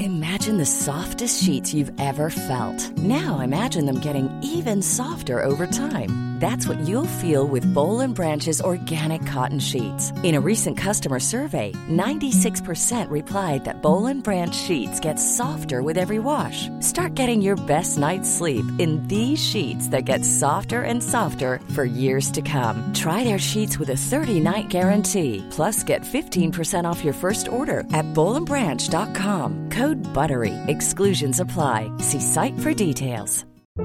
Imagine the softest sheets you've ever felt. Now imagine them getting even softer over time. That's what you'll feel with Boll & Branch's organic cotton sheets. In a recent customer survey, 96% replied that Boll & Branch sheets get softer with every wash. Start getting your best night's sleep in these sheets that get softer and softer for years to come. Try their sheets with a 30-night guarantee. Plus, get 15% off your first order at bollandbranch.com. Code BUTTERY. Exclusions apply. See site for details.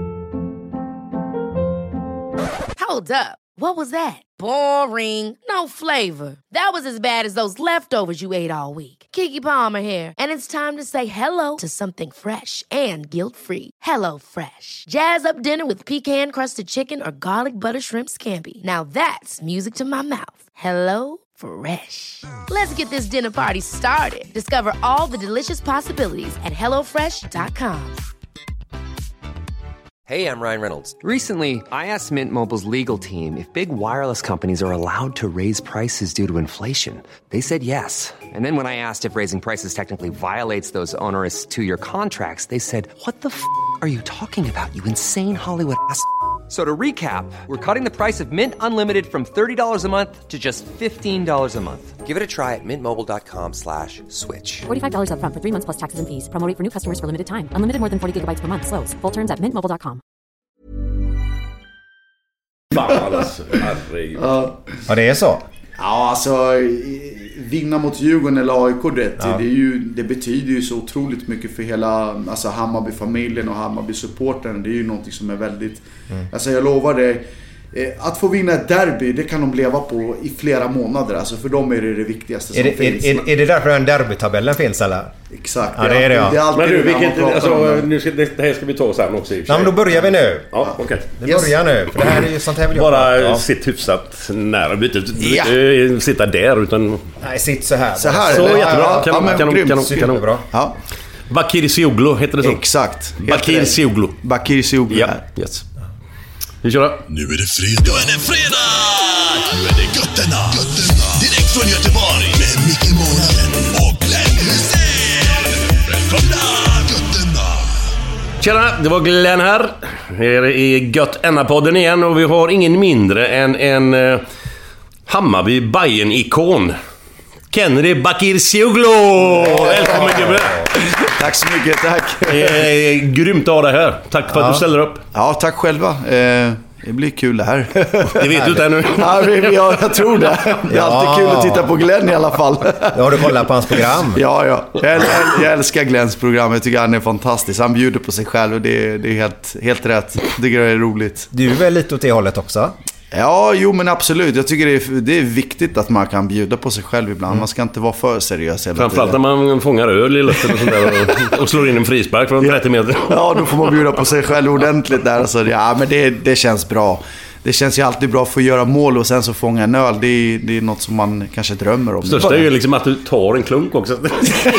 Hold up. What was that? Boring. No flavor. That was as bad as those leftovers you ate all week. Keke Palmer here, and it's time to say hello to something fresh and guilt-free. Hello Fresh. Jazz up dinner with pecan-crusted chicken or garlic butter shrimp scampi. Now that's music to my mouth. Hello Fresh. Let's get this dinner party started. Discover all the delicious possibilities at hellofresh.com. Hey, I'm Ryan Reynolds. Recently, I asked Mint Mobile's legal team if big wireless companies are allowed to raise prices due to inflation. They said yes. And then when I asked if raising prices technically violates those onerous two-year contracts, they said, what the f*** are you talking about, you insane Hollywood ass f- So to recap, we're cutting the price of Mint Unlimited from $30 a month to just $15 a month. Give it a try at mintmobile.com/switch. $45 up front for 3 months plus taxes and fees. Promo rate for new customers for limited time. Unlimited more than 40 gigabytes per month. Slows full terms at mintmobile.com. Fan alltså, herregud. Ja, det är så. Ja, alltså vinna mot Djurgården eller AIK det betyder ju så otroligt mycket för hela alltså Hammarby-familjen och Hammarby-supporten. Det är ju någonting som är väldigt alltså jag lovar dig att få vinna ett derby, det kan de leva på i flera månader. Alltså för dem är det viktigaste som finns. Är det därför den derbytabellen finns eller? Exakt. Ja, det är det. Ja. Det är alltid men du, det här ska vi ta sen också i och för sig. Ja, men då börjar vi nu. Ja, okej. Okay. Det börjar nu, för det här är ju sånt här vill jag bara sitt hyfsat nära bytet. Sitta där utan... Nej, sitt så här. Så här. Så jättebra. Kanon. Bra. Ja. Bakir Cioglu heter det så. Exakt. Bakir Cioglu. Ja. Yes. Vi kör då. Nu är det fredag. Nu är det Götterna. Direkt från Göteborg. Med Micke Månaden och Glenn Hussein. Välkomna Götterna. Tjena, det var Glenn här. Här är Götterna-podden igen. Och vi har ingen mindre än en Hammarby-Bayern-ikon. Kennedy Bakir Cioglu. Välkommen gubbe. Tack så mycket, tack. Grymt att ha dig här. Tack för att du ställer upp. Ja, tack själva. Det blir kul det här. Det vet du inte ännu. Ja, jag tror det. Det är alltid kul att titta på Glenn i alla fall. Ja, har du kollat på hans program? Ja. Jag älskar Glenns program. Jag tycker han är fantastisk. Han bjuder på sig själv och det är helt rätt. Det är roligt. Du är väl lite åt det hållet också? Ja, jo men absolut. Jag tycker det är viktigt att man kan bjuda på sig själv ibland. Man ska inte vara för seriös. Framförallt när man fångar öl i luften och sånt där och slår in en frispark från 30 meter. Ja, då får man bjuda på sig själv ordentligt där. Så ja, men det känns bra. Det känns ju alltid bra för att göra mål och sen så fånga en öl. Det är något som man kanske drömmer om. Största är ju liksom att du tar en klunk också. Det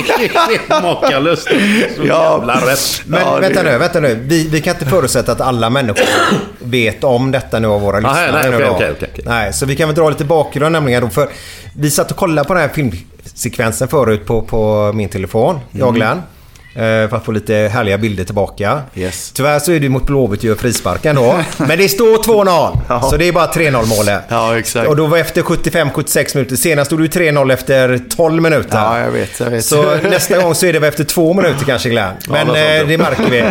är makalöst. Så jävla rätt. Men ja, vänta nu. Vi kan inte förutsätta att alla människor vet om detta nu av våra lyssnare. Okej. Nej, så vi kan väl dra lite bakgrund nämligen då, för vi satt och kollade på den här filmsekvensen förut på min telefon, jag och Glenn. För att få lite härliga bilder tillbaka. Yes. Tyvärr så är det mot Blåvitt gör frisparken då. Men det står 2-0. Ja. Så det är bara 3-0 målet. Ja, exakt. Och då var efter 75-76 minuter. Senast stod det 3-0 efter 12 minuter. Ja, jag vet. Så nästa gång så är det efter 2 minuter kanske, Glenn. Men det märker vi.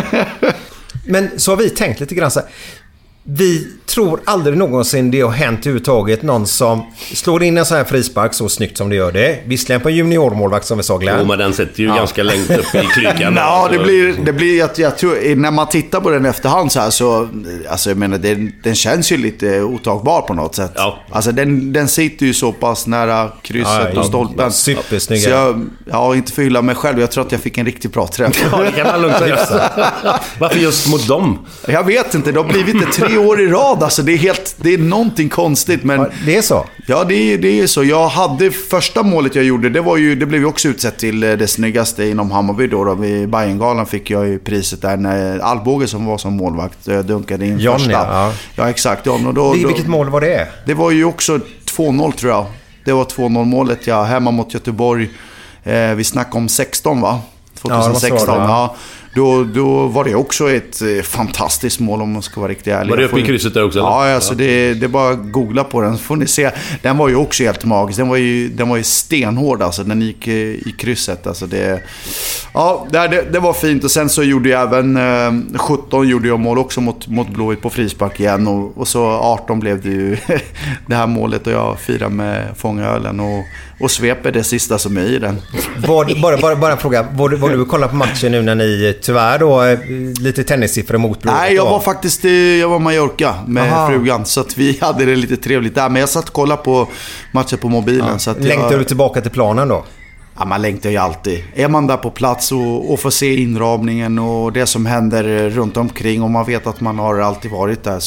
Men så har vi tänkt lite grann så här. Vi tror aldrig någonsin det har hänt överhuvudtaget någon som slår in en sån här frispark så snyggt som det gör det. Visserligen på en juniormålvakt som vi sa, Glenn. Jo, men den sätter ju ganska långt upp i klykan. Ja, det blir att jag tror, när man tittar på den efterhand så här så alltså jag menar den känns ju lite otagbar på något sätt. Ja. Alltså den sitter ju så pass nära krysset och stolpen. Supersnygg. Så jag inte förhylla mig själv. Jag tror att jag fick en riktigt bra träff. Ja, det kan man lugnt säga. Varför just mot dem? Jag vet inte, det har blivit det 3 år i rad. Alltså det är någonting konstigt. Men, ja, det är så? Ja, det är så. Jag hade första målet jag gjorde, det blev ju också utsett till det snyggaste inom Hammarby då. Vid Bayerngalan fick jag ju priset där när Alvbåge som var som målvakt dunkade in John, första. Ja, exakt. John. Och då, vilket mål var det? Det var ju också 2-0 tror jag. Det var 2-0 målet, hemma mot Göteborg. Vi snackade om 16 va? 2016. Ja, då var det också ett fantastiskt mål om man ska vara riktigt ärlig. Var det uppe i krysset där också? Ja, alltså det är bara att googla på den så får ni se. Den var ju också helt magisk. Den var ju stenhård alltså. Den gick i krysset. Alltså det var fint. Och sen så gjorde jag även 17 gjorde jag mål också mot Blåvitt på frispark igen. Och så 18 blev det ju det här målet och jag firar med fångölen och sveper det sista som är i den. Bara en fråga. Var du kolla på matchen nu när ni tyvärr då lite tennissiffror mot Blåvitt? Nej, jag var Mallorca med frugan så att vi hade det lite trevligt där. Men jag satt och kollade på matchen på mobilen. Så att längtar du tillbaka till planen då? Ja, man längtar ju alltid. Är man där på plats och får se inramningen och det som händer runt omkring och man vet att man har alltid varit där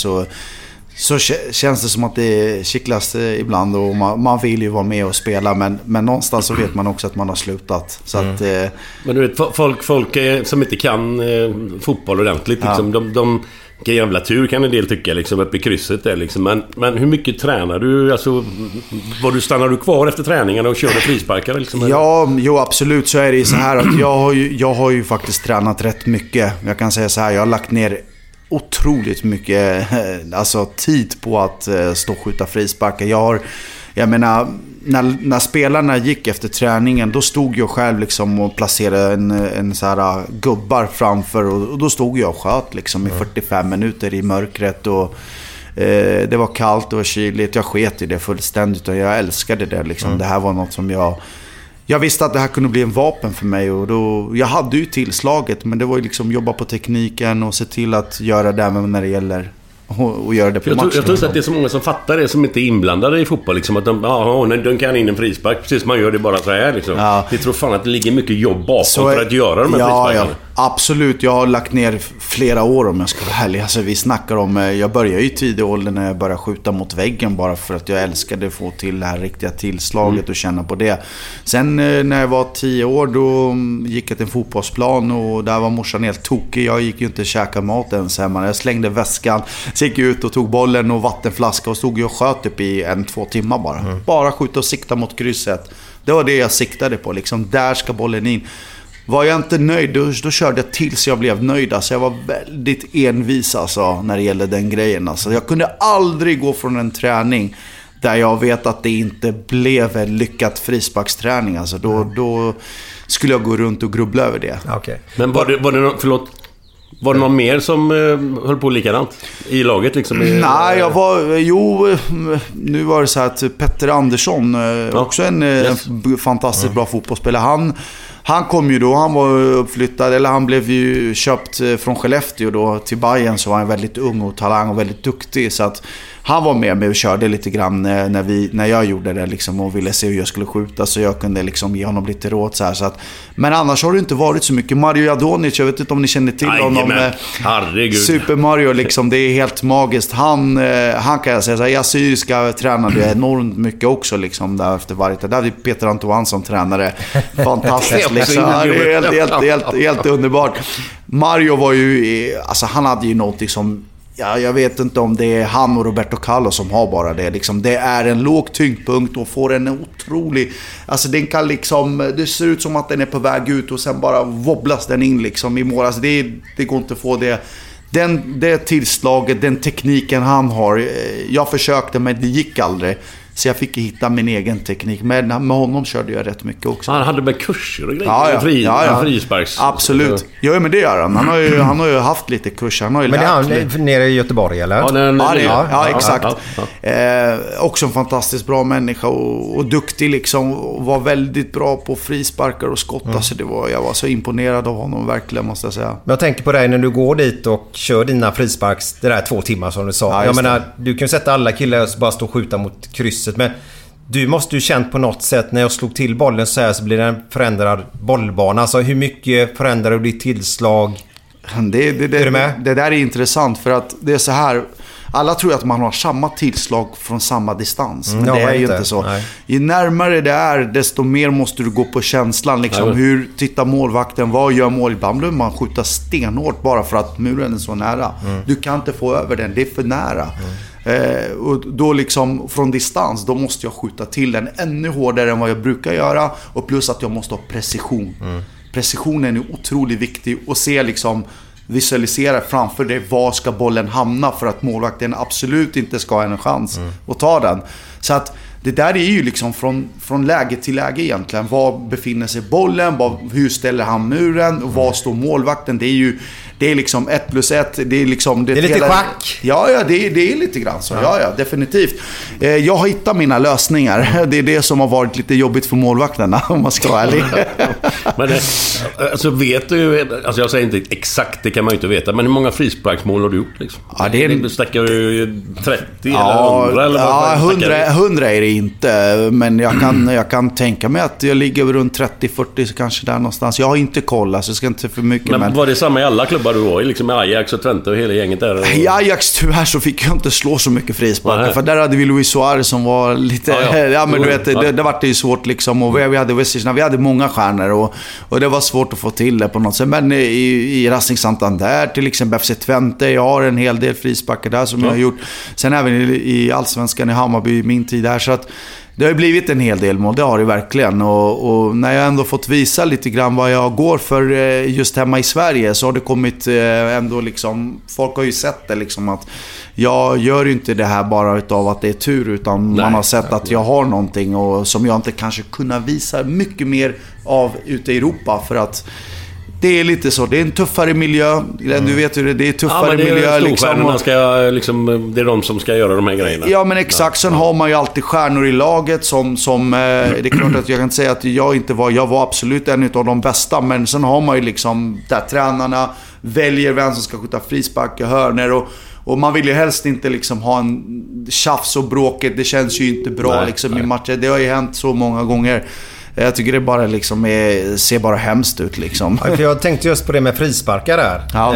så känns det som att det kittlas ibland och man vill ju vara med och spela men någonstans så vet man också att man har slutat. Så att, men du vet, folk som inte kan fotboll ordentligt liksom, de vilken jävla tur kan en del tycka liksom, uppe i krysset där, liksom. Men hur mycket tränar du? Alltså, stannar du kvar efter träningarna och körde frisparkar? Liksom, ja, absolut så är det så här att jag har ju faktiskt tränat rätt mycket. Jag kan säga så här, jag har lagt ner otroligt mycket tid på att stå och skjuta frisparkar. Jag menar, när spelarna gick efter träningen, då stod jag själv liksom och placerade en så här gubbar framför och då stod jag och sköt liksom i 45 minuter i mörkret och det var kallt och kyligt. Jag sket i det fullständigt och jag älskade det liksom. Det här var något som jag visste att det här kunde bli en vapen för mig och jag hade ju tillslaget men det var ju liksom jobba på tekniken och se till att göra det även när det gäller och göra det på matchen. Jag tror att det är så många som fattar det som inte är inblandade i fotboll liksom, att de kan in en frispark precis som man gör det bara så här liksom. Ja. Jag tror fan att det ligger mycket jobb bakom för att göra de här frisparkarna. Absolut, jag har lagt ner flera år om jag ska vara ärlig. Alltså, vi snackar om, jag började ju i tidig ålder när jag började skjuta mot väggen bara för att jag älskade att få till det här riktiga tillslaget och känna på det. Sen när jag var 10 år då gick jag till en fotbollsplan och där var morsan helt tokig. Jag gick ju inte käka mat ens hemma. Jag slängde väskan, så gick ut och tog bollen och vattenflaska och stod och sköt upp i 1-2 timmar bara. Bara skjuta och sikta mot krysset. Det var det jag siktade på liksom, där ska bollen in. Var jag inte nöjd, då körde jag tills jag blev nöjd. Alltså, jag var väldigt envis alltså, när det gällde den grejen. Alltså, jag kunde aldrig gå från en träning där jag vet att det inte blev en lyckad frisparksträning. Alltså, då skulle jag gå runt och grubbla över det. Okay. Men var det någon mer som höll på likadant i laget liksom? Nej, nu var det så här att Petter Andersson, också en fantastiskt bra fotbollsspelare. Han kom ju då, han var uppflyttad, eller han blev ju köpt från Skellefteå då till Bayern, så var han väldigt ung och talang och väldigt duktig, så att han var med mig och körde lite grann när jag gjorde det liksom, och ville se hur jag skulle skjuta, så jag kunde liksom ge honom lite råd så här, så att, men annars har det inte varit så mycket. Mario Jadonic, jag vet inte om ni känner till honom. Herregud. Super Mario liksom, det är helt magiskt. Han kan jag säga så här, jag syriska tränade enormt mycket också liksom, där efter varje. Där hade Peter Antoine som tränare. Fantastiskt liksom. Det är helt underbart. Mario var ju, alltså han hade ju något som, ja, jag vet inte om det är han och Roberto Carlos som har bara det liksom. Det är en låg tyngdpunkt och får en otrolig, alltså den kan liksom, det ser ut som att den är på väg ut och sen bara wobblas den in liksom i mål. Alltså det går inte att få det. Det tillslaget, den tekniken han har, jag försökte men det gick aldrig. Så jag fick hitta min egen teknik. Med honom körde jag rätt mycket också. Han hade med kurser och grejer. Ja. Frisparks. Absolut. Ja, men det gör han. Han har ju haft lite kurser. Han har ju men det är han nere i Göteborg, eller? Ja, exakt. Också en fantastiskt bra människa och duktig liksom. Och var väldigt bra på frisparkar och skott. Så jag var så imponerad av honom verkligen, måste jag säga. Men jag tänker på dig när du går dit och kör dina frisparks, det där 2 timmar som du sa. Ja, jag menar, du kan ju sätta alla killar och bara stå och skjuta mot krysset. Men du måste ju känt på något sätt när jag slog till bollen så blir det en förändrad bollbana. Alltså hur mycket förändrar du ditt tillslag? Det där är intressant för att det är så här. Alla tror att man har samma tillslag från samma distans. Men det är ju inte så. Nej. Ju närmare det är, desto mer måste du gå på känslan. Liksom. Hur tittar målvakten? Vad gör mål? Ibland behöver man skjuta stenhårt bara för att muren är så nära. Du kan inte få över den. Det är för nära. Och då liksom från distans, då måste jag skjuta till den ännu hårdare än vad jag brukar göra. Och plus att jag måste ha precision. precisionen är otroligt viktig. Och se liksom, visualisera framför dig var ska bollen hamna för att målvakten absolut inte ska ha en chans att ta den. Så att det där är ju liksom från läge till läge egentligen. Var befinner sig bollen? Hur ställer han muren? Och var står målvakten? Det är liksom 1+1. Det är liksom... Det är lite schack. Ja, det är lite grann så. Ja, definitivt. Jag har hittat mina lösningar. Det är det som har varit lite jobbigt för målvakterna, om man ska vara ärlig. Men alltså vet du... Alltså jag säger inte exakt, det kan man ju inte veta. Men hur många frisparksmål har du gjort liksom? Ja, det är... Snackar du 30 eller 100? Eller ja, 100 är det inte. Men jag kan tänka mig att jag ligger runt 30-40 kanske där någonstans. Jag har inte kollat, så jag ska inte för mycket. Men var det samma i alla klubbar du var i? Liksom Ajax och Twente och hela gänget där? Och... I Ajax tyvärr så fick jag inte slå så mycket frisparkar. För där hade vi Luis Suarez som var lite... Ja, men du vet, det var det ju svårt liksom. Och vi hade många stjärnor och det var svårt att få till det på något sätt. Men i Racing Santander till exempel, FC Twente, jag har en hel del frisparkar där som jag har gjort. Sen även i Allsvenskan i Hammarby i min tid där, så att det har blivit en hel del mål, det har det verkligen. Och när jag ändå fått visa lite grann vad jag går för just hemma i Sverige, så har det kommit ändå liksom, folk har ju sett det liksom, att jag gör ju inte det här bara utav att det är tur, utan man har sett att jag har någonting och som jag inte kanske kunna visa mycket mer av ute i Europa, för att det är lite så, det är en tuffare miljö. Du vet hur det är tuffare miljö liksom. Det är de som ska göra de här grejerna. Ja, men exakt. Sen har man ju alltid stjärnor i laget som det är klart att jag kan säga att jag var absolut en av de bästa, men sen har man ju liksom där tränarna väljer vem som ska skjuta frispark och hörner, och man vill ju helst inte liksom ha en tjafs och bråket. Det känns ju inte bra liksom i matcher. Det har ju hänt så många gånger. Jag tycker det bara liksom ser bara hemskt ut liksom. Ja, för jag tänkte just på det med frisparkar där. Ja.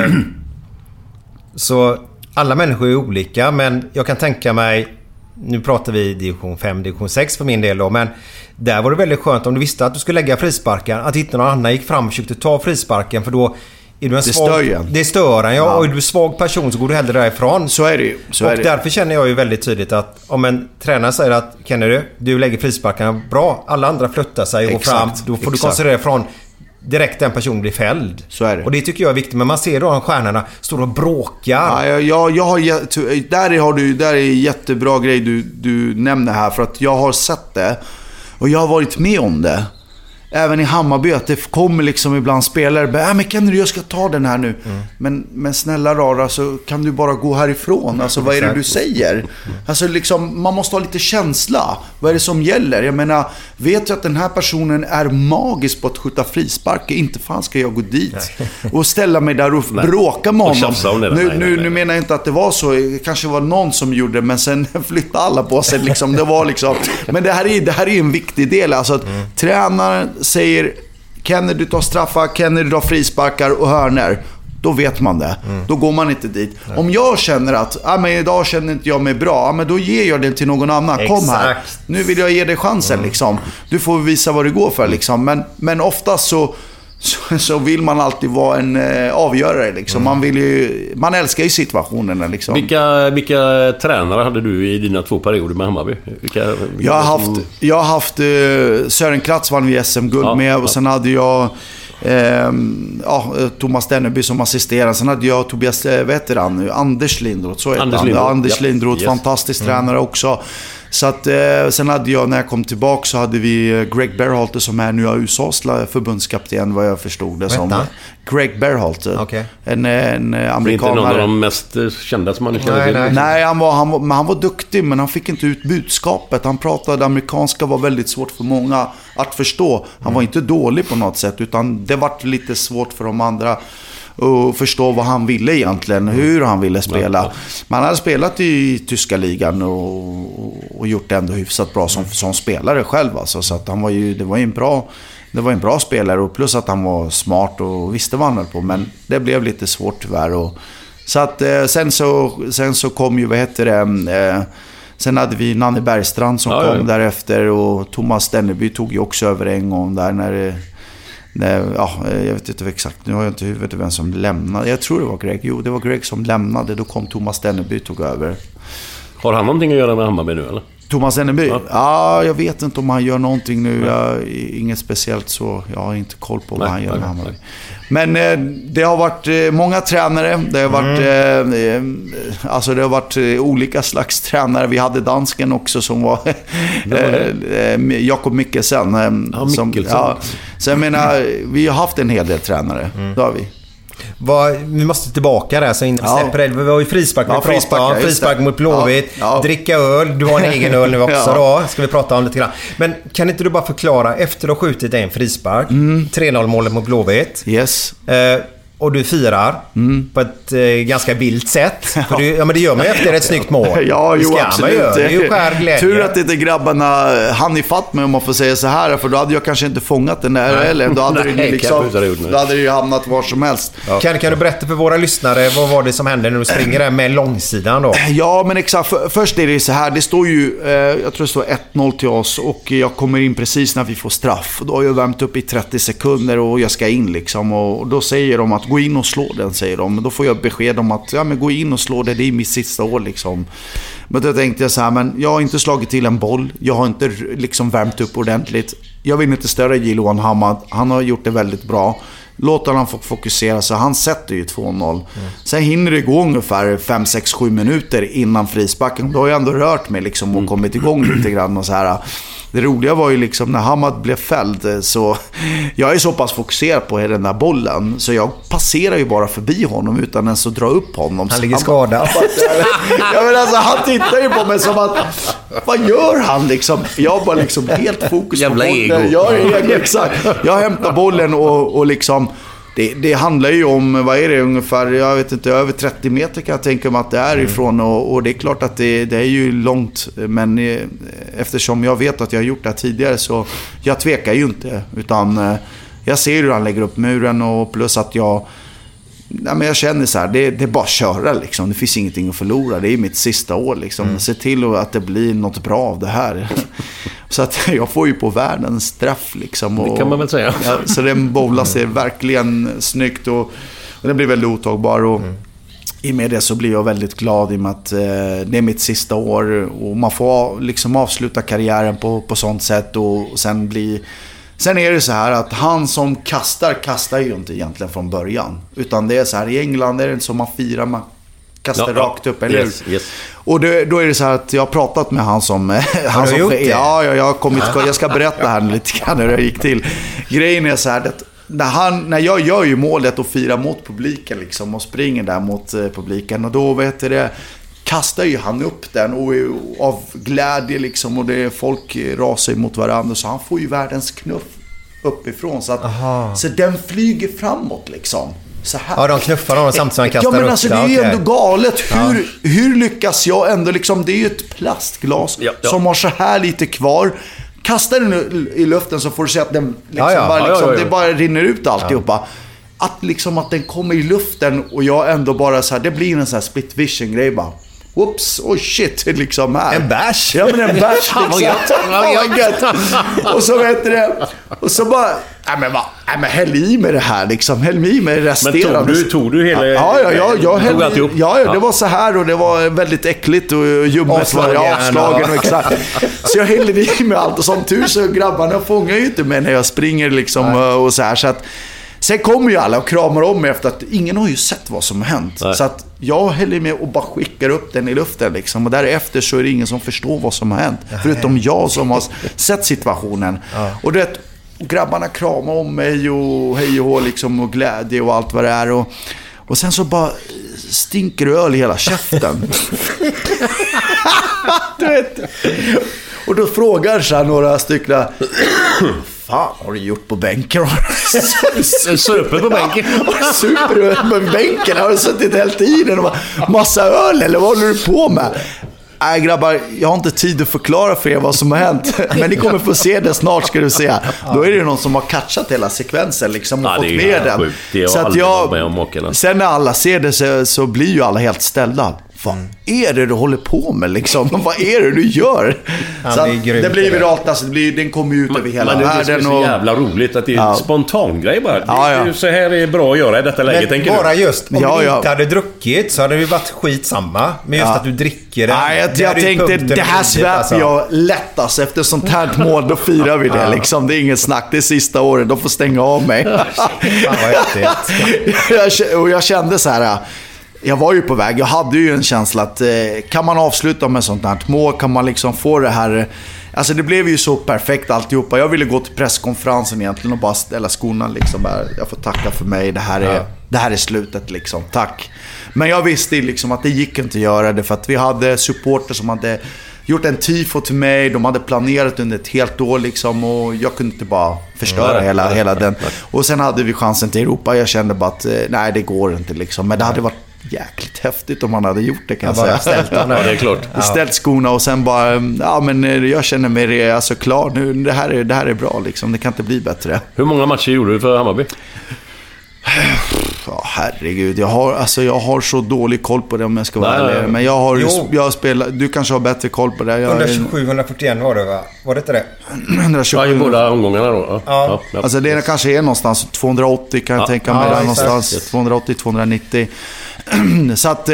Så alla människor är olika, men jag kan tänka mig, nu pratar vi division 5, division 6 för min del då, men där var det väldigt skönt om du visste att du skulle lägga frisparkar, att inte någon annan gick fram och försökte ta frisparken, för då är du en svag, det stör en, ja. Och är du en svag person så går du hellre därifrån. Så är det ju. Därför känner jag ju väldigt tydligt att om en tränare säger att Kennedy, du lägger frisparkarna bra, alla andra flyttar sig och går fram, då får du koncentrera ifrån direkt den personen blir fälld. Så är det. Och det tycker jag är viktigt, men man ser då att stjärnorna står och bråkar. Ja, där är jättebra grej du nämner här, för att jag har sett det och jag har varit med om det. Även i Hammarby, att det kommer liksom ibland spelare, men kan jag ska ta den här nu. Men snälla rara, så kan du bara gå härifrån. Alltså vad är det du säger? Alltså liksom, man måste ha lite känsla. Vad är det som gäller? Jag menar, vet jag att den här personen är magisk på att skjuta frispark, inte fan ska jag gå dit och ställa mig där och bråka med honom. Nu menar jag inte att det var så. Det kanske var någon som gjorde det, men sen flyttade alla på sig liksom. Det var liksom, men det här är en viktig del. Alltså att tränaren säger, Kennedy tar straffar, Kennedy tar frisparkar och hörner, då vet man det. Då går man inte dit. Om jag känner att men idag känner inte jag mig bra, men då ger jag det till någon annan. Kom här, nu vill jag ge dig chansen liksom. Du får visa vad det går för liksom. Men oftast så vill man alltid vara en avgörare liksom. Man älskar ju situationerna liksom. Vilka tränare hade du i dina 2 perioder med Hammarby? Jag har haft Sören Kratz vann vi SM-guld med, och sen hade jag Thomas Dennerby som assisterande. Sen hade jag Tobias Anders Lindroth, Anders Lindroth, fantastisk tränare också. Så att, sen hade jag, när jag kom tillbaka, så hade vi Greg Berhalter som är nu USAs förbundskapten, vad jag förstod det som. Greg Berhalter. Okay. En amerikanare. Inte någon av de mest kända som man känner till. Nej, han var duktig, men han fick inte ut budskapet. Han pratade amerikanska, var väldigt svårt för många att förstå. Han var inte dålig på något sätt, utan det var lite svårt för de andra och förstå vad han ville egentligen, hur han ville spela. Man hade spelat i tyska ligan och gjort det ändå hyfsat bra som spelare själv alltså. Så att det var en bra spelare, och plus att han var smart och visste vad han höll på, men det blev lite svårt tyvärr. Så att sen så kom ju sen hade vi Nanne Bergstrand som kom därefter, och Thomas Dennerby tog ju också över en gång där när jag vet inte exakt, nu har jag inte huvudet vem som lämnade. Jag tror det var Greg. Jo, det var Greg som lämnade. Då kom Thomas Dennerby, tog över. Har han någonting att göra med Hammarby nu eller? Thomas Eneby? Ja, jag vet inte om han gör någonting nu. Inget speciellt så. Jag har inte koll på vad han gör. Men det har varit många tränare. Det har varit olika slags tränare. Vi hade dansken också som var Jakob Mikkelsen. Så jag menar, vi har haft en hel del tränare. Det har vi. Vi måste tillbaka där så innan vi släpper det. Vi har ju frispark, frispark mot Blåvitt, dricka öl, du har en egen öl nu också då, ska vi prata om lite grann. Men kan inte du bara förklara, efter att ha skjutit en frispark, 3-0 målet mot Blåvitt, och du firar på ett ganska vilt sätt. För men det gör man ju efter ett snyggt mål. Absolut. Det är ju skär glädje. Tur att inte grabbarna hann ifatt mig, om man får säga så här. För då hade jag kanske inte fångat den där. Eller då hade det ju hamnat var som helst. Kan du berätta för våra lyssnare, vad var det som hände när du springer där med långsidan då? Ja, men exakt. Först är det så här. Det står ju, jag tror det står 1-0 till oss. Och jag kommer in precis när vi får straff. Då har jag värmt upp i 30 sekunder och jag ska in liksom. Och då säger de att gå in och slå den, säger de. Men då får jag besked om att men gå in och slå det är mitt sista år liksom. Men då tänkte jag så här, men jag har inte slagit till en boll. Jag har inte liksom värmt upp ordentligt. Jag vill inte störa Jiloan Hamad. Han har gjort det väldigt bra. Låt honom få fokusera, så han sätter ju 2-0. Sen hinner det gå ungefär 5-6-7 minuter innan frisparken. Då har jag ändå rört mig liksom och kommit igång lite grann och så här. Det roliga var ju liksom när Hamad blev fälld, så jag är så pass fokuserad på den där bollen så jag passerar ju bara förbi honom utan ens att dra upp honom. Han ligger skadad. Han tittar ju på mig som att, vad gör han liksom? Jag bara liksom helt fokus på bollen. Ego. Exakt. Jag hämtar bollen och liksom det handlar ju om, vad är det ungefär, jag vet inte, över 30 meter kan jag tänka mig att det är ifrån och det är klart att det är ju långt, men eftersom jag vet att jag har gjort det här tidigare så jag tvekar ju inte, utan jag ser hur han lägger upp muren och plus att jag känner så här, det är bara att köra liksom. Det finns ingenting att förlora. Det är mitt sista år liksom. Se till att det blir något bra av det här. Så att jag får ju på världens straff liksom. Det kan man väl säga. Så den bowlar sig verkligen snyggt och den blir väldigt otagbar och i och med det så blir jag väldigt glad i och med att det är mitt sista år och man får liksom avsluta karriären på sånt sätt och sen är det så här att han som kastar ju inte egentligen från början. Utan det är så här, i England är det inte som man firar, man kastar rakt upp, eller yes. Och då är det så här att jag har pratat med han som jag har kommit, jag ska berätta här lite grann hur det gick till. Grejen är så här att när jag gör ju målet och firar mot publiken liksom och springer där mot publiken och då kastar ju han upp den och av glädje liksom och folk rasar mot varandra så han får ju världens knuff uppifrån så den flyger framåt liksom. Så här. Ja, de knuffar dem samtidigt som han kastar upp. Ja, men alltså det är ju ändå galet. Hur lyckas jag ändå liksom, det är ju ett plastglas som har så här lite kvar. Kastar den i luften så får du se att den liksom, det bara rinner ut alltihopa. Att den kommer i luften och jag ändå bara så här, det blir en sån här split vision grej bara. Whoops, shit, liksom här. En bärs. Ja, men en bärs liksom. Och så vet det. Och så bara, men häll i med det här liksom. Häll i med resterande. Men tog du hela... Ja, det var så här och det var väldigt äckligt och ljummet var avslagen och exakt. Så jag hällde i med allt och som tur så grabbarna fångar ju inte mig när jag springer liksom och så här så att sen kommer ju alla och kramar om mig efter att ingen har ju sett vad som har hänt. Nej. Så att jag häller med och bara skickar upp den i luften liksom. Och därefter så är det ingen som förstår vad som har hänt. Förutom jag som har sett situationen. Och grabbarna kramar om mig och hej och hå liksom och glädje och allt vad det är. Och sen så bara stinker öl i hela käften. Du vet. Och då frågar så här några stycken, fan har du gjort på bänken? Super på bänken. Super på bänken. Har du suttit hela tiden och massa öl eller vad håller du på med? Nej grabbar, jag har inte tid att förklara för er vad som har hänt. Men ni kommer få se det snart, ska du se. Då är det någon som har catchat hela sekvensen liksom, och fått med den. Det så att sen när alla ser det så blir ju alla helt ställda. vad är det du håller på med liksom? Vad är det du gör? Så det blir viralt, alltså, den kommer ut över hela världen. Det är så jävla roligt att det är en spontan grej bara. Det är så här är bra att göra i detta läget, tänker du? Bara just, om du inte hade druckit så hade det varit skitsamma. Men just att du dricker det. Nej, jag tänkte, det här sväper jag lättast efter sånt här mål, då firar vi det liksom. Det är inget snack, det är sista året, de får stänga av mig. Jag kände så här. Jag var ju på väg, jag hade ju en känsla att kan man avsluta med sånt här mål, kan man liksom få det här, alltså det blev ju så perfekt alltihopa. Jag ville gå till presskonferensen egentligen och bara ställa skorna liksom, jag får tacka för mig, det här är slutet liksom, tack. Men jag visste liksom att det gick inte att göra det, för att vi hade supporter som hade gjort en tifo till mig, de hade planerat under ett helt år liksom, och jag kunde inte bara förstöra hela den. Och sen hade vi chansen till Europa, jag kände bara att nej, det går inte liksom, men det hade varit jäkligt häftigt om man hade gjort det, kan jag säga. Det är klart. Ställt skorna och sen bara, men jag känner mig alltså klar nu, det här är bra liksom, det kan inte bli bättre. Hur många matcher gjorde du för Hammarby? Herregud, jag har så dålig koll på det, om jag ska vara ärlig. Men jag har spelat, du kanske har bättre koll på det. 127-141 var det, va? Var det inte det? 127. I båda omgångarna då. Ja. Alltså det kanske är någonstans 280, kan jag tänka mig, någonstans 280-290. Så att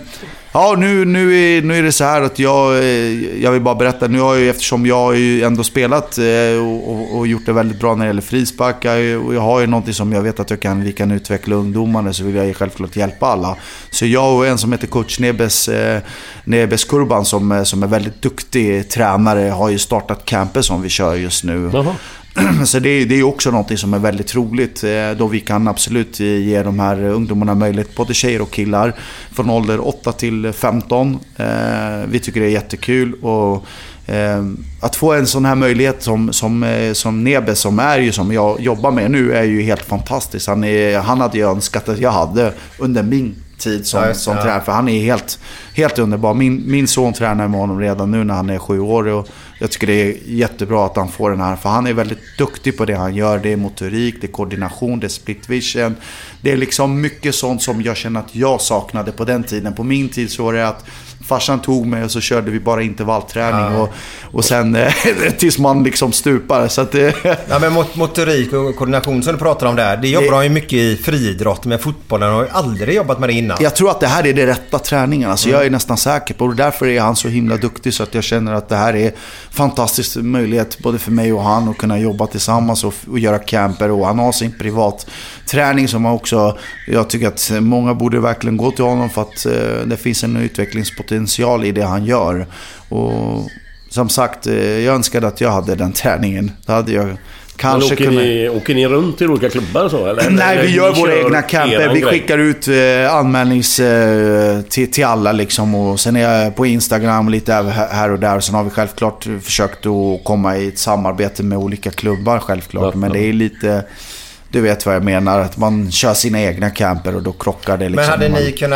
nu är det så här att jag vill bara berätta, nu har jag, eftersom jag har ju ändå spelat och gjort det väldigt bra när det gäller frispark, och jag har ju någonting som jag vet att vi kan utveckla ungdomarna, så vill jag självklart hjälpa alla. Så jag och en som heter coach Nebes Kurban som är väldigt duktig tränare har ju startat camper som vi kör just nu. Så det är också någonting som är väldigt roligt, då vi kan absolut ge de här ungdomarna möjlighet, både tjejer och killar, från ålder 8 till 15. Vi tycker det är jättekul, och att få en sån här möjlighet som Nebe, som är ju som jag jobbar med nu, är ju helt fantastiskt. Han hade ju önskat att jag hade under min tid som tränare, för han är helt underbar. Min son tränar med honom redan nu när han är 7 år, och jag tycker det är jättebra att han får den här, för han är väldigt duktig på det han gör. Det är motorik, det är koordination, det är split vision. Det är liksom mycket sånt som jag känner att jag saknade på den tiden. På min tid så var det att farsan tog mig och så körde vi bara intervallträning och sen tills man liksom stupar. Så att men motorik och koordination som du pratar om där, det jobbar han ju mycket i friidrott, med fotbollen, och har aldrig jobbat med det innan. Jag tror att det här är det rätta träningen, alltså jag är nästan säker på, och därför är han så himla duktig, så att jag känner att det här är fantastisk möjlighet både för mig och han att kunna jobba tillsammans och göra camper, och han har sin privat träning som också, jag tycker att många borde verkligen gå till honom, för att det finns en utvecklingspotential i det han gör. Och som sagt, jag önskade att jag hade den träningen. Då hade jag kanske åker ni runt i olika klubbar så, eller? Nej, vi gör våra egna camper. Vi skickar ut anmälnings till alla liksom, och sen är jag på Instagram lite här och där. Sen har vi självklart försökt att komma i ett samarbete med olika klubbar självklart, men det är lite, du vet vad jag menar, att man kör sina egna camper och då krockar det liksom. Men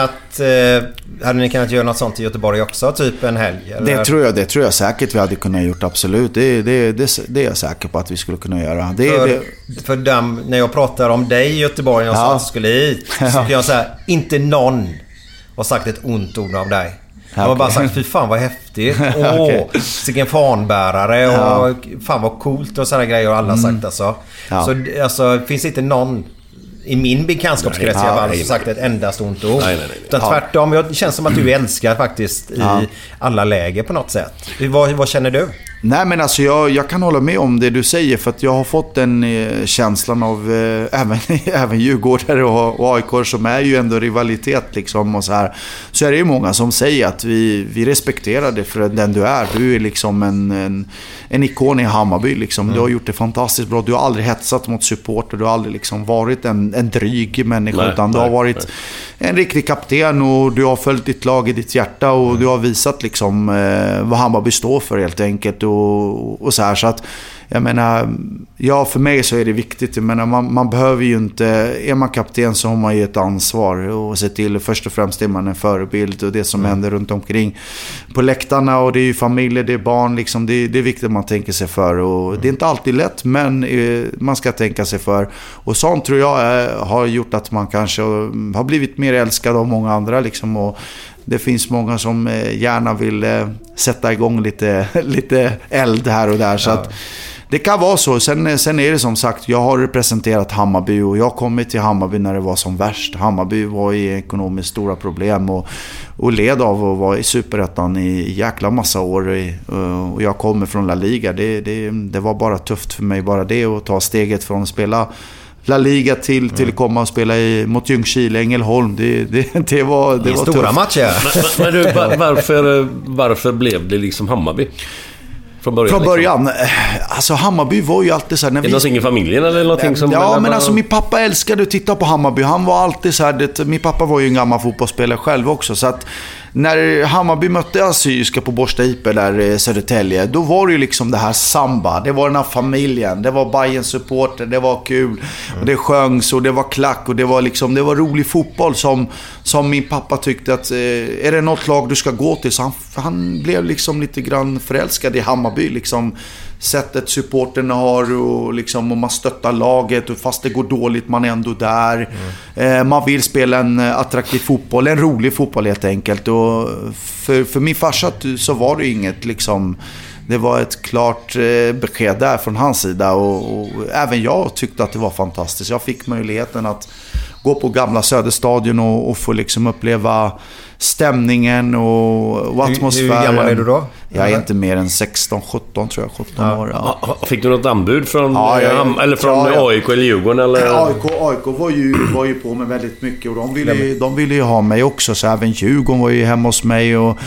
hade ni kunnat göra något sånt i Göteborg också, typ en helg? Eller? Det tror jag säkert vi hade kunnat gjort, absolut. Det är jag säker på att vi skulle kunna göra. För dem, när jag pratar om dig i Göteborg och så skulle hit, så kan jag säga, inte någon har sagt ett ont ord av dig. Jag har bara sagt, fy fan vad häftigt. Vilken fanbärare och fan vad coolt och sådana grejer har alla sagt alltså. Så alltså, finns inte någon i min bekantskapskrets jag har sagt ett enda stort ord. Utan tvärtom, det känns som att du älskar faktiskt i alla läger på något sätt. Vad känner du? Nej, men alltså jag kan hålla med om det du säger, för att jag har fått den känslan av även Djurgårdare och AIK, som är ju ändå rivalitet liksom, och så här. Så är det ju många som säger att vi respekterar det för den du är. Du är liksom en ikon i Hammarby liksom. Du har gjort det fantastiskt bra. Du har aldrig hetsat mot supporter. Du har aldrig liksom varit en dryg människa, utan du har varit en riktig kapten, och du har följt ditt lag i ditt hjärta, och du har visat liksom vad Hammarby står för helt enkelt, och så här. Så att jag menar, för mig så är det viktigt. Jag menar, man behöver ju inte, är man kapten så har man ju ett ansvar och se till, först och främst är man en förebild, och det som händer runt omkring på läktarna, och det är ju familjer, det är barn liksom, det är viktigt att man tänker sig för, och det är inte alltid lätt, men man ska tänka sig för, och sånt tror jag har gjort att man kanske har blivit mer älskad av många andra liksom, och det finns många som gärna vill sätta igång lite eld här och där. Så att det kan vara så. Sen är det som sagt, jag har representerat Hammarby och jag kom till Hammarby när det var som värst. Hammarby var i ekonomiskt stora problem och led av att vara i Superettan i jäkla massa år. Och jag kommer från La Liga. Det var bara tufft för mig, bara det, att ta steget från att spela La Liga till att komma och spela mot Ljungskile, Ängelholm. Det var stora tufft. matcher. Men du, varför blev det liksom Hammarby? Från början. Alltså Hammarby var ju alltid så här... Är det någonting i familjen eller någonting som... Ja, men alltså min pappa älskade att titta på Hammarby. Han var alltid så här... Min pappa var ju en gammal fotbollsspelare själv också. Så att när Hammarby mötte Assyriska på Borsta IP där i Södertälje, då var det ju liksom det här samba. Det var den här familjen. Det var Bayerns supporter. Det var kul. Och det sjöngs och det var klack. Och det var rolig fotboll som min pappa tyckte att... är det något lag du ska gå till? Så han blev liksom lite grann förälskad i Hammarby. Liksom sättet supporterna har och liksom om man stöttar laget och fast det går dåligt, man är ändå där. Man vill spela en attraktiv fotboll, en rolig fotboll helt enkelt. Och för min farsa så var det inget liksom, det var ett klart besked där från hans sida och även jag tyckte att det var fantastiskt. Jag fick möjligheten att gå på gamla Söderstadion och få liksom uppleva stämningen och atmosfären. Hur gammal är du då? Jag är inte mer än 16-17 tror jag, 17 år. Ja. Fick du något anbud från AIK eller Djurgården? Eller? AIK var ju på med väldigt mycket och de ville ju ha mig också, så även Djurgården var ju hemma hos mig och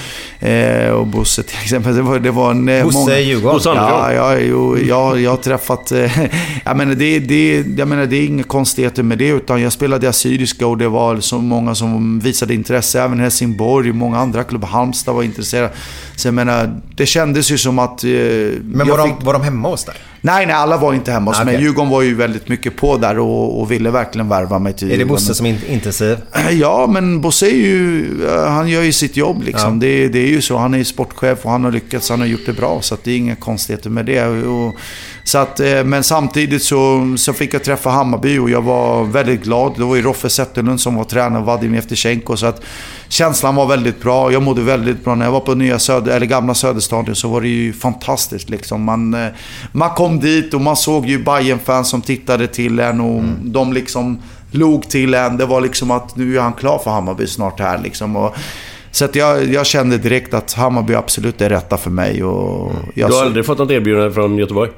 Bosse till exempel. Det var en Bosse i Djurgården? Jag har träffat jag menar det är inga konstigheter med det, utan jag spelade Assyriska och det var så många som visade intresse, även Helsingborg och många andra klubbar, Halmstad var intresserade. Så jag menar, det kändes ju som att... Men var de hemma hos dig? Nej, alla var inte hemma hos mig. Djurgården var ju väldigt mycket på där och ville verkligen värva mig till Djurgården. Är det Bosse som är intensiv? Ja, men Bosse är ju... Han gör ju sitt jobb liksom. Ja. Det är ju så. Han är ju sportchef och han har lyckats. Han har gjort det bra. Så att det är inga konstigheter med det. Så att, men samtidigt så fick jag träffa Hammarby och jag var väldigt glad. Det var ju Roffe Zetterlund som var tränare, Vadim Evtusjenko, så att känslan var väldigt bra. Jag mådde väldigt bra. När jag var på gamla Söderstadion så var det ju fantastiskt liksom. Man kom dit och man såg ju Bayern-fans som tittade till en och de liksom log till en. Det var liksom att nu är han klar för Hammarby snart här liksom. Så att jag kände direkt att Hammarby absolut är rätta för mig. Och du har aldrig fått något erbjudande från Göteborg?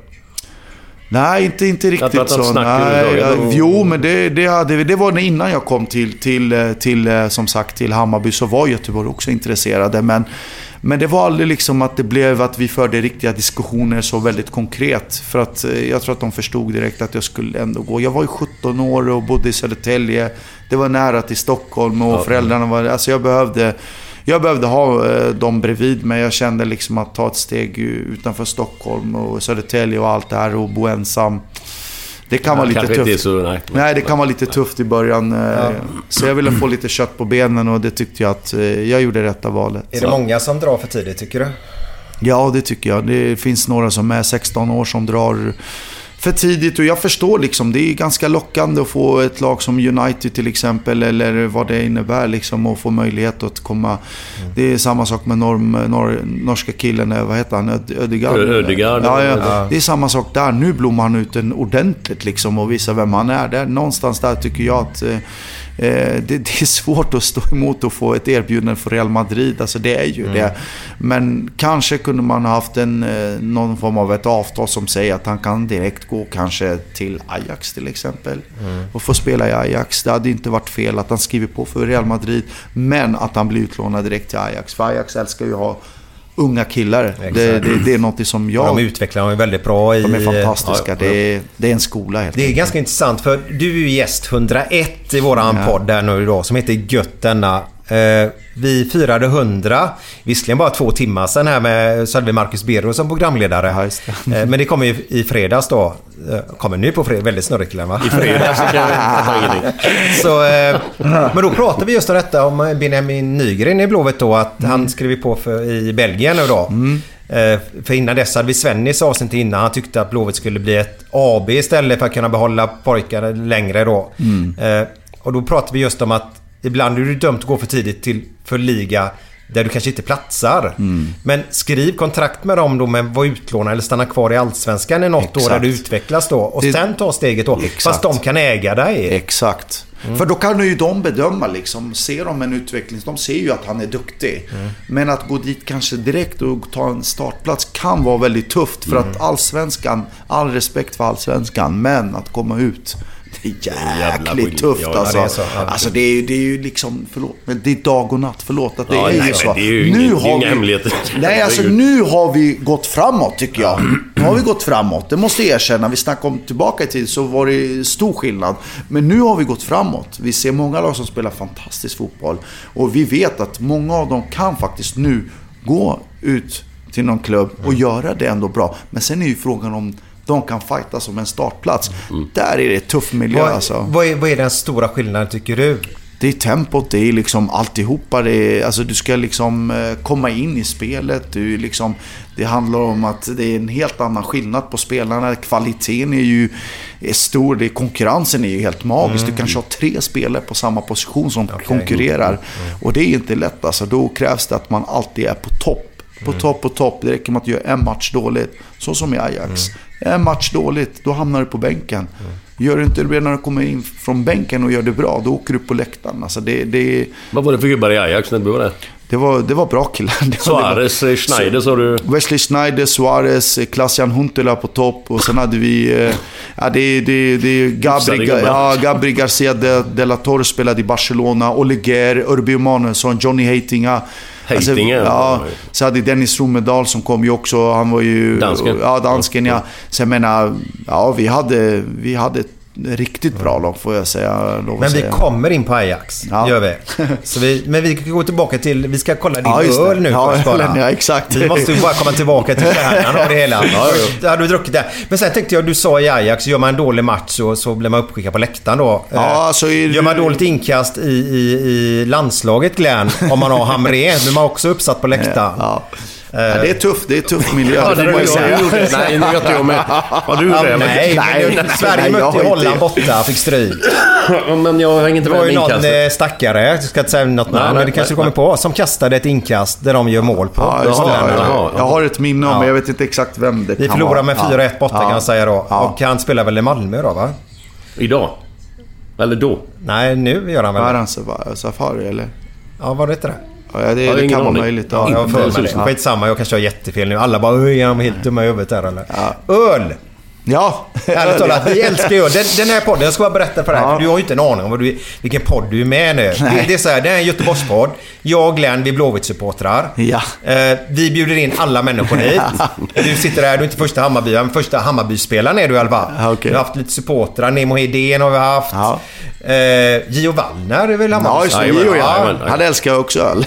Nej, inte riktigt så. Jo, men det var innan jag kom till som sagt till Hammarby, så var Göteborg också intresserade, men det var aldrig liksom att det blev att vi förde riktiga diskussioner så väldigt konkret, för att jag tror att de förstod direkt att jag skulle ändå gå. Jag var ju 17 år och bodde i Södertälje. Det var nära till Stockholm och föräldrarna var... Alltså jag behövde ha dem bredvid mig. Jag kände liksom att ta ett steg utanför Stockholm och Södertälje och allt det här och bo ensam. Det kan vara lite tufft. Nej, det kan vara lite tufft i början. Så jag ville få lite kött på benen och det tyckte jag att jag gjorde rätta valet. Är det många som drar för tidigt, tycker du? Ja, det tycker jag. Det finns några som är 16 år som drar för tidigt, och jag förstår liksom, det är ganska lockande att få ett lag som United till exempel, eller vad det innebär liksom, att få möjlighet att komma. Det är samma sak med norska killen, vad heter han? Ødegaard. Ja. Det är samma sak där. Nu blommar han ut en ordentligt liksom och visar vem han är. Där, någonstans där tycker jag att det är svårt att stå emot och få ett erbjudande för Real Madrid. Alltså det är ju det. Men kanske kunde man ha haft någon form av ett avtal som säger att han kan direkt gå kanske till Ajax till exempel. Och få spela i Ajax. Det hade inte varit fel att han skriver på för Real Madrid, men att han blir utlånad direkt till Ajax. För Ajax älskar ju ha unga killar. Det är något som jag... De utvecklar dem väldigt bra. De är fantastiska. Det är en skola helt. Det är ganska intressant, för du är ju gäst 101 i våran podd där nu idag, som heter Götterna. Vi firade 100, visserligen bara 2 timmar sedan här så hade vi Marcus Bero som programledare. Men det kommer ju i fredags då. Kommer nu på fredag, väldigt snurrigt va? I fredags så kan jag men då pratar vi just om detta om Benjamin Nygren i Blåvitt då, att han skrev på i Belgien nu då. För innan dess hade vi Svennis avsnitt innan. Han tyckte att Blåvitt skulle bli ett AB istället för att kunna behålla pojkar längre då. Och då pratade vi just om att ibland är du dömt att gå för tidigt för liga där du kanske inte platsar. Men skriv kontrakt med dem då, men var utlånad eller stanna kvar i Allsvenskan i något år där du utvecklas då. Och sen ta steget då. Exakt. Fast de kan äga dig. Exakt. För då kan ju de bedöma liksom, ser de en utveckling, de ser ju att han är duktig. Men att gå dit kanske direkt och ta en startplats kan vara väldigt tufft. För att Allsvenskan, all respekt för Allsvenskan, men att komma ut, det är jäkligt tufft alltså. Ja, det är så. Alltså det är ju liksom, förlåt, men det är dag och natt, förlåt att det är ju så. Det är ju ingen hemlighet. Nej, alltså nu har vi gått framåt tycker jag. Nu har vi gått framåt, det måste jag erkänna. Vi snackade om tillbaka i tid så var det stor skillnad. Men nu har vi gått framåt. Vi ser många lag som spelar fantastisk fotboll. Och vi vet att många av dem kan faktiskt nu gå ut till någon klubb och göra det ändå bra. Men sen är ju frågan om de kan fighta som en startplats. Där är det tuff miljö alltså. Vad är den stora skillnaden tycker du? Det är tempot, det är liksom alltihopa. Det är, alltså du ska liksom komma in i spelet. Det handlar om att det är en helt annan skillnad på spelarna. Kvaliteten är stor. Konkurrensen är ju helt magisk. Du kanske har 3 spelare på samma position som konkurrerar. Och det är inte lätt. Alltså, då krävs det att man alltid är på topp. På topp. Det räcker med att göra en match dåligt. Så som i Ajax. En match dåligt, då hamnar du på bänken. Gör du inte det när du kommer in från bänken och gör det bra, då åker du på läktaren. Alltså Vad var det för gubbar i Ajax när du var där? Det var bra killar. Suarez, Schneider sa du? Wesley Schneider, Suarez, Klaas-Jan Huntela på topp. Och sen hade vi Gabri Garcia de la Torre spelade i Barcelona. Oliger, Urbi Emanuelsson, Johnny Heitinga. Så hade Dennis Romedal som kom ju också. Han var ju dansken. Ja. Så jag menar, vi hade riktigt bra lag får jag säga. Men vi kommer in på Ajax, gör vi. Men vi kan gå tillbaka till, vi ska kolla din öl nu. Exakt. Vi måste ju bara komma tillbaka till kärnan av det hela. Ja, du druckit det. Men sen tänkte jag, du sa i Ajax, gör man en dålig match så blir man uppskickad på läktaren då. Gör man dåligt inkast i landslaget, Glenn, om man har Hamré, men man är också uppsatt på läktaren. Det är tuff miljö. Nej, nu vet jag med. Har du det? Nej, Sverige mötte Holland borta, fick stryk. Men jag hänger inte med med inkastet. Det var ju någon stackare, jag ska inte säga något namn, men det kanske kommer på, som kastade ett inkast där de gör mål på. Jag har ett minne om, men jag vet inte exakt vem det kan vara. Vi förlorar med 4-1 borta kan jag säga då. Och han spelar väl i Malmö då, va? Idag? Eller då? Nej, nu gör han väl. Var han Safari eller? Ja, var det inte det? Ja, det kan vara möjligt. Ja, jag får med det. Skitsamma, jag kanske har jättefel nu. Alla bara, är de helt dumma i huvudet där eller? Öl! Ja, ärligt talat, vi älskar ju den här podden. Jag ska bara berätta för dig, för du har ju inte en aning om vilken podd du är med nu. Det är så här, det är en Göteborgspodd. Jag och Glenn, vi är Blåvitt-supportrar. Vi bjuder in alla människor hit. Du sitter där, du är inte första Hammarby, men första Hammarby-spelaren är du i alla fall. Vi har haft lite supportrar, Nemo Hedén har vi haft. Gio Wallner är väl Hammarby. Han älskar också öl.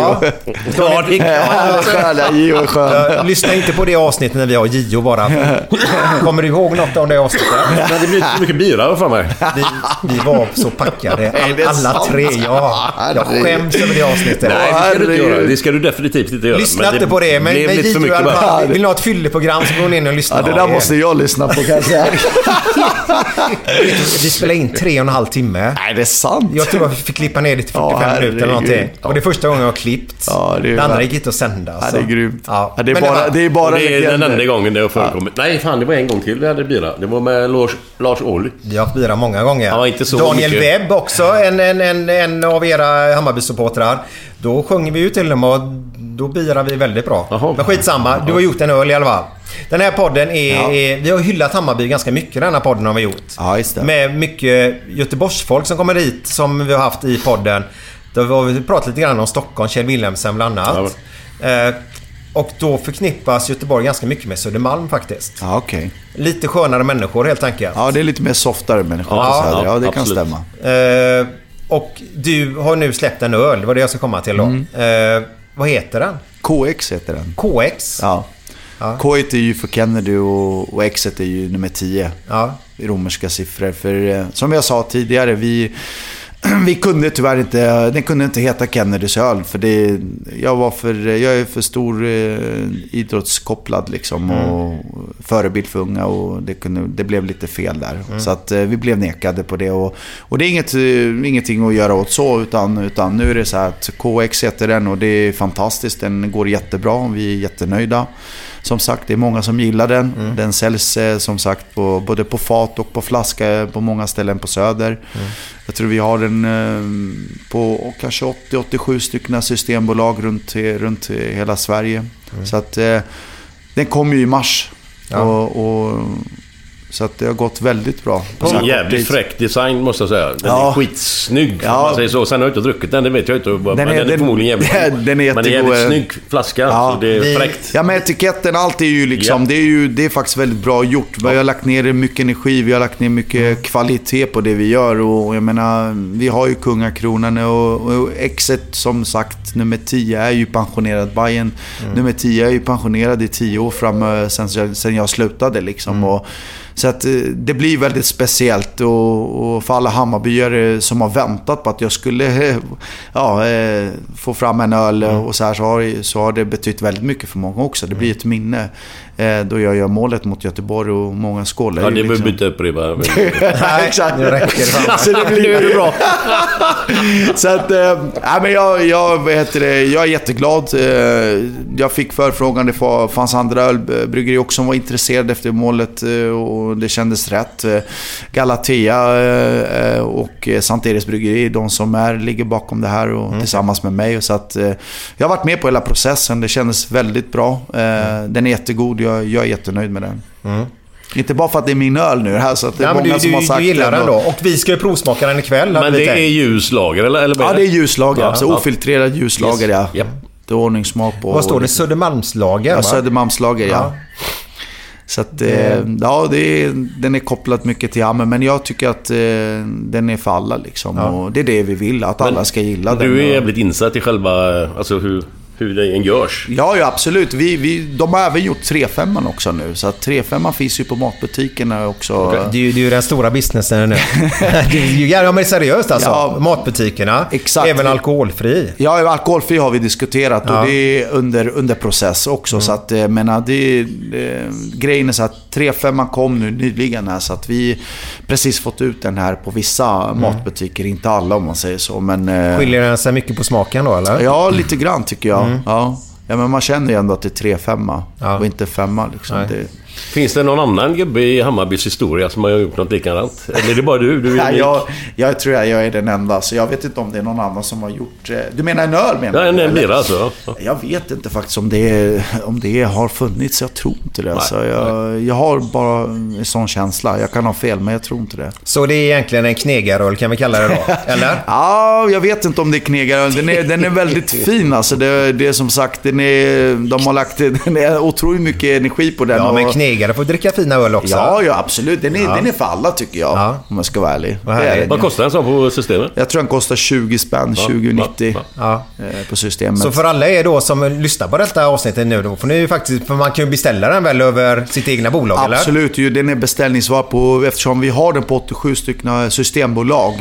Gio är skön. Lyssna inte på det avsnittet när vi har Gio bara. Kommer du ihåg något av det avsnittet? Det blir så mycket bira för mig. Vi var så packade. Alla 3. Jag skäms över det avsnittet. Nej, det ska du inte göra. Det ska du definitivt inte göra. Lyssna inte på det. Men Gio i alla fall. Vill ni ha ett fylleprogram så går ni in och lyssnar. Det där måste jag lyssna på kanske. Vi spelar in 3,5 timme. Nej, det är sant. Jag tror att vi fick klippa ner det till 45 minuter eller någonting. Och det är första gången jag har klippt. Det andra gick inte att sända. Det är grymt. Det är den enda gången det har förekommit. Nej, fan, det var en gång till vi hade bira. Det var med Lars Ohly. Vi har haft bira många gånger. Ja, inte så Daniel mycket. Webb också, en av era Hammarby-supportrar. Då sjunger vi ut till dem och då birar vi väldigt bra. Aha. Men skitsamma, du har gjort en öl i alla fall. Den här podden vi har hyllat Hammarby ganska mycket, den här podden har vi gjort. Ja, just det. Med mycket Göteborgsfolk som kommer hit som vi har haft i podden. Då har vi pratat lite grann om Stockholm, Kjell Wilhelmsen bland annat. Och då förknippas Göteborg ganska mycket med Södermalm faktiskt. Ja, okej. Lite skönare människor helt enkelt. Ja, det är lite mer softare människor på Söder. Ja, det kan stämma. Och du har nu släppt en öl, vad det jag ska komma till då. Vad heter den? KX heter den. KX? Ja. K är ju för Kennedy och X är ju nummer 10 i romerska siffror. För som jag sa tidigare, vi vi kunde tyvärr inte, den kunde inte heta Kennedys öl för jag är för stor idrottskopplad liksom och förebild för unga och det blev lite fel där. Så att vi blev nekade på det och det är ingenting att göra åt så utan nu är det så här att KX heter den och det är fantastiskt, den går jättebra, vi är jättenöjda. Som sagt, det är många som gillar den. Den säljs som sagt både på fat och på flaska på många ställen på Söder. Jag tror vi har den på kanske 80-87 stycken systembolag runt hela Sverige. Så att den kommer ju i mars. Så att det har gått väldigt bra. En jävligt fräck design måste jag säga. Den är skitsnygg. Man säger så. Sen har jag inte druckit den, det vet jag inte. Men den är förmodligen jävligt. Den är men det är jävligt snygg flaska. Så det är fräckt. Ja, men etiketten, allt är ju liksom... Det är faktiskt väldigt bra gjort. Vi har lagt ner mycket energi. Vi har lagt ner mycket kvalitet på det vi gör. Och jag menar, vi har ju kungakronan. Och exet som sagt, nummer 10 är ju pensionerad. Bayern nummer 10 är ju pensionerad i 10 år fram sen jag slutade liksom. Så att det blir väldigt speciellt och för alla Hammarbyare som har väntat på att jag skulle få fram en öl och så här så har det betytt väldigt mycket för många också. Det blir ett minne då jag gör målet mot Göteborg och många skålar. Ja, det blir byta upp det bara. Exakt. Nu räcker det. Så det blir bra. Så att men jag är jätteglad. Jag fick förfrågan, det fanns andra ölbryggerier också som var intresserade efter målet och det kändes rätt. Galatea och Sankt Eriks bryggeri, de som ligger bakom det här och tillsammans med mig. Så att jag har varit med på hela processen. Det kändes väldigt bra. Den är jättegod. Jag är jättenöjd med den. Inte bara för att det är min öl nu här, så att det är många som har sagt du gillar den då. Och vi ska ju provsmaka den ikväll. Men det är ljuslager eller? Ja, det är ljuslager. Alltså ofiltrerad ljuslager, yes. Ja. Det är ordningssmak på. Vad står det? Södermalmslager? Ja, Södermalmslager, ja. Så att, den är kopplad mycket till Hammer, men jag tycker att den är för alla liksom. Och det är det vi vill, att alla ska gilla den. Du är jävligt insatt i själva, alltså hur det görs. Ja, absolut. De har även gjort 3-5 också nu. Så att 3-5 finns ju på matbutikerna också. Okay. Det är ju den stora businessen nu. Ja, men seriöst alltså. Ja, matbutikerna. Exakt. Även alkoholfri. Ja, alkoholfri har vi diskuterat. Och det är under process också. Så att, grejen är så att 3-5 kom nu nyligen här. Så att vi precis fått ut den här på vissa matbutiker. Inte alla om man säger så. Men, skiljer den sig mycket på smaken då, eller? Ja, lite grann tycker jag. Ja, men man känner ju ändå att det är 3-5 och inte 5 liksom. Finns det någon annan gubbe i Hammarbys historia som har gjort något likadant? Eller är det bara du? Jag tror jag är den enda. Så jag vet inte om det är någon annan som har gjort... Du menar en öl, menar du? Ja, en bira alltså. Jag vet inte faktiskt om det har funnits. Jag tror inte det. Så jag har bara en sån känsla. Jag kan ha fel, men jag tror inte det. Så det är egentligen en knegaröl, kan vi kalla det då? Eller? Ja, jag vet inte om det är knegaröl. Den är väldigt fin. Alltså det är som sagt, de har lagt otroligt mycket energi på den. Ja, men knegare får dricka fina öl också. Ja, absolut. Den är för alla, tycker jag. Om jag ska vara ärlig. Vad kostar den så på systemet? Jag tror den kostar 20 spänn, 20,90 på systemet. Så för alla er då som lyssnar på detta avsnittet nu då, för man kan ju beställa den väl över sitt egna bolag, eller? Absolut, den är beställningsvar på, eftersom vi har den på 87 stycken systembolag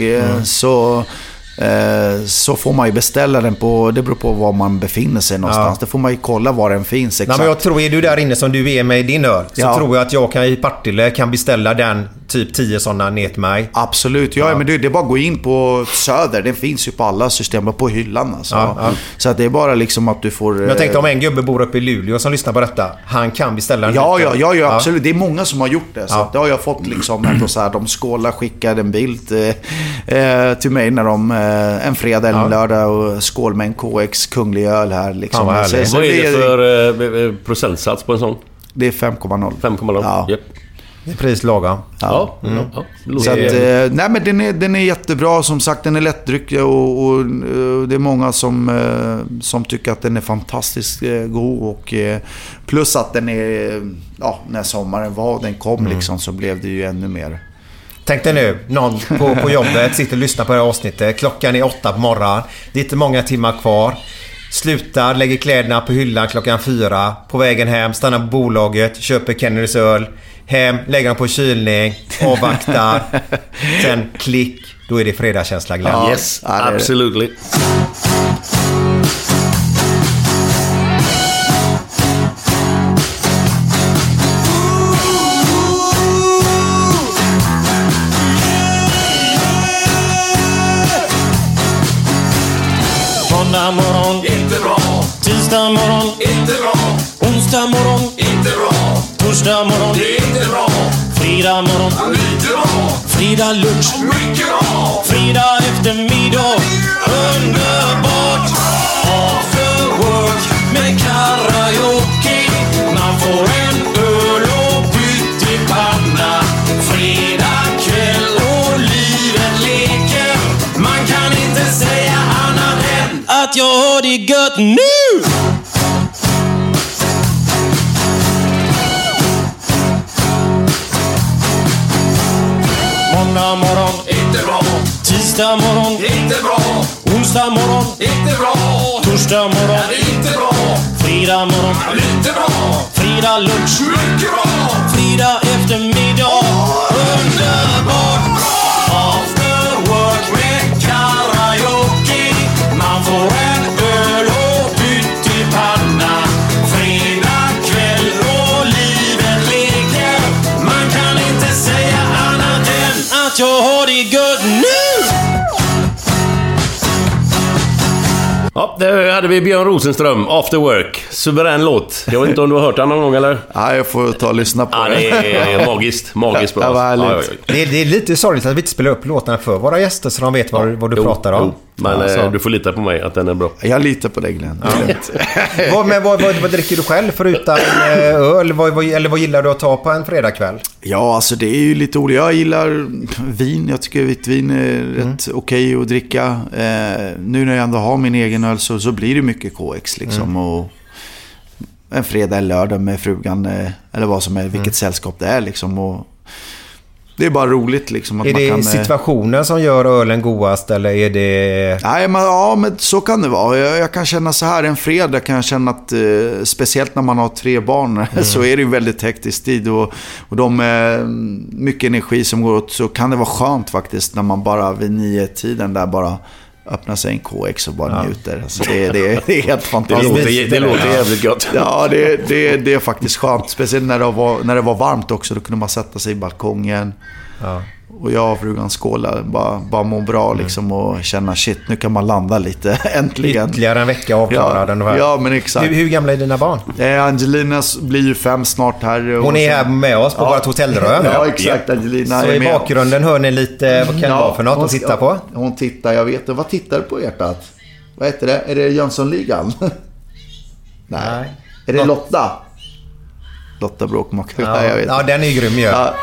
så får man ju beställa den på, det beror på var man befinner sig någonstans. Det får man ju kolla var den finns exakt. Nej, men jag tror, är du där inne som du är med din öl, så tror jag att jag i Partille kan beställa den typ 10 sådana ner till mig. Absolut, men det är bara att gå in på Söder, den finns ju på alla system på hyllan alltså. Så att det är bara liksom att du får... Men jag tänkte om en gubbe bor uppe i Luleå som lyssnar på detta, han kan beställa den. Ja, absolut. Det är många som har gjort det. Så att det har jag fått liksom ändå så här, de skickade en bild till mig när de en fredag eller en lördag och skål med en KX kunglig öl här liksom. Vad är det för procentsats på en sån? Det är 5,0. 5,0. Ja. Yep. Det är prislaga. Så att, nej, men den är jättebra. Som sagt, den är lättdryckig och det är många som tycker att den är fantastiskt god. Och plus att den är, när sommaren den kom liksom, så blev det ju ännu mer. Tänk dig nu, någon på jobbet sitter och lyssnar på det här avsnittet. Klockan är 8 på morgonen. Det är inte många timmar kvar. Slutar, lägger kläderna på hyllan klockan 4. På vägen hem, stannar på bolaget, köper Kennedys öl. Hem, lägger dem på kylning, avvaktar. Sen klick, Då är det fredagskänsla, Glenn. Ja, yes, absolutely. Måndag morgon, inte bra. Tisdag morgon, inte bra. Onsdag morgon, inte bra. Torsdag morgon, det är inte bra. Fredag morgon, lite bra. Fredag lunch, mycket bra. Fredag eftermiddag, underbart. After work med karaoke. Man får en öl och pyttipanna. Fredag kväll och livet leker. Man kan inte säga annat än att jag har det gött nu. Måndag morgon, inte bra. Tisdag morgon, inte bra. Onsdag morgon, inte bra. Torsdag morgon, inte bra. Fredag morgon, lite bra. Fredag lunch, mycket bra. Fredag eftermiddag, underbart. After work med karaoke. Man får en öl och pyttipanna. Fredag kväll och livet leker. Man kan inte säga annat än att jag har det gött nu. Ja, där hade vi Björn Rosenström, After Work. Suverän låt. Jag vet inte om du har hört den någon gång eller? Ja, jag får ta och lyssna på det. Det är magiskt bra. Ja, det är lite sorgligt att vi inte spelar upp låtarna för våra gäster så de vet vad du pratar om. Men du får lita på mig att den är bra. Jag litar på dig, Glenn. Vad dricker du själv förutom öl? Vad gillar du att ta på en fredagkväll? Ja, alltså det är ju lite olika. Jag gillar vin. Jag tycker vitt vin är rätt okej att dricka. Nu när jag ändå har min egen öl så blir det mycket KX liksom. Och en fredag eller lördag med frugan eller vad som är, vilket sällskap det är liksom. Och det är bara roligt liksom. Att är det man kan, situationen som gör ölen godast eller är det... Nej, men så kan det vara. Jag kan känna så här, en fredag kan jag känna att speciellt när man har 3 barn så är det ju väldigt hektisk tid och de mycket energi som går åt, så kan det vara skönt faktiskt när man bara vid 9-tiden där bara öppna sig en KX och bara njuter. Alltså det är helt fantastiskt. Det låter jävligt gott. Ja, det är faktiskt skönt. Speciellt när det var varmt också. Då kunde man sätta sig i balkongen. Ja. Och jag och frugan skåla, bara må bra liksom och känna shit, nu kan man landa lite äntligen. Ytterligare en vecka avklarad. Ja, men exakt. Hur gamla är dina barn? Angelina blir ju 5 snart här. Hon är här med oss på vårt hotellrum. Ja, exakt. Angelina så är i med. Bakgrunden hör ni lite, vad kan det vara för något att titta på? Hon tittar, jag vet. Vad tittar du på hjärtat? Vad heter det? Är det Jönssonligan? Nej. Är det Lotta? Lotta Bråkmakare. Ja, jag vet. Ja, den är ju grym ju.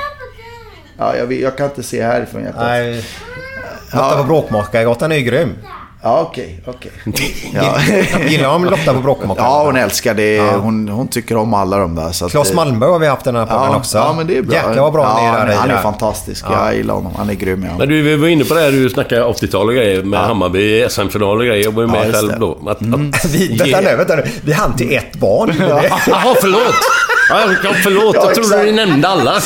Ja, jag kan inte se härifrån hjärtat. Nej. Lotta på Bråkmakargatan är ju grym. Ja, okej. Ja. Gillar om Lotta på Bråkmakargatan? Ja, hon älskar det. Ja. Hon tycker om alla de där. Så Claes Malmberg har vi haft den här podden också. Ja, men det är bra. Jäklar vad bra han är fantastisk. Ja. Jag gillar honom. Han är grym. Ja. Men du var inne på det här, du snackade 80-tal och grejer med Hammarby, SM-final och grejer. Jag var ju med själv då. Vänta nu. Vi hann till 1 barn. Jaha, förlåt. Förlåt, jag trodde ni nämnde alla.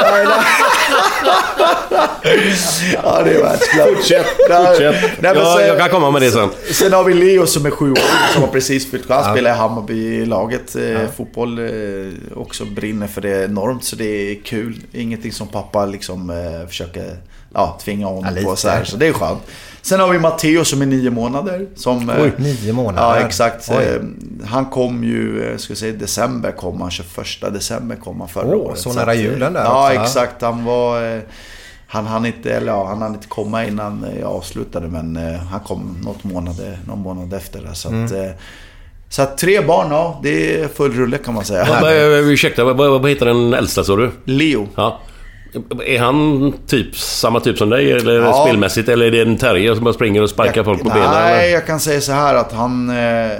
Ja, det är världsklart. Fortsätt. Jag kan komma med det sen. Sen har vi Leo som är 7 år, som har precis fyllt. Han spelar i Hammarby-laget. Fotboll också brinner för det enormt, så det är kul. Ingenting som pappa liksom försöker tvinga honom på så här, så det är skönt. Sen har vi Matteo som är 9 månader. 9 månader? Ja, exakt. Han kom ju, december kom han, 21 december kom han förra året. Så nära julen där ja, också. Exakt. Han hann inte komma innan jag avslutade, men han kom någon månad efter det, så att 3 barn, det är full rulle kan man säga. Ursäkta, vad heter den äldsta, så du? Leo. Ja. Är han samma typ som dig eller spelmässigt, eller är det en terrier som bara springer och sparkar folk på benen? Nej, eller? jag kan säga så här att han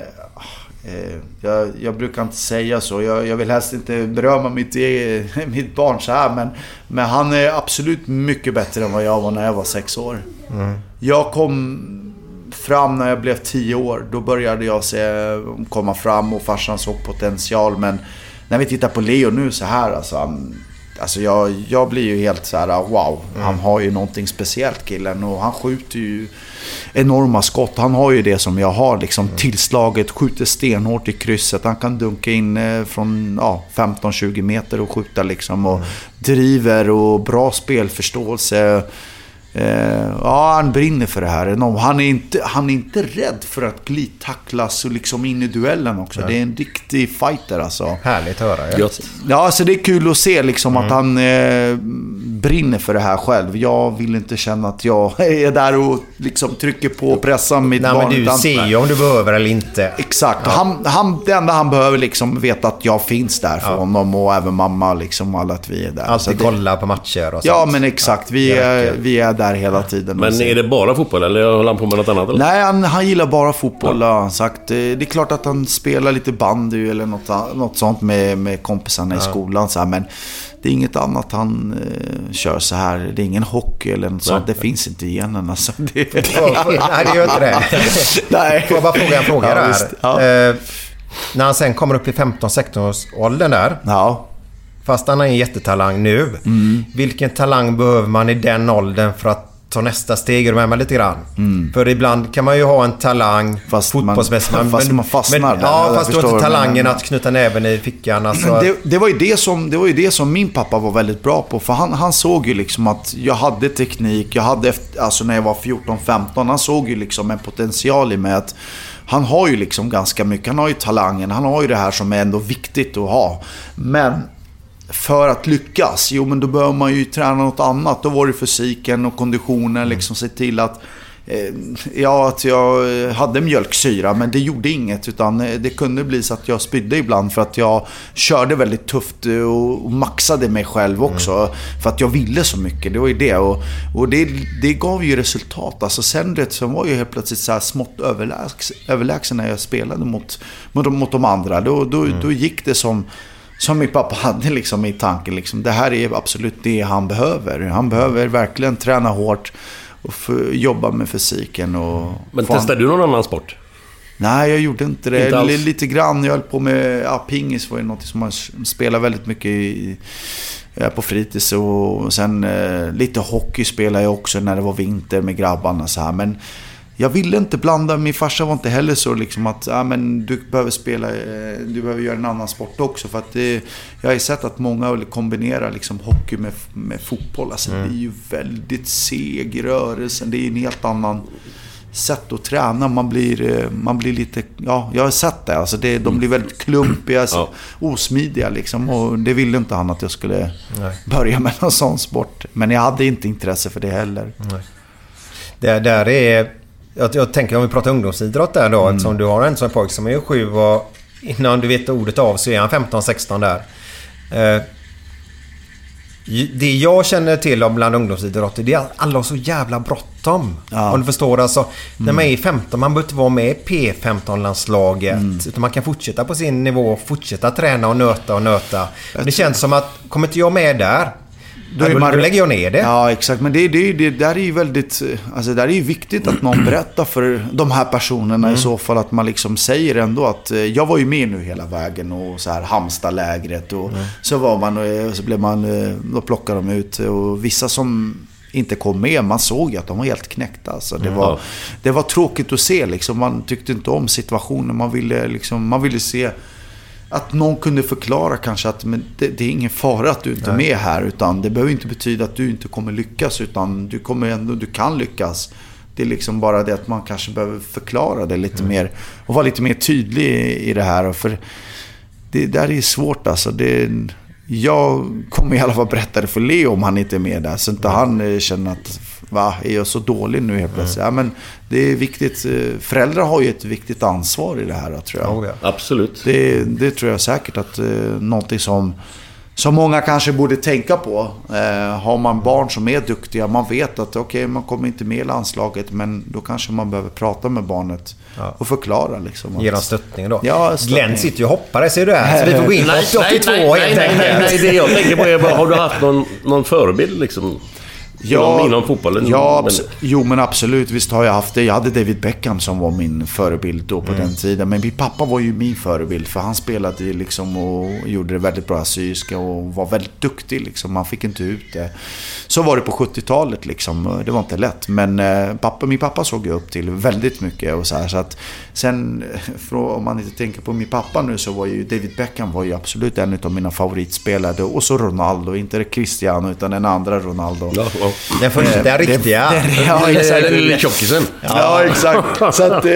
jag brukar inte säga så. Jag vill helst inte berömma mitt barn så här, men han är absolut mycket bättre än vad jag var när jag var 6 år. Jag kom fram när jag blev 10 år. Då började jag komma fram och farsan såg potential, men när vi tittar på Leo nu så här, alltså alltså jag blir ju helt så här: wow, han har ju någonting speciellt, killen, och han skjuter ju enorma skott. Han har ju det som jag har, liksom tillslaget, skjuter stenhårt i krysset. Han kan dunka in från 15-20 meter och skjuta liksom, och driver och bra spelförståelse. Han brinner för det här. Han är inte rädd för att glidtacklas och liksom in i duellen också. Det är en riktig fighter alltså. Härligt att höra. Ja, så det är kul att se liksom att han brinner för det här själv. Jag vill inte känna att jag är där och liksom trycker på och pressar mitt barn. Men du ser ju om du behöver eller inte. Exakt. Det enda han behöver liksom veta att jag finns där för honom, och även mamma liksom, alla att vi är där. Alltid kolla på matcher och sånt. Ja, men exakt. Vi är där hela tiden. Men är det bara fotboll eller håller han på med något annat? Eller? Nej, han gillar bara fotboll, har han sagt. Det är klart att han spelar lite bandy eller något sånt med kompisarna i skolan så här, men det är inget annat han kör så här. Det är ingen hockey eller något sånt. Det finns inte i genen alltså. Nej, det gör inte det. Nej. Får jag bara fråga en fråga där? Ja. När han sen kommer upp i 15-16-årsåldern där. Ja. Fast han är en jättetalang nu. Vilken talang behöver man i den åldern för att ta nästa steg? Är du med mig lite grann? För ibland kan man ju ha en talang fotbollsmässigt. Fast man fastnar där. Ja, fast du har inte talangen att knyta näven i fickan. Alltså. Det var ju det som min pappa var väldigt bra på. För han såg ju liksom att jag hade teknik. Alltså när jag var 14-15. Han såg ju liksom en potential i mig att han har ju liksom ganska mycket. Han har ju talangen. Han har ju det här som är ändå viktigt att ha. Men för att lyckas, men då behöver man ju träna något annat. Då var det fysiken och konditionen, liksom se till att att jag hade mjölksyra, men det gjorde inget, utan det kunde bli så att jag spydde ibland för att jag körde väldigt tufft och maxade mig själv också, för att jag ville så mycket. Det var ju det, och det gav ju resultat. Alltså sen var jag helt plötsligt så här smått överlägsen när jag spelade mot de andra. Då gick det som min pappa hade liksom i tanken liksom, det här är absolut det han behöver. Han behöver verkligen träna hårt och jobba med fysiken. Men testade du någon annan sport? Nej, jag gjorde inte det. Inte lite grann. Jag höll på med pingis, var ju något som man spelar väldigt mycket på fritids, och sen lite hockey spelade jag också när det var vinter med grabbarna så här, men jag ville inte blanda. Min farsa var inte heller så liksom att men du behöver göra en annan sport också, för att jag har ju sett att många vill kombinera liksom hockey med fotboll. Alltså det är ju väldigt seg rörelsen. Det är en helt annan sätt att träna. Man blir lite, jag har sett det. Alltså de blir väldigt klumpiga, osmidiga liksom, och det ville inte han att jag skulle börja med någon sån sport. Men jag hade inte intresse för det heller. Nej. Det där är... Jag tänker om vi pratar ungdomsidrott där då, eftersom du har en sån pojk som är 7 och innan du vet ordet av så är han 15-16 där. Det jag känner till om bland ungdomsidrotter, det är att alla har så jävla bråttom. Om du förstår, alltså när man är 15, man behöver inte vara med i P15-landslaget, utan man kan fortsätta på sin nivå, fortsätta träna och nöta. Det känns som att, kommer inte jag med där, då lägger jag ner det. Ja, exakt. Men det där är ju väldigt... Alltså där är ju viktigt att någon berättar för de här personerna i så fall, att man liksom säger ändå att jag var ju med nu hela vägen och så här Halmstad-lägret och så var man, och så blev man, då plockade de ut, och vissa som inte kom med, man såg ju att de var helt knäckta. Alltså det var tråkigt att se liksom. Man tyckte inte om situationen. Man ville se att någon kunde förklara kanske att men det är ingen fara att du inte är med här, utan det behöver inte betyda att du inte kommer lyckas, utan du kan lyckas. Det är liksom bara det att man kanske behöver förklara det lite mer och vara lite mer tydlig i det här, för det där är svårt alltså. Jag kommer i alla fall berätta det för Leo om han inte är med där, så inte han känner att är jag så dålig nu helt plötsligt. Ja, men det är viktigt. Föräldrar har ju ett viktigt ansvar i det här, tror jag. Absolut. Det tror jag säkert att någonting som många kanske borde tänka på. Har man barn som är duktiga, man vet att man kommer inte med i landslaget, men då kanske man behöver prata med barnet och förklara liksom. Ge dem stöttning då. Ja, Glenn sitter ju och hoppar, ser du här. Så vi får gå in på 82 helt enkelt. Nej, det jag tänker på är bara, har du haft någon förebild liksom? Inom fotbollen? Ja, jo men absolut. Visst har jag haft det. Jag hade David Beckham som var min förebild då på den tiden. Men min pappa var ju min förebild. För han spelade liksom och gjorde det väldigt bra assyriska och var väldigt duktig liksom. Man fick inte ut det. Så var det på 70-talet liksom. Det var inte lätt. Men min pappa såg jag upp till väldigt mycket och så här. Så att sen, om man inte tänker på min pappa nu, så var ju David Beckham var ju absolut en av mina favoritspelare. Och så Ronaldo, inte Cristiano utan den andra Ronaldo. Ja. Den första riktiga. Ja, exakt. Den tjockisen. Ja, exakt. Så att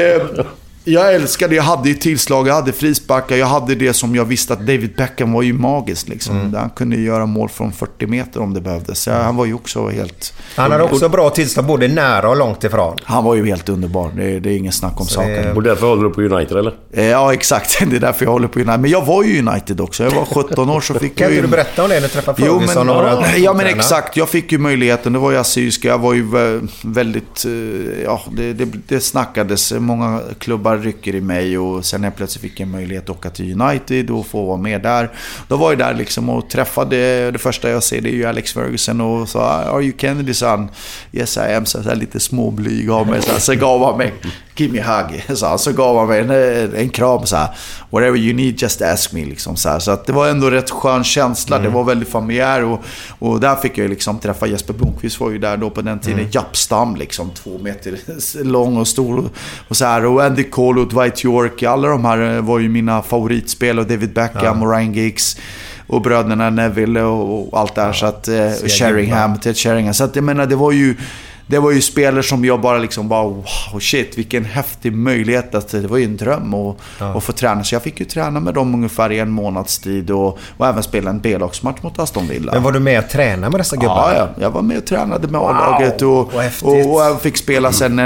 jag älskade, jag hade ju tillslag, jag hade frisparkar, jag hade det som jag visste att David Beckham var ju magisk liksom. Han kunde göra mål från 40 meter om det behövdes. Så han var ju också helt... Han hade också bra tillslag både nära och långt ifrån. Han var ju helt underbar, det är ingen snack om saken. Och därför håller du på United, eller? Ja, exakt. Det är därför jag håller på United. Men jag var ju United också. Jag var 17 år så fick kan du berätta om det när du träffade Ferguson? Ja, men exakt. Jag fick ju möjligheten. Det var ju assyriska. Jag var ju väldigt... Ja, det snackades. Många klubbar rycker i mig och sen plötsligt fick jag möjlighet att åka till United och få vara med där. Då var jag där liksom och träffade, det första jag ser det är ju Alex Ferguson och sa, are you Kennedy son? Yes I am, så här lite småblyg av mig, så gav han mig give me a hug, så gav han mig en kram så här, whatever you need just ask me liksom, så att det var ändå rätt skön känsla, det var väldigt familjär och där fick jag liksom träffa Jesper Blomqvist, var ju där då på den tiden, Jappstam liksom 2 meter lång och stor och så här, och Andy Cole och Dwight York, alla de här var ju mina favoritspel, och David Beckham och Ryan Giggs och bröderna Neville och allt där, så att Ted Sheringham, så att jag menar det var ju spelare som jag bara liksom bara wow, shit, vilken häftig möjlighet, att det var ju en dröm att få träna. Så jag fick ju träna med dem ungefär i en månads tid och även spela en B-lagsmatch mot Aston Villa. Men var du med att träna med dessa gubbar? Ja, jag var med och tränade med A-laget och jag fick spela sen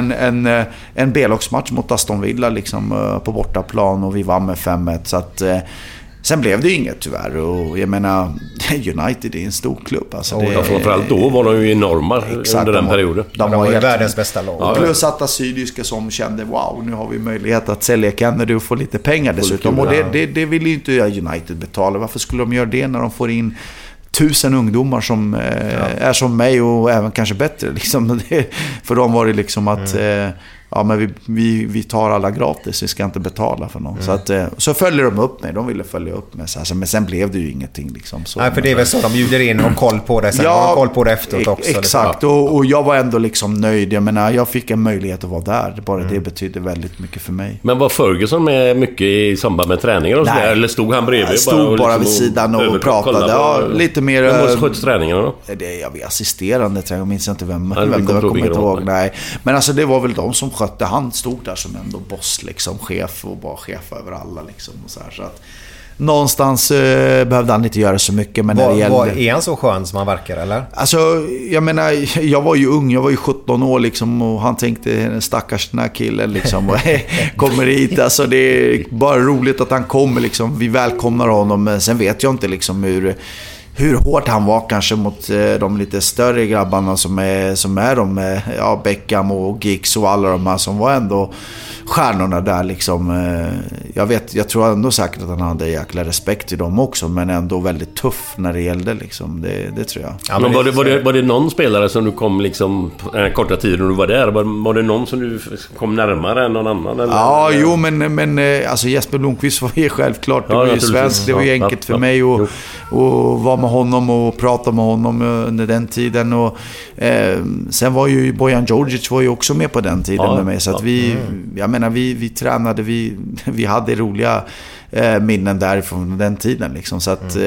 en B-lagsmatch mot Aston Villa liksom på bortaplan och vi vann med 5-1, så att sen blev det ju inget tyvärr, och jag menar United är en stor klubb alltså, framförallt då var de ju enorma under den perioden. De var ju världens bästa lag. Ja, plus att assyriska som kände wow, nu har vi möjlighet att sälja Kennedy och få lite pengar dessutom, och det vill ju inte United betala. Varför skulle de göra det när de får in 1000 ungdomar som är som mig och även kanske bättre liksom. För dem var det liksom att ja, men vi tar alla gratis, vi ska inte betala för någon. Så att så följer de upp mig, de ville följa upp mig så här, men sen blev det ju ingenting liksom så. Nej, för det är väl så de bjuder in och koll på det sen, och koll på det efteråt också. Exakt, och jag var ändå liksom nöjd. Jag menar, jag fick en möjlighet att vara där. Bara det betyder väldigt mycket för mig. Men var Ferguson med mycket i samband med träningar och så där, eller stod han bredvid? Jag stod bara vid sidan och pratade. Ja, lite mer. Vem var sköts träningarna då? Jag var assisterande, jag minns inte vem det var, jag kommer inte ihåg. Nej. Men alltså det var väl de som skötte. Han stod där som ändå boss liksom, chef och bara chef över alla liksom, och så här, så att någonstans behövde han inte göra så mycket, men när det gällde... Är han så skön som han verkar, eller? Alltså, jag menar, jag var ju ung, jag var ju 17 år liksom, och han tänkte, stackars den här killen liksom, och kommer hit, alltså det är bara roligt att han kommer liksom, vi välkomnar honom, men sen vet jag inte liksom hur hårt han var kanske mot de lite större grabbarna som är de, Beckham och Giggs och alla de här som var ändå stjärnorna där liksom. Jag tror ändå säkert att han hade jäkla respekt till dem också, men ändå väldigt tuff när det gällde liksom, det tror jag. Ja, men var det någon spelare som du kom liksom korta tiden du var där? Var det någon som du kom närmare än någon annan? Eller? Ja, jo, men alltså Jesper Blomqvist var ju självklart, det var ju svensk, det var ju enkelt för mig och vara med honom och prata med honom under den tiden, och sen var ju Bojan Djordjic var ju också med på den tiden med mig, så att vi tränade, vi hade roliga minnen därifrån den tiden liksom, så att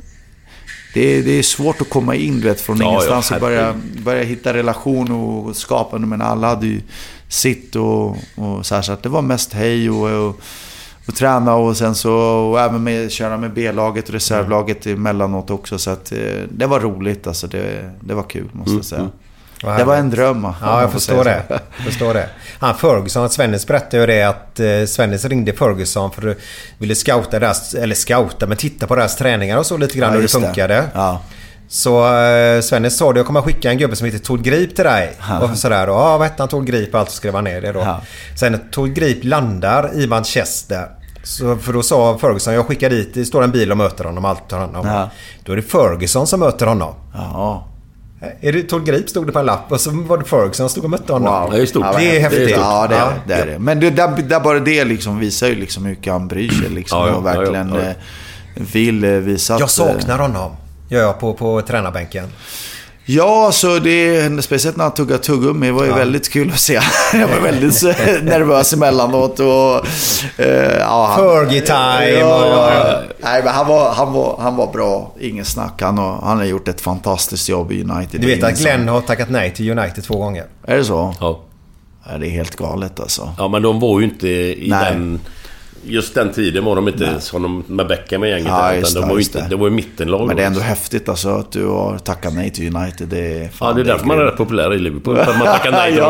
det är svårt att komma in från ingenstans och börja hitta relation och skapa, men alla hade ju sitt och så här, så att det var mest hej och träna, och sen så och även med köra med B-laget och reservlaget emellanåt också, så att det var roligt alltså, det var kul måste jag säga. Det var en dröm. Ja, jag förstår det. Han Ferguson, Svennis berättade ju det att Svennis ringde Ferguson för att ville scouta, men titta på deras träningar och så lite grann hur det funkade. Ja. Så Svennis sa det, jag kommer skicka en gubbe som heter Tord Grip till dig. Och sådär, och vad hette han, Tord Grip, allt skrev han ner det då. Ja. Sen Tord Grip landar i Manchester. Så, för då sa Ferguson, jag skickar dit, det står en bil och möter honom, allt tar honom. Ja. Då är det Ferguson som möter honom. Ja. Tord Grip stod det på en lapp och så var det Ferguson stod och mötte honom. Wow. Det är stort. Det är häftigt. Ja, det är det. Men där bara det liksom visar ju liksom hur mycket han bryr sig liksom, och verkligen vill visa att... Jag saknar honom. Gör jag på tränarbänken. Ja, så det speciellt när han tuggar tuggummi var ju väldigt kul att se. Jag var väldigt nervös emellanåt och Fergie time. Nej, men han var bra, ingen snack. Han har gjort ett fantastiskt jobb i United. Du vet att Glenn har tackat nej till United 2 gånger. Är det så? Ja. Det är helt galet alltså. Ja, men de var ju inte i just den tiden var de inte som med Beckham med gänget. De var ju mittenlag. Men det är ändå häftigt alltså att du har tackat nej till United. Det är det är därför man är rätt populär i Liverpool. För man tackar nej till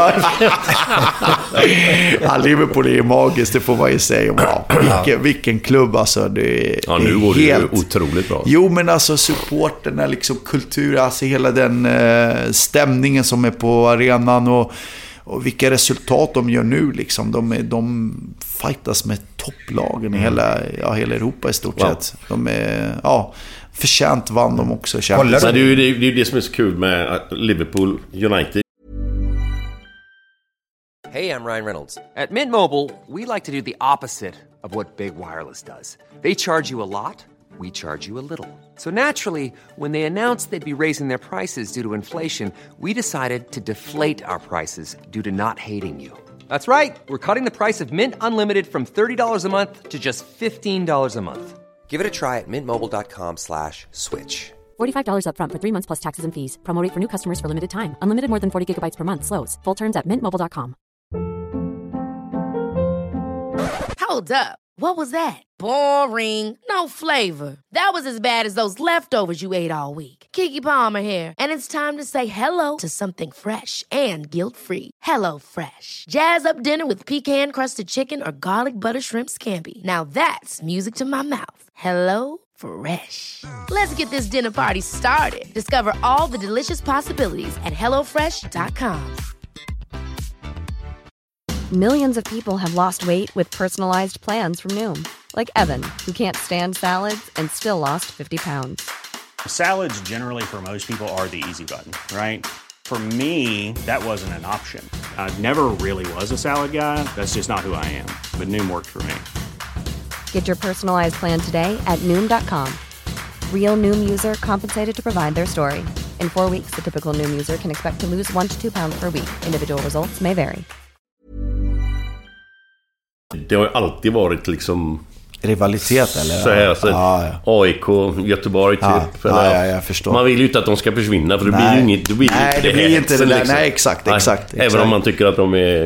ja, Liverpool är magiskt, det får man ju säga. Vilken klubb alltså. Det är nu går det helt... ju otroligt bra. Jo, men alltså supporten är liksom kultur, alltså hela den stämningen som är på arenan och vilka resultat de gör nu liksom. De fightas med topplagen i hela Europa i stort sett. De är förtjänt vann de också. Det är ju det som är så kul med Liverpool United. Hey, I'm Ryan Reynolds. At Mint Mobile, we like to do the opposite of what Big Wireless does. They charge you a lot, we charge you a little. So naturally, when they announced they'd be raising their prices due to inflation, we decided to deflate our prices due to not hating you. That's right. We're cutting the price of Mint Unlimited from $30 a month to just $15 a month. Give it a try at mintmobile.com/switch. $45 up front for 3 months plus taxes and fees. Promo rate for new customers for limited time. Unlimited more than 40 gigabytes per month. Slows full terms at mintmobile.com. Hold up. What was that? Boring. No flavor. That was as bad as those leftovers you ate all week. Keke Palmer here, and it's time to say hello to something fresh and guilt-free. Hello Fresh. Jazz up dinner with pecan-crusted chicken or garlic butter shrimp scampi. Now that's music to my mouth. Hello Fresh. Let's get this dinner party started. Discover all the delicious possibilities at hellofresh.com. Millions of people have lost weight with personalized plans from Noom. Like Evan, who can't stand salads and still lost 50 pounds. Salads generally for most people are the easy button, right? For me, that wasn't an option. I never really was a salad guy. That's just not who I am. But Noom worked for me. Get your personalized plan today at Noom.com. Real Noom user compensated to provide their story. In 4 weeks, the typical Noom user can expect to lose 1 to 2 pounds per week. Individual results may vary. Det har ju alltid varit liksom rivalitet eller? Så här, så AIK, Göteborg typ. Jag förstår. Man vill ju inte att de ska försvinna för det blir ju inget. Det blir inte det där. Liksom. Nej, exakt. Även om man tycker att de är...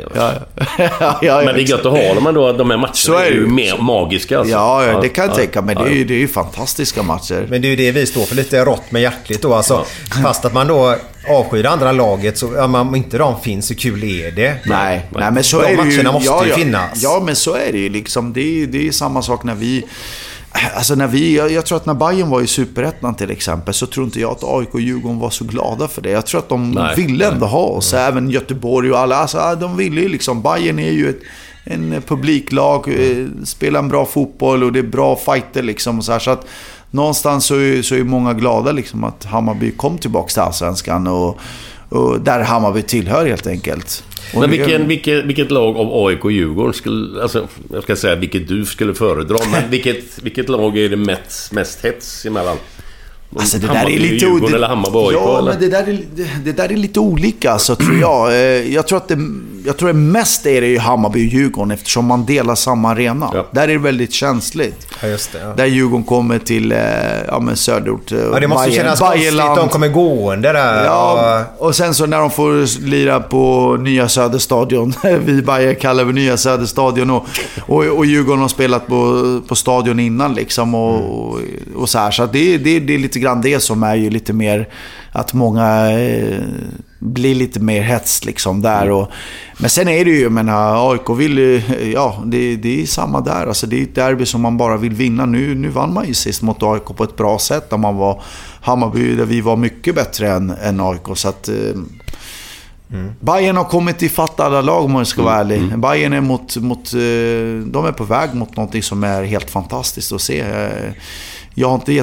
Men det är gött att ha dem ändå. De här matcherna är ju mer magiska. Alltså. Ja, det kan jag tänka. Men det är ju fantastiska matcher. Men det är ju det vi står för, lite rått med hjärtligt då. Alltså, fast att man då avskyr andra laget så om inte de finns, så kul är det. Nej, men så är det ju. Matcherna måste ju finnas. Ja, men så är det ju liksom. Det är samma sak när vi... Alltså jag tror att när Bayern var i Superettan till exempel, så tror inte jag att AIK och Djurgården var så glada för det. Jag tror att de ville ändå ha oss, även Göteborg och alla. Alltså, de ville ju liksom, Bayern är ju en publiklag, spelar en bra fotboll och det är bra fighter liksom och så här, så att någonstans så är många glada liksom att Hammarby kom tillbaka till Allsvenskan och där Hammarby tillhör helt enkelt. Men vilket lag av AIK och Djurgården skulle, alltså, jag ska säga vilket du skulle föredra, men vilket lag är det mest hets emellan? Alltså det där är lite eller Hammarby AIK, ja, eller? Men det där är lite olika så tror jag. Jag tror det mest är det ju Hammarby och Djurgården eftersom man delar samma arena. Ja. Där är det väldigt känsligt. Ja, just det, ja. Där Djurgården kommer till söderort. Ja, det måste kännas konstigt. De kommer gående där. Ja, och sen så när de får lira på Nya Söderstadion. Vi Bayer kallar det Nya Söderstadion och Djurgården har spelat på stadion innan liksom och så här. Så det är lite grann det som är ju lite mer att många blir lite mer hets liksom där men sen är det ju, jag menar, AIK vill det är samma där, alltså det är ett derby som man bara vill vinna. Nu vann man ju sist mot AIK på ett bra sätt, där man var Hammarby där vi var mycket bättre än AIK, så att Bayern har kommit i fatt alla lag om man ska vara ärlig. Bayern är de är på väg mot någonting som är helt fantastiskt att se. Jag har inte gett upp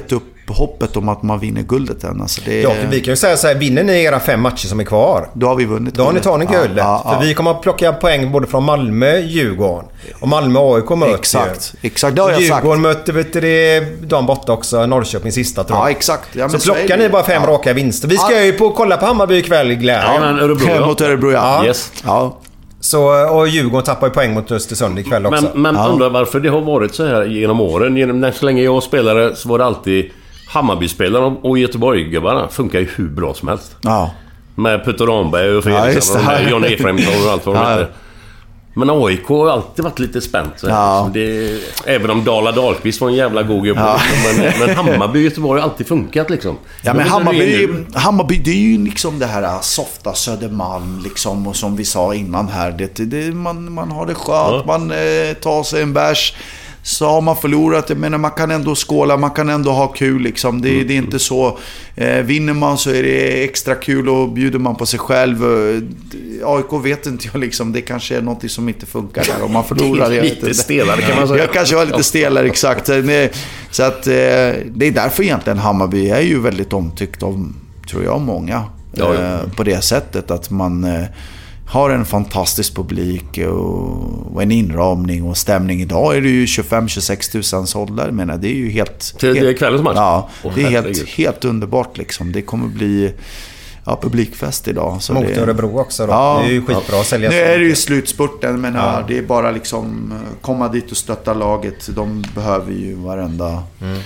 hoppet om att man vinner guldet än. Alltså det... Ja, vi kan ju säga så här, vinner ni era 5 matcher som är kvar, då har vi vunnit. Då har ni tagit guldet. För vi kommer att plocka poäng både från Malmö, Djurgården och Malmö AIK möter. Exakt, det har jag sagt. Djurgården möter, vet du, det de borta också, Norrköping sista tror jag. Ja, exakt. Ja, så plockar ni bara 5 raka vinster. Vi ska ju kolla på Hammarby ikväll, Glenn. Ja, men Örebro. Mot Örebro, ja. Yes. Ja. Så, och Djurgården tappar ju poäng mot Östersund ikväll också. Men undrar varför det har varit så här genom åren. Så länge jag spelade så var det alltid Hammarby-spelare och Göteborg-gubbarna funkar ju hur bra som helst. Ja. Med Putte Ramberg och Fredriksson och John Efraimsson och allt vad de heter. Men AIK har alltid varit lite spänt. Så även om Dala Dahlqvist var en jävla god gubbe. Men Hammarby och Göteborg har alltid funkat liksom. Ja, men Hammarby det är ju liksom det här softa Södermalm liksom, och som vi sa innan här. Man har det skönt, man tar sig en bärs. Så har man förlorat, jag menar, man kan ändå skåla, man kan ändå ha kul liksom. Det är inte så, vinner man så är det extra kul och bjuder man på sig själv. AIK vet inte jag liksom, det kanske är något som inte funkar där om man förlorar. Lite stelare kan man säga. Jag kanske var lite stelare, exakt. Så att det är därför egentligen Hammarby är ju väldigt omtyckt av, tror jag, många. På det sättet att man har en fantastisk publik och en inramning och stämning. Idag är det ju 25-26 000 sålda. Men det är ju helt... Det är kvällens match? Ja, det är helt underbart liksom. Det kommer bli publikfest idag. Så mot Örebro också då. Ja, det är ju skitbra att sälja. Nu är det ju slutspurten, men det är bara liksom komma dit och stötta laget. De behöver ju varenda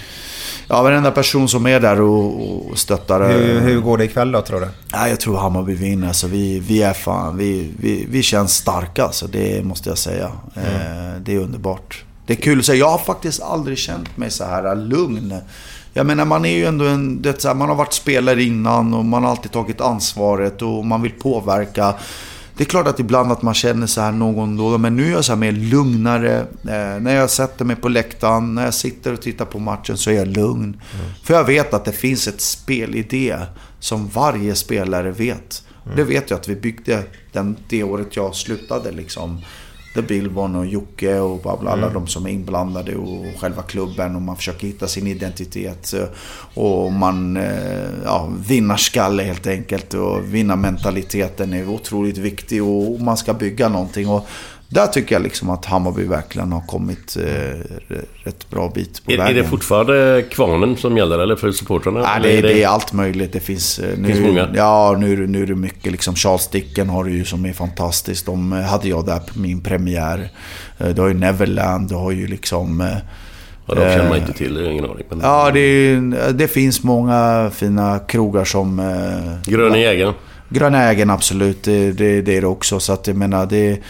person som är där och stöttar. Hur går det ikväll då, tror du? Ja, jag tror Hammarby vinner. Så vi är fan, vi känns starka, så det måste jag säga. Det är underbart. Det är kul att säga. Jag har faktiskt aldrig känt mig så här lugn. Jag menar, man är ju ändå man har varit spelare innan och man har alltid tagit ansvaret och man vill påverka. Det är klart att ibland att man känner så här någon då, men nu är jag så här mer lugnare. När jag sätter mig på läktaren, när jag sitter och tittar på matchen, så är jag lugn. För jag vet att det finns ett spelidé som varje spelare vet. Det vet jag att vi byggde det året jag slutade liksom. The Billborn och Jocke och alla de som är inblandade och själva klubben, och man försöker hitta sin identitet och man vinnarskalle helt enkelt, och vinnarmentaliteten är otroligt viktig och man ska bygga någonting, och där tycker jag liksom att Hammarby verkligen har kommit rätt bra bit på vägen. Är det fortfarande Kvarnen som gäller, eller för supportrarna? Nej, det är allt möjligt. Det finns många. Ja, nu är det mycket liksom. Charles Dicken har det ju, som är fantastiskt. De hade jag där på min premiär. Du har ju Neverland, du har ju liksom... Ja, de känner man inte till, det är ingen aning. Men... Ja, det finns många fina krogar som... Gröna Jägaren. Gröna Jägaren, absolut. Det är det också. Så att jag menar,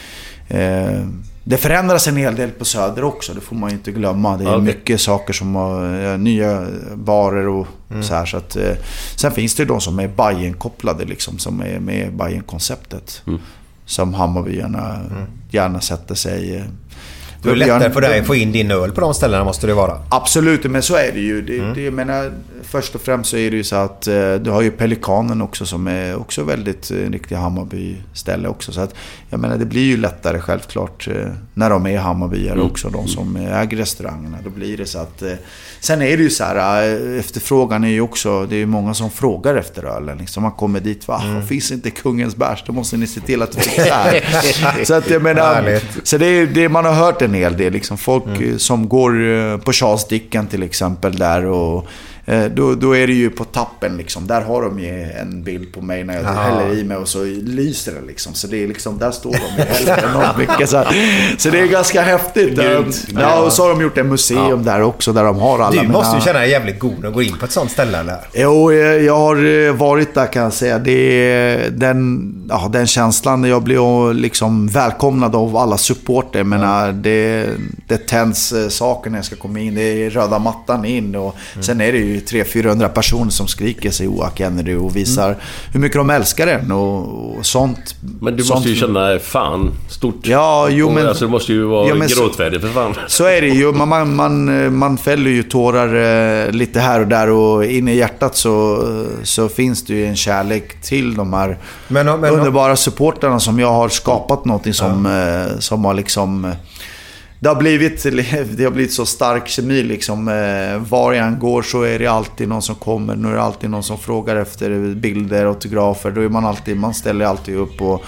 det förändras en hel del på Söder också, det får man ju inte glömma. Det är mycket saker som har nya barer och så här, så att sen finns det de som är Bayern-kopplade liksom, som är med Bayern-konceptet, som Hammarby gärna sätter sig. Det är lättare för dig att få in din öl på de ställena, måste det vara. Absolut, men så är det ju. Jag menar, först och främst så är det ju så att du har ju Pelikanen också, som är också väldigt riktig Hammarby-ställe också. Så att, jag menar, det blir ju lättare självklart när de är Hammarbyare också, de som äger restaurangerna. Då blir det så att... Sen är det ju så här, efterfrågan är ju också... Det är ju många som frågar efter ölen. Liksom, man kommer dit, finns inte Kungens bärs? Då måste ni se till att det finns här. Så att jag menar... Så det man har hört en hel del liksom, folk som går på Charles Dicken till exempel där, och då är det ju på tappen liksom, där har de ju en bild på mig när jag häller i mig, och så lyser det liksom, så det är liksom, där står de ju enormt mycket så det är ganska häftigt. Och så har de gjort en museum där också, där de har alla. Du måste ju känna dig jävligt god att gå in på ett sånt ställe eller? Jo, jag har varit där, kan jag säga. Det är den känslan, jag blir liksom välkomnad av alla supporter, men det tänds saker när jag ska komma in, det är röda mattan in, och sen är det ju 300-400 personer som skriker sig Oa Kennedy och visar hur mycket de älskar den och sånt. Men du måste ju känna fan stort. Ja, men alltså, det måste ju vara gråtfärdigt för fan. Så är det ju. Man fäller ju tårar lite här och där, och inne i hjärtat så finns det ju en kärlek till de här underbara supporterna som jag har skapat någonting som har liksom det har blivit så stark kemi liksom. Var jag än går så är det alltid någon som kommer. Nu är det alltid någon som frågar efter bilder, autografer. Då är man ställer alltid upp. Och,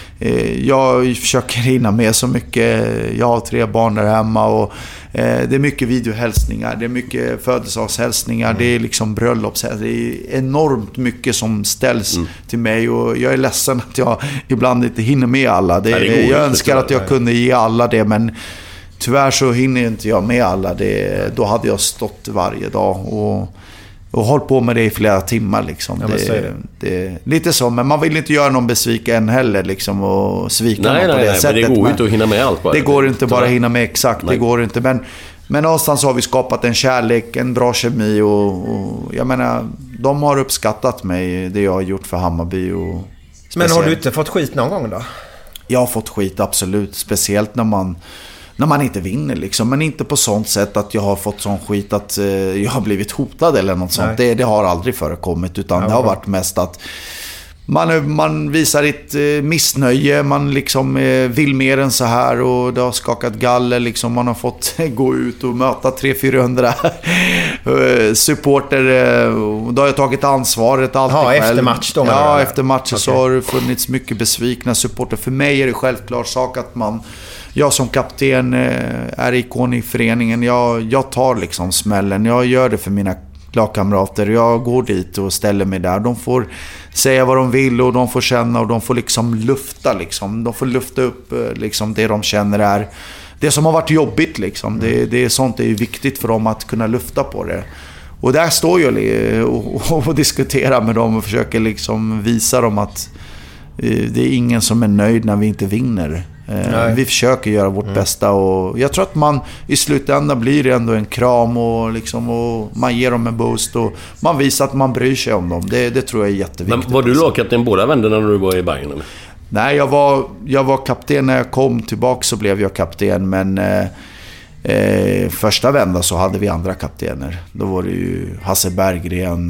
jag försöker hinna med så mycket. Jag har 3 barn där hemma och det är mycket videohälsningar. Det är mycket födelsedagshälsningar. Det är liksom bröllopshälsningar. Det är enormt mycket som ställs till mig. Och jag är ledsen att jag ibland inte hinner med alla. Jag önskar att jag kunde ge alla det, men tyvärr så hinner inte jag med alla. Då hade jag stått varje dag och hållit på med det i flera timmar liksom. Det är lite så, men man vill inte göra någon besviken heller liksom, och svika någon på det sättet. Men det går inte att hinna med allt bara. Det går inte bara att hinna med exakt, det går inte. Men någonstans har vi skapat en kärlek, en bra kemi och jag menar, de har uppskattat mig, det jag har gjort för Hammarby. Men har du inte fått skit någon gång då? Jag har fått skit, absolut. Speciellt när man inte vinner liksom. Men inte på sånt sätt att jag har fått sån skit att jag har blivit hotad eller något sånt. Det har aldrig förekommit, utan det har varit mest att man visar ett missnöje, man liksom vill mer än så här, och det har skakat galler liksom. Man har fått gå ut och möta 300-400 supporter, och då har jag tagit ansvaret alltid själv. Efter match då? Ja, efter matchen så har det funnits mycket besvikna supporter. För mig är det självklart sak att jag som kapten är ikon i föreningen. Jag tar liksom smällen. Jag gör det för mina lagkamrater. Jag går dit och ställer mig där. De får säga vad de vill och de får känna och de får liksom lufta liksom. De får lufta upp liksom det de känner är det som har varit jobbigt liksom. Det är sånt, det är viktigt för dem att kunna lufta på det. Och där står jag och diskuterar med dem och försöker liksom visa dem att det är ingen som är nöjd när vi inte vinner. Vi försöker göra vårt bästa, och jag tror att man i slutändan blir det ändå en kram och man ger dem en boost och man visar att man bryr sig om dem. Det tror jag är jätteviktigt. Men var du lagkapten båda vänderna när du var i Bayern eller? Nej, jag var kapten när jag kom tillbaka, så blev jag kapten, men första vända så hade vi andra kaptener. Då var det ju Hasse Berggren,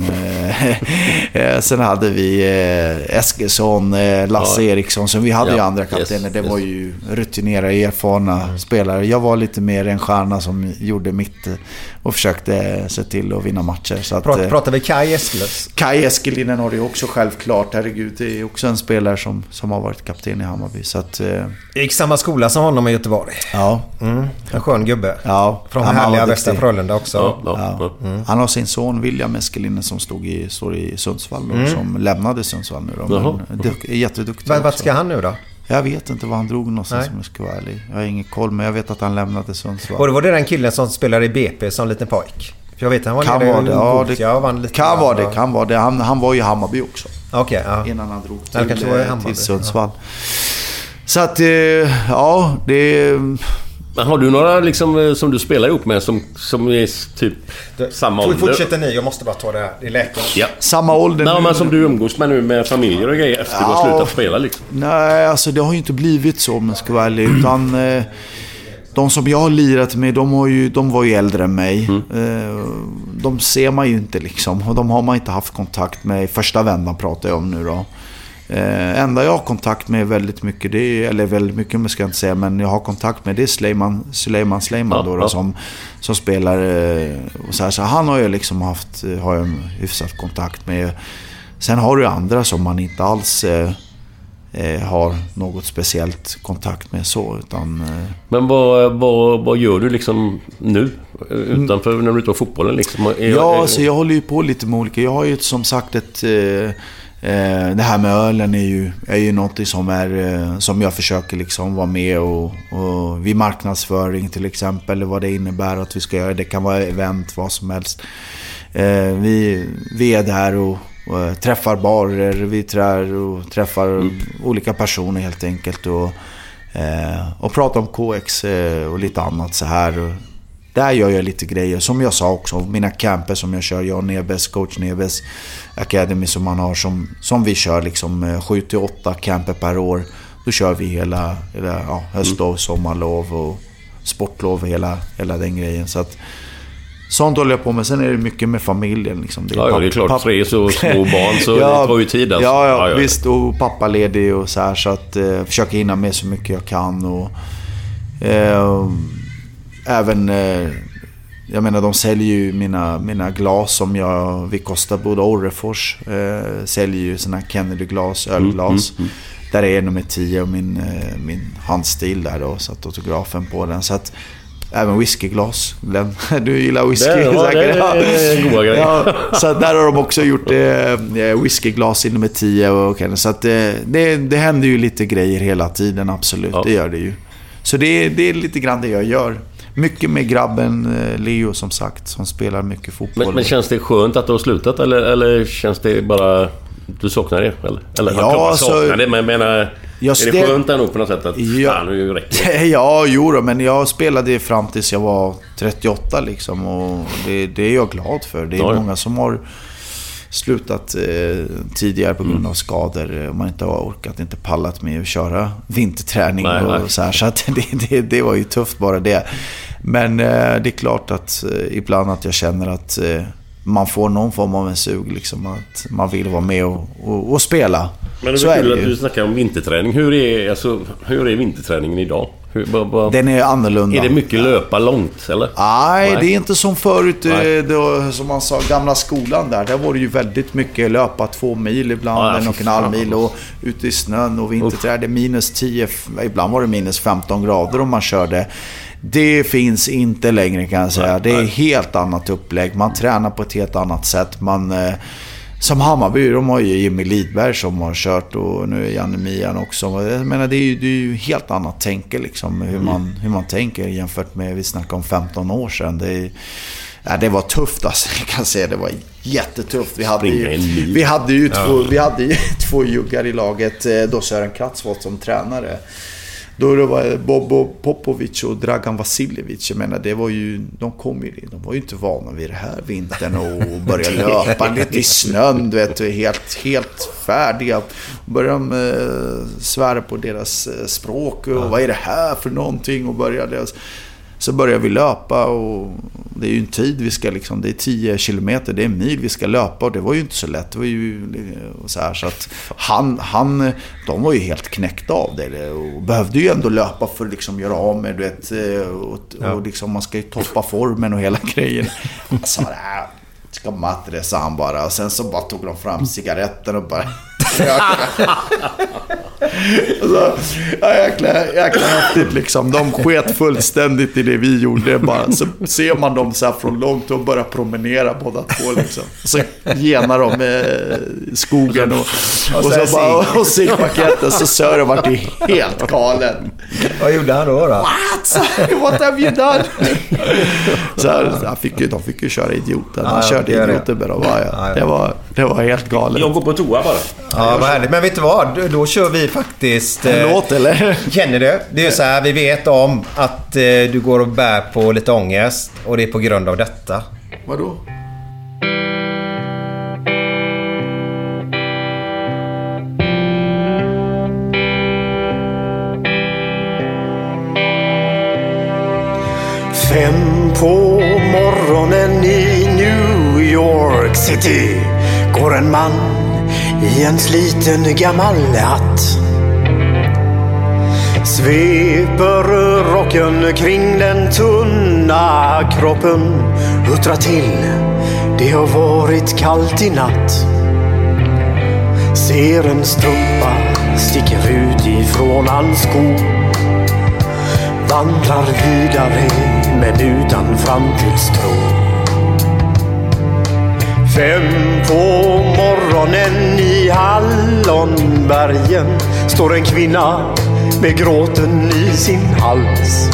sen hade vi Eskilsson, Lasse Eriksson, så vi hade ju andra kaptener. Det var ju rutinerade, erfarna spelare. Jag var lite mer en stjärna som gjorde mitt och försökte se till att vinna matcher. Så att, pratar vi Kai Eskelinen? Kai Eskelinen har det också självklart. Herregud, det är också en spelare som har varit kapten i Hammarby. Så att, gick samma skola som honom i Göteborg. Ja. En skön gubbe. Ja, från härliga Västra Frölunda också. Han har sin son William Eskelinen som står i Sundsvall och som lämnade Sundsvall nu då. Men är jätteduktig. Vad ska han nu då? Jag vet inte vad han drog någonstans, om jag ska vara ärlig. Jag har ingen koll, men jag vet att han lämnade Sundsvall. Och det var det den killen som spelade i BP som liten pojk? För jag vet han var kan vara det. Han var ju i Hammarby också. Okej, innan han drog till Sundsvall. Så att det. Men har du några liksom, som du spelar ihop med som är typ samma ålder? Fortsätter ni, jag måste bara ta det här. Det är läkare. Ja. Samma ålder. Nej, men som du umgås med nu med familjer och grejer efter att du har slutat spela liksom. Nej, alltså det har ju inte blivit så, om jag ska vara ärlig, utan de som jag har lirat med, de var ju äldre än mig. De ser man ju inte liksom, och de har man inte haft kontakt med. I första vändan pratar jag om nu då. Enda jag har kontakt med väldigt mycket, eller väldigt mycket ska jag inte säga, men jag har kontakt med, det är Suleiman då, som spelar och så han har jag liksom har jag en hyfsat kontakt med. Sen har du andra som man inte alls har något speciellt kontakt med så, utan men vad gör du liksom nu utanför när du tar fotbollen liksom? Så jag håller ju på lite med olika. Jag har ju som sagt det här med ölen är ju något som jag försöker liksom vara med och vid marknadsföring till exempel, vad det innebär att vi ska göra. Det kan vara event, vad som helst. Vi är där och träffar barer, vi träffar olika personer helt enkelt och pratar om KX och lite annat så här. Där gör jag lite grejer, som jag sa också, mina camper som jag kör, jag och Nebes, coach Nebes Academy som man har, som vi kör liksom 7-8 camper per år. Då kör vi hela höstlov, sommarlov och sportlov, hela den grejen. Så att sånt håller jag på med. Sen är det mycket med familjen liksom. Det är klart, 3 så små barn så det tar ju tid alltså. Ja, visst, och pappa ledig och så här, så att försöka hinna med så mycket jag kan och även... Jag menar, de säljer ju mina glas som jag vid Costa Boda Orrefors säljer ju såna Kennedy-glas, ölglas. Där är nummer 10 och min handstil där då, satt autografen på den. Så att även whiskyglas. Du gillar whisky. Det är goda grejer. Ja, så där har de också gjort whiskyglas i nummer 10. Och, så att det händer ju lite grejer hela tiden, absolut. Ja. Det gör det ju. Så det är lite grann det jag gör. Mycket med grabben Leo som sagt, som spelar mycket fotboll. Men känns det skönt att du har slutat eller känns det bara du saknar det? Eller ja, saknar det, men jag menar, är det skönt ändå på något sätt att fan, nu räcker det? Ja, jo, men jag spelade fram tills jag var 38 liksom, och det är jag glad för. Det är många som har slutat tidigare på grund av skador, man inte har orkat, inte pallat med att köra vinterträning och så här, så att det var ju tufft bara det. Men det är klart att ibland att jag känner att man får någon form av en sug liksom, att man vill vara med och spela. Men det är kul att du snackar om vinterträning. Hur är vinterträningen idag? Den är annorlunda. Är det mycket löpa långt eller? Nej, det är inte som förut då, som man sa, gamla skolan där var det ju väldigt mycket löpa 2 mil ibland, eller en halv mil och ute i snön och vinterträning. Det är minus 10, ibland var det minus 15 grader om man körde. Det finns inte längre, kan jag säga. Det är helt annat upplägg. Man tränar på ett helt annat sätt. Som Hammarby, de har ju Jimmy Lidberg som har kört, och nu är Janne Mian också. Jag menar, det är ju helt annat tänke liksom, hur man tänker jämfört med, vi snackade om 15 år sedan. Det var tufft alltså, jag kan säga. Det var jättetufft. Vi hade ju två juggar i laget, då Sören Kratzvold som tränare. Då det var Bobo Popovic och Dragan Vasiljevic. Jag menar, de var ju inte vana vid det här vintern och börja löpa lite i snön, du vet, helt färdiga. Började de svära på deras språk och vad är det här för någonting, och så börjar vi löpa, och det är ju en tid vi ska liksom, det är 10 kilometer, det är en mil vi ska löpa, och det var ju inte så lätt. Det var ju så här, så att de var ju helt knäckta av det, och behövde ju ändå löpa för att liksom göra av med, du vet, och liksom man ska ju toppa formen och hela grejen. Så ska matta det, sa han bara, och sen så bara tog de fram cigaretten och bara jäkla häftigt liksom. De sket fullständigt i det vi gjorde, bara så ser man dem så här från långt och börjar promenera båda två liksom. Så genar de skogen och så bara och ciggpaketet, så Sören vart ju helt galen. Vad gjorde han då? What have you done? Så här, de fick ju köra idioten. Han körde idioten bara. Det var helt galet. Jag går på toa bara. Ja, vad härligt. Men vet du vad? Då kör vi faktiskt... En låt, eller? Känner du? Det är ju så här, vi vet om att du går och bär på lite ångest, och det är på grund av detta. Vadå? Fem på morgonen i New York City går en man i en sliten gammal hatt. Sveper rocken kring den tunna kroppen, huttrar till, det har varit kallt i natt. Ser en strumpa sticker ut ifrån hans sko, vandrar vidare men utan framtidstro. 5 på morgonen i Hallonbergen står en kvinna med gråten i sin hals.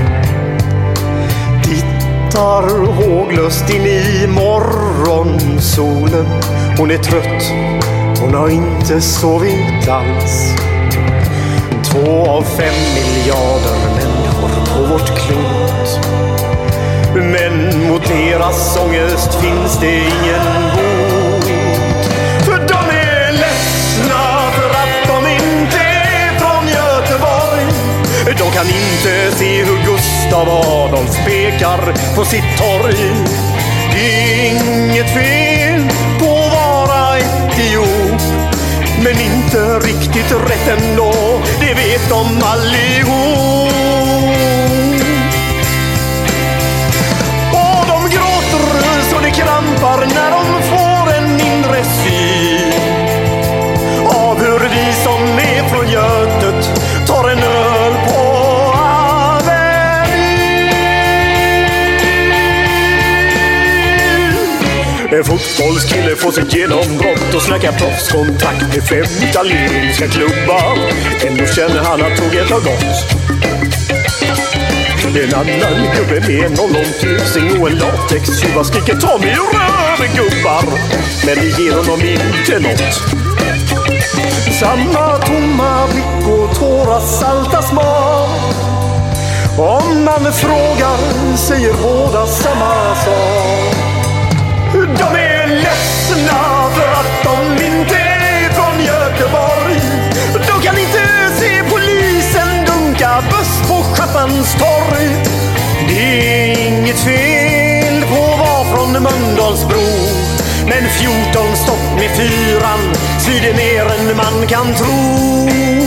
Tittar håglöst in i morgonsolen. Hon är trött, hon har inte sovit alls. 2 av 5 miljarder människor på vårt klot. Men mot deras ångest finns det ingen bot. För de är ledsna för att de inte är från Göteborg. De kan inte se hur Gustav Adolf spekar på sitt torg. Det är inget fel på att vara etiop, men inte riktigt rätt ändå, det vet de allihop. En fotbollskille får sitt genombrott och snackar proffskontakt med 5 italienska klubbar. Ändå känner han att tåget har gått. En annan gubbe med en ollontusing och en latextjuva skriker ta mig ur röven gubbar. Men det ger honom inte något. Samma tomma blick och tårar salta smak. Om man frågar säger båda samma sak. De är ledsna för att de inte är från Göteborg. De kan inte se polisen dunka buss på Schappans torg. Det är inget fel på att vara från Mölndalsbro. Men 14 stopp med 4 svider mer än man kan tro.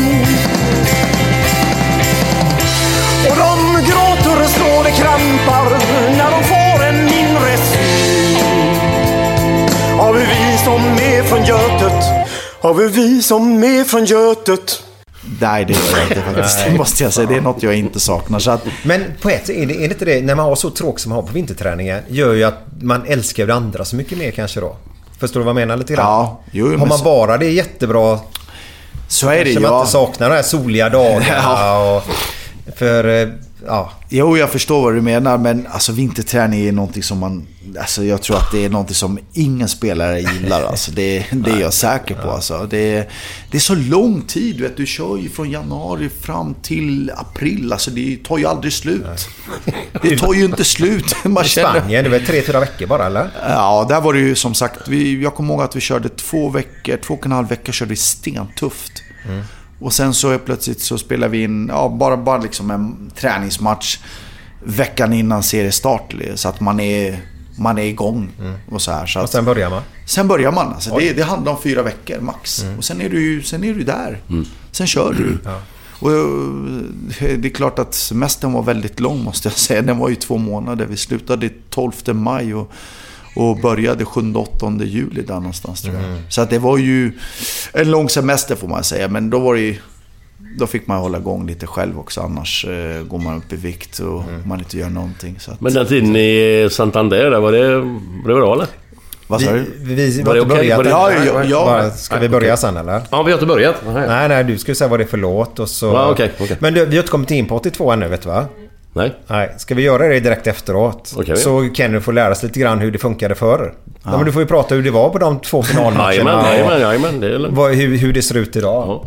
Och de gråter och slår det krampar när de får en mindre syn. Har vi som är från Götet? Har vi som är från Götet? Nej, det är inte faktiskt. Det måste jag säga. Det är något jag inte saknar. Så att... Men på ett är det inte det, när man har så tråk som man har på vinterträningen, gör ju att man älskar det andra så mycket mer kanske då. Förstår du vad jag menar lite grann? Ja, jo, har man bara det är jättebra, så är det ju. Man inte saknar de här soliga dagarna. Ja. Ja. Jo, jag förstår vad du menar, men alltså vinterträning är någonting som man, alltså jag tror att det är någonting som ingen spelare gillar, alltså det är jag säker på, alltså det är så lång tid, vet du kör ju från januari fram till april, alltså det tar ju aldrig slut. Det tar ju inte slut. Man känner... Spanien, det var 3-4 veckor bara, eller? Ja, där var det ju som sagt, jag kommer ihåg att vi körde 2,5 veckor körde vi stentufft. Och sen så plötsligt så spelar vi in bara liksom en träningsmatch veckan innan seriestart, så att man är igång och så här, så att, och sen börjar man. Sen börjar man, alltså det handlar om 4 veckor max. Och sen är du där. Sen kör du. Ja. Och det är klart att semestern var väldigt lång, måste jag säga. Den var ju 2 månader. Vi slutade 12 maj och började 7-8 juli där någonstans, tror jag. Så att det var ju en lång semester, får man säga. Men då fick man hålla igång lite själv också. Annars går man upp i vikt och man inte gör någonting. Så att... Men den tiden i Santander, där var det bra, eller? Vad sa du? Vi var inte börjat. Ja. Ska vi börja sen, eller? Ja, vi har inte börjat. Nej, du skulle säga vad det är för låt och så... Okay. Men vi har inte kommit in på 82 ännu, vet du va? Nej. Ska vi göra det direkt efteråt? Okay. Så kan du få lära sig lite grann hur det funkade förr. Ja, men du får ju prata hur det var på de 2 finalmatcherna. Jajamän, det är... hur det ser ut idag.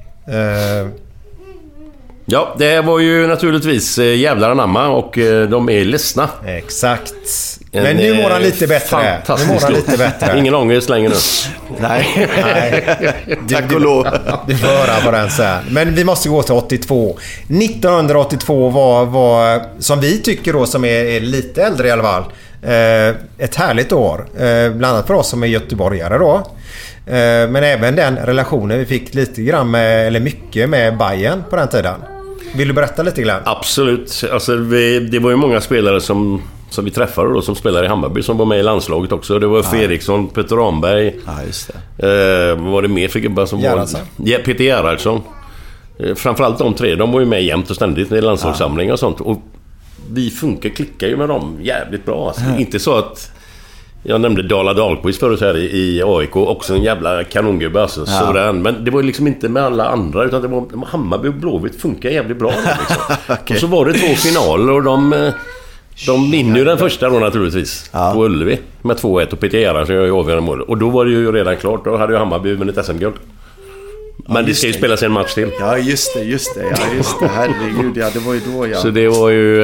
Ja, det var ju naturligtvis jävlar anamma och de är ledsna. Exakt. Men nu mår han lite bättre. Ingen ångest längre nu. Nej. Tack och lov. Du får höra på den sen. Men vi måste gå till 82. 1982 var som vi tycker då, som är lite äldre i alla fall, ett härligt år. Bland annat för oss som är göteborgare då. Men även den relationen vi fick lite grann med, eller mycket med Bayern på den tiden. Vill du berätta lite grann? Absolut. Alltså det var ju många spelare som vi träffade då, som spelar i Hammarby, som var med i landslaget också. Det var Eriksson, Peter Ramberg. Ja, just det. Vad var det mer för gubbar som Gerhardsson? Ja, Peter Gerhardsson. Framförallt de 3, de var ju med jämt och ständigt i landslagssamlingar och sånt. Och vi klickar ju med dem jävligt bra. Alltså, inte så att... Jag nämnde Dala Dahlqvist förut här i AIK, också en jävla kanongubbe, alltså, sådan. Men det var liksom inte med alla andra, utan det var Hammarby och Blåvitt funkar jävligt bra liksom. Okay. Och så var det 2 finaler och de vinner ju den första då naturligtvis på Ullevi med 2-1 och Peter Gerhardsson gör ju avgörande mål. Och då var det ju redan klart, då hade ju Hammarby vunnit SM-guld. Men det ska ju spelas en match till. Ja, just det. Herregud, det var ju då, Så det var ju...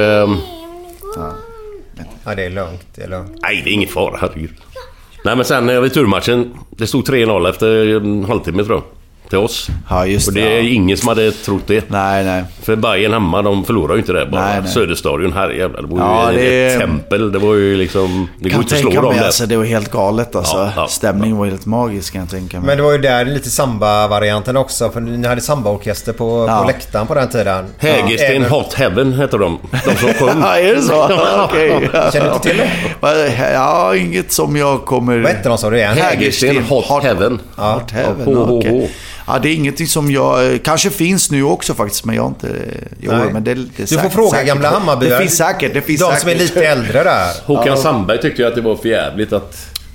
Ja, det är lugnt. Nej, det är inget fara, herregud. Nej, men sen returmatchen, det stod 3-0 efter en halvtimme, tror jag, till oss. Ja, just det. Och det är ingen som hade trott det. Nej. För Bayern hemma, de förlorar ju inte det. Bara nej. Söderstadion, herrejävlar. Det var ju ett tempel. Det var ju liksom... Det går inte att slå dem där. Alltså, det var helt galet, alltså. Stämningen var helt magisk, kan jag tänka mig. Men det var ju där lite samba-varianten också. För ni hade samba-orkester på läktaren på den tiden. Hägersten Hot Heaven heter de. De som sjöng. Ja, är det så? Okej. Känner du inte till det? Ja, inget som jag kommer... Vad heter de, sa du igen? Hägersten Hot Heaven. Hot Heaven, okej. Ja, det är ingenting som jag... Kanske finns nu också faktiskt, men jag har inte... Men det du får fråga gamla Hammarby. Det finns säkert. De som är lite äldre där. Håkan Sandberg tyckte ju att det var för jävligt att...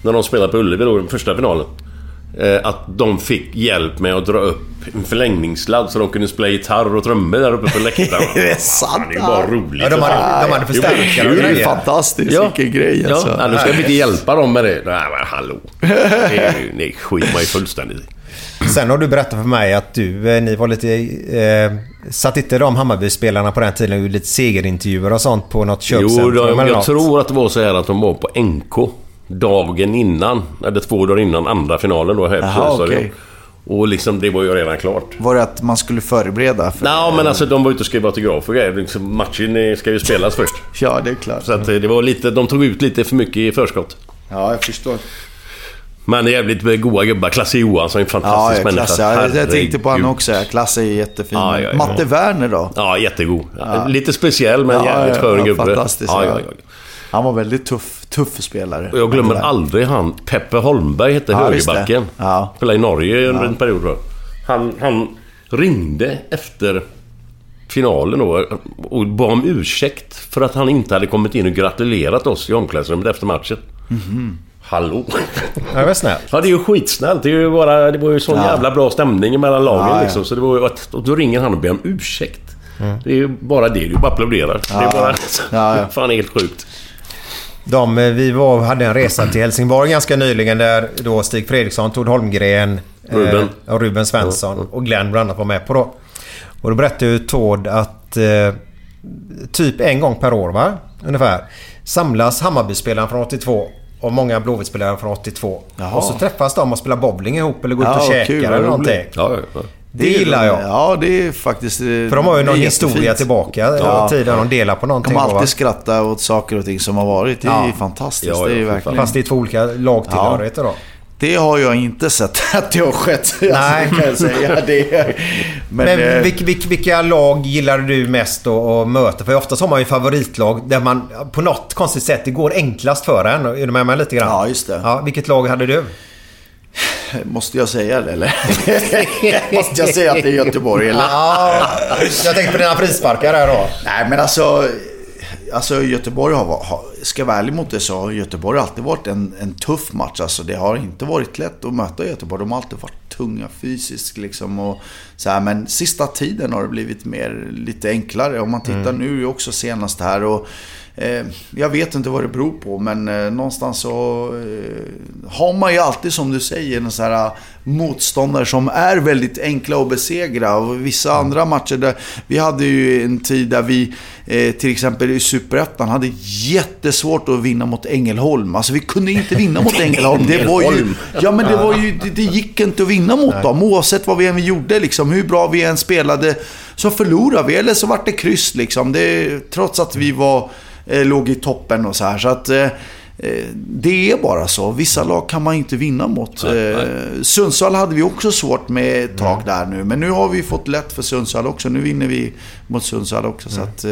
när de spelade på Ullevi då, den första finalen, att de fick hjälp med att dra upp en förlängningssladd så de kunde spela gitarr och trummor där uppe på läktaren. Det är sant. Det är bara roligt. Ja, de hade förstärkare. Det är ju fantastiskt. Vilken grej alltså. Ja, nu ska vi inte hjälpa dem med det. Nej, men hallå. Det skiter man ju fullständigt. Sen har du berättat för mig att ni var lite... satt inte de Hammarby-spelarna på den tiden och lite segerintervjuer och sånt på något köpcentrum? Jo, jag tror att det var så här att de var på NK dagen innan, eller 2 dagar innan andra finalen då. Okay. Och liksom, det var ju redan klart. Var det att man skulle förbereda? Nej, men alltså de var ute och skrev autograf och grejer. Liksom, matchen ska ju spelas först. Ja, det är klart. Så att det var lite, de tog ut lite för mycket i förskott. Ja, jag förstår. Men det är jävligt goa gubbar. Klasse Johansson är en fantastisk människa. Jag tänkte på han också. Klasse är jättefin. Ja. Matte Werner då? Ja, jättegod. Ja. Lite speciell, men jävligt skön gubbe. Fantastisk. Ja. Han var väldigt tuff spelare. Och jag glömmer aldrig han. Peppe Holmberg hette högerbacken. Ja. Spelade i Norge under en period då. Han ringde efter finalen då och bad om ursäkt för att han inte hade kommit in och gratulerat oss i omklädningsrummet efter matchen. Hallå. Ja, det var snällt. Ja, det är ju skitsnällt. Det var ju sån jävla bra stämning mellan lagen liksom. Så det var ju och då ringer han och ber om ursäkt. Det är ju bara det, du bara applåderar. Det är bara fan helt sjukt. Vi hade en resa till Helsingborg ganska nyligen där då Stig Fredriksson, Tord Holmgren och Ruben Svensson och Glenn bland annat var med på då. Och då berättade ju Tord att typ en gång per år, va? Ungefär, samlas Hammarby-spelaren från 82 och många Blåvitt-spelare från 82. Jaha. Och så träffas de och spelar bowling ihop eller går ut och käkar eller någonting. Ja. Det gillar jag. Ja, det är faktiskt... För de har ju någon historia tillbaka. Tiden de delar på någonting. De alltid skratta åt saker och ting som har varit. Det är fantastiskt. Ja, det är verkligen... Fast det är 2 olika lagtillhörigheter då. Det har jag inte sett att det har skett. Nej. Kan jag säga. Men vilka lag gillar du mest att möta? För oftast har man ju favoritlag där man på något konstigt sätt det går enklast för en. Är du med mig lite grann? Ja, just det. Ja, vilket lag hade du? Måste jag säga det, eller? Måste jag säga att det är Göteborg, eller? Ja, jag tänkte på dina frisparkar här då. Nej, men alltså Göteborg ska vara ärlig mot det, så har Göteborg alltid varit en tuff match. Alltså det har inte varit lätt att möta Göteborg. De har alltid varit tunga fysiskt liksom och så här, men sista tiden har det blivit lite enklare. Om man tittar nu också senast här och jag vet inte vad det beror på, men någonstans så har man ju alltid, som du säger, en sån här motståndare som är väldigt enkla att besegra. Och vissa andra matcher där vi hade ju en tid där vi till exempel i Superettan hade jättesvårt att vinna mot Ängelholm. Alltså vi kunde inte vinna mot Ängelholm. Det gick inte att vinna mot dem, oavsett vad vi än gjorde liksom, hur bra vi än spelade så förlorade vi, eller så var det kryss liksom. Trots att vi låg i toppen och så här, så att det är bara så. Vissa lag kan man inte vinna mot. Sundsvall hade vi också svårt med ett tag där nu, men nu har vi fått lätt för Sundsvall också. Nu vinner vi mot Sundsvall också, så att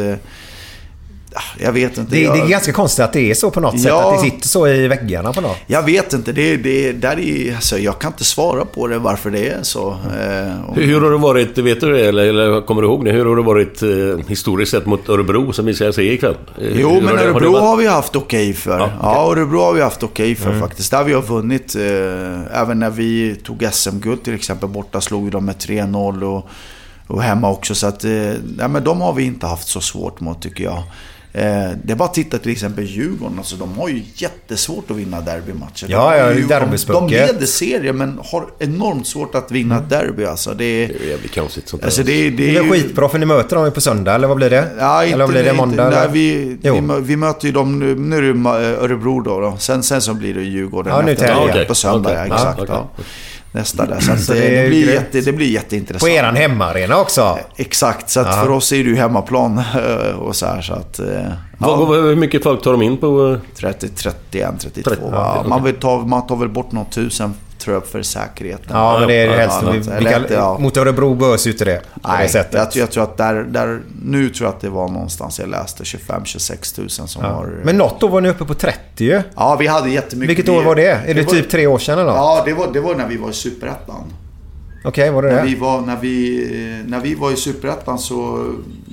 jag vet inte. Det är ganska konstigt att det är så på något sätt, att det sitter så i väggarna på något. Jag vet inte. Alltså, jag kan inte svara på det varför det är så. Hur har det varit, vet du det, eller kommer du ihåg det? Hur har det varit historiskt sett mot Örebro som vi ska se ikväll? Jo, men Örebro har vi haft okej för. Ja, Örebro har vi haft okej för faktiskt. Där vi har vunnit, även när vi tog SM-guld till exempel, borta slog vi dem med 3-0 och hemma också. Så att, men de har vi inte haft så svårt mot, tycker jag. Det är bara att titta till exempel Djurgården, alltså de har ju jättesvårt att vinna derbymatcher. De leder serien men har enormt svårt att vinna ett derby, alltså. Det är jävligt konstigt sånt. Alltså det är skitbra, för ni möter dem på söndag, eller vad blir det? Ja, eller vad blir det måndag? Nej, vi möter ju dem nu är det Örebro då. Sen så blir det Djurgården på söndag, exakt. Okay. Ja. Nästa där. Så att det blir jätteintressant. På eran hemmaarena också. Exakt, så att för oss är det ju hemmaplan och så här, så att hur mycket folk tar de in på 32. Man tar väl bort något 1000, tror jag, för säkerheten. Ja, men det är helst mot Örebro börs ut i det. Nej, jag tror att där nu tror jag att det var någonstans, jag läste 25-26 000 som har. Men något då var ni uppe på 30 ju. Ja, vi hade jättemycket. Vilket år var det? Är det typ 3 år sedan eller? Ja, det var när vi var i Superettan. Okej, var det när vi var i Superettan så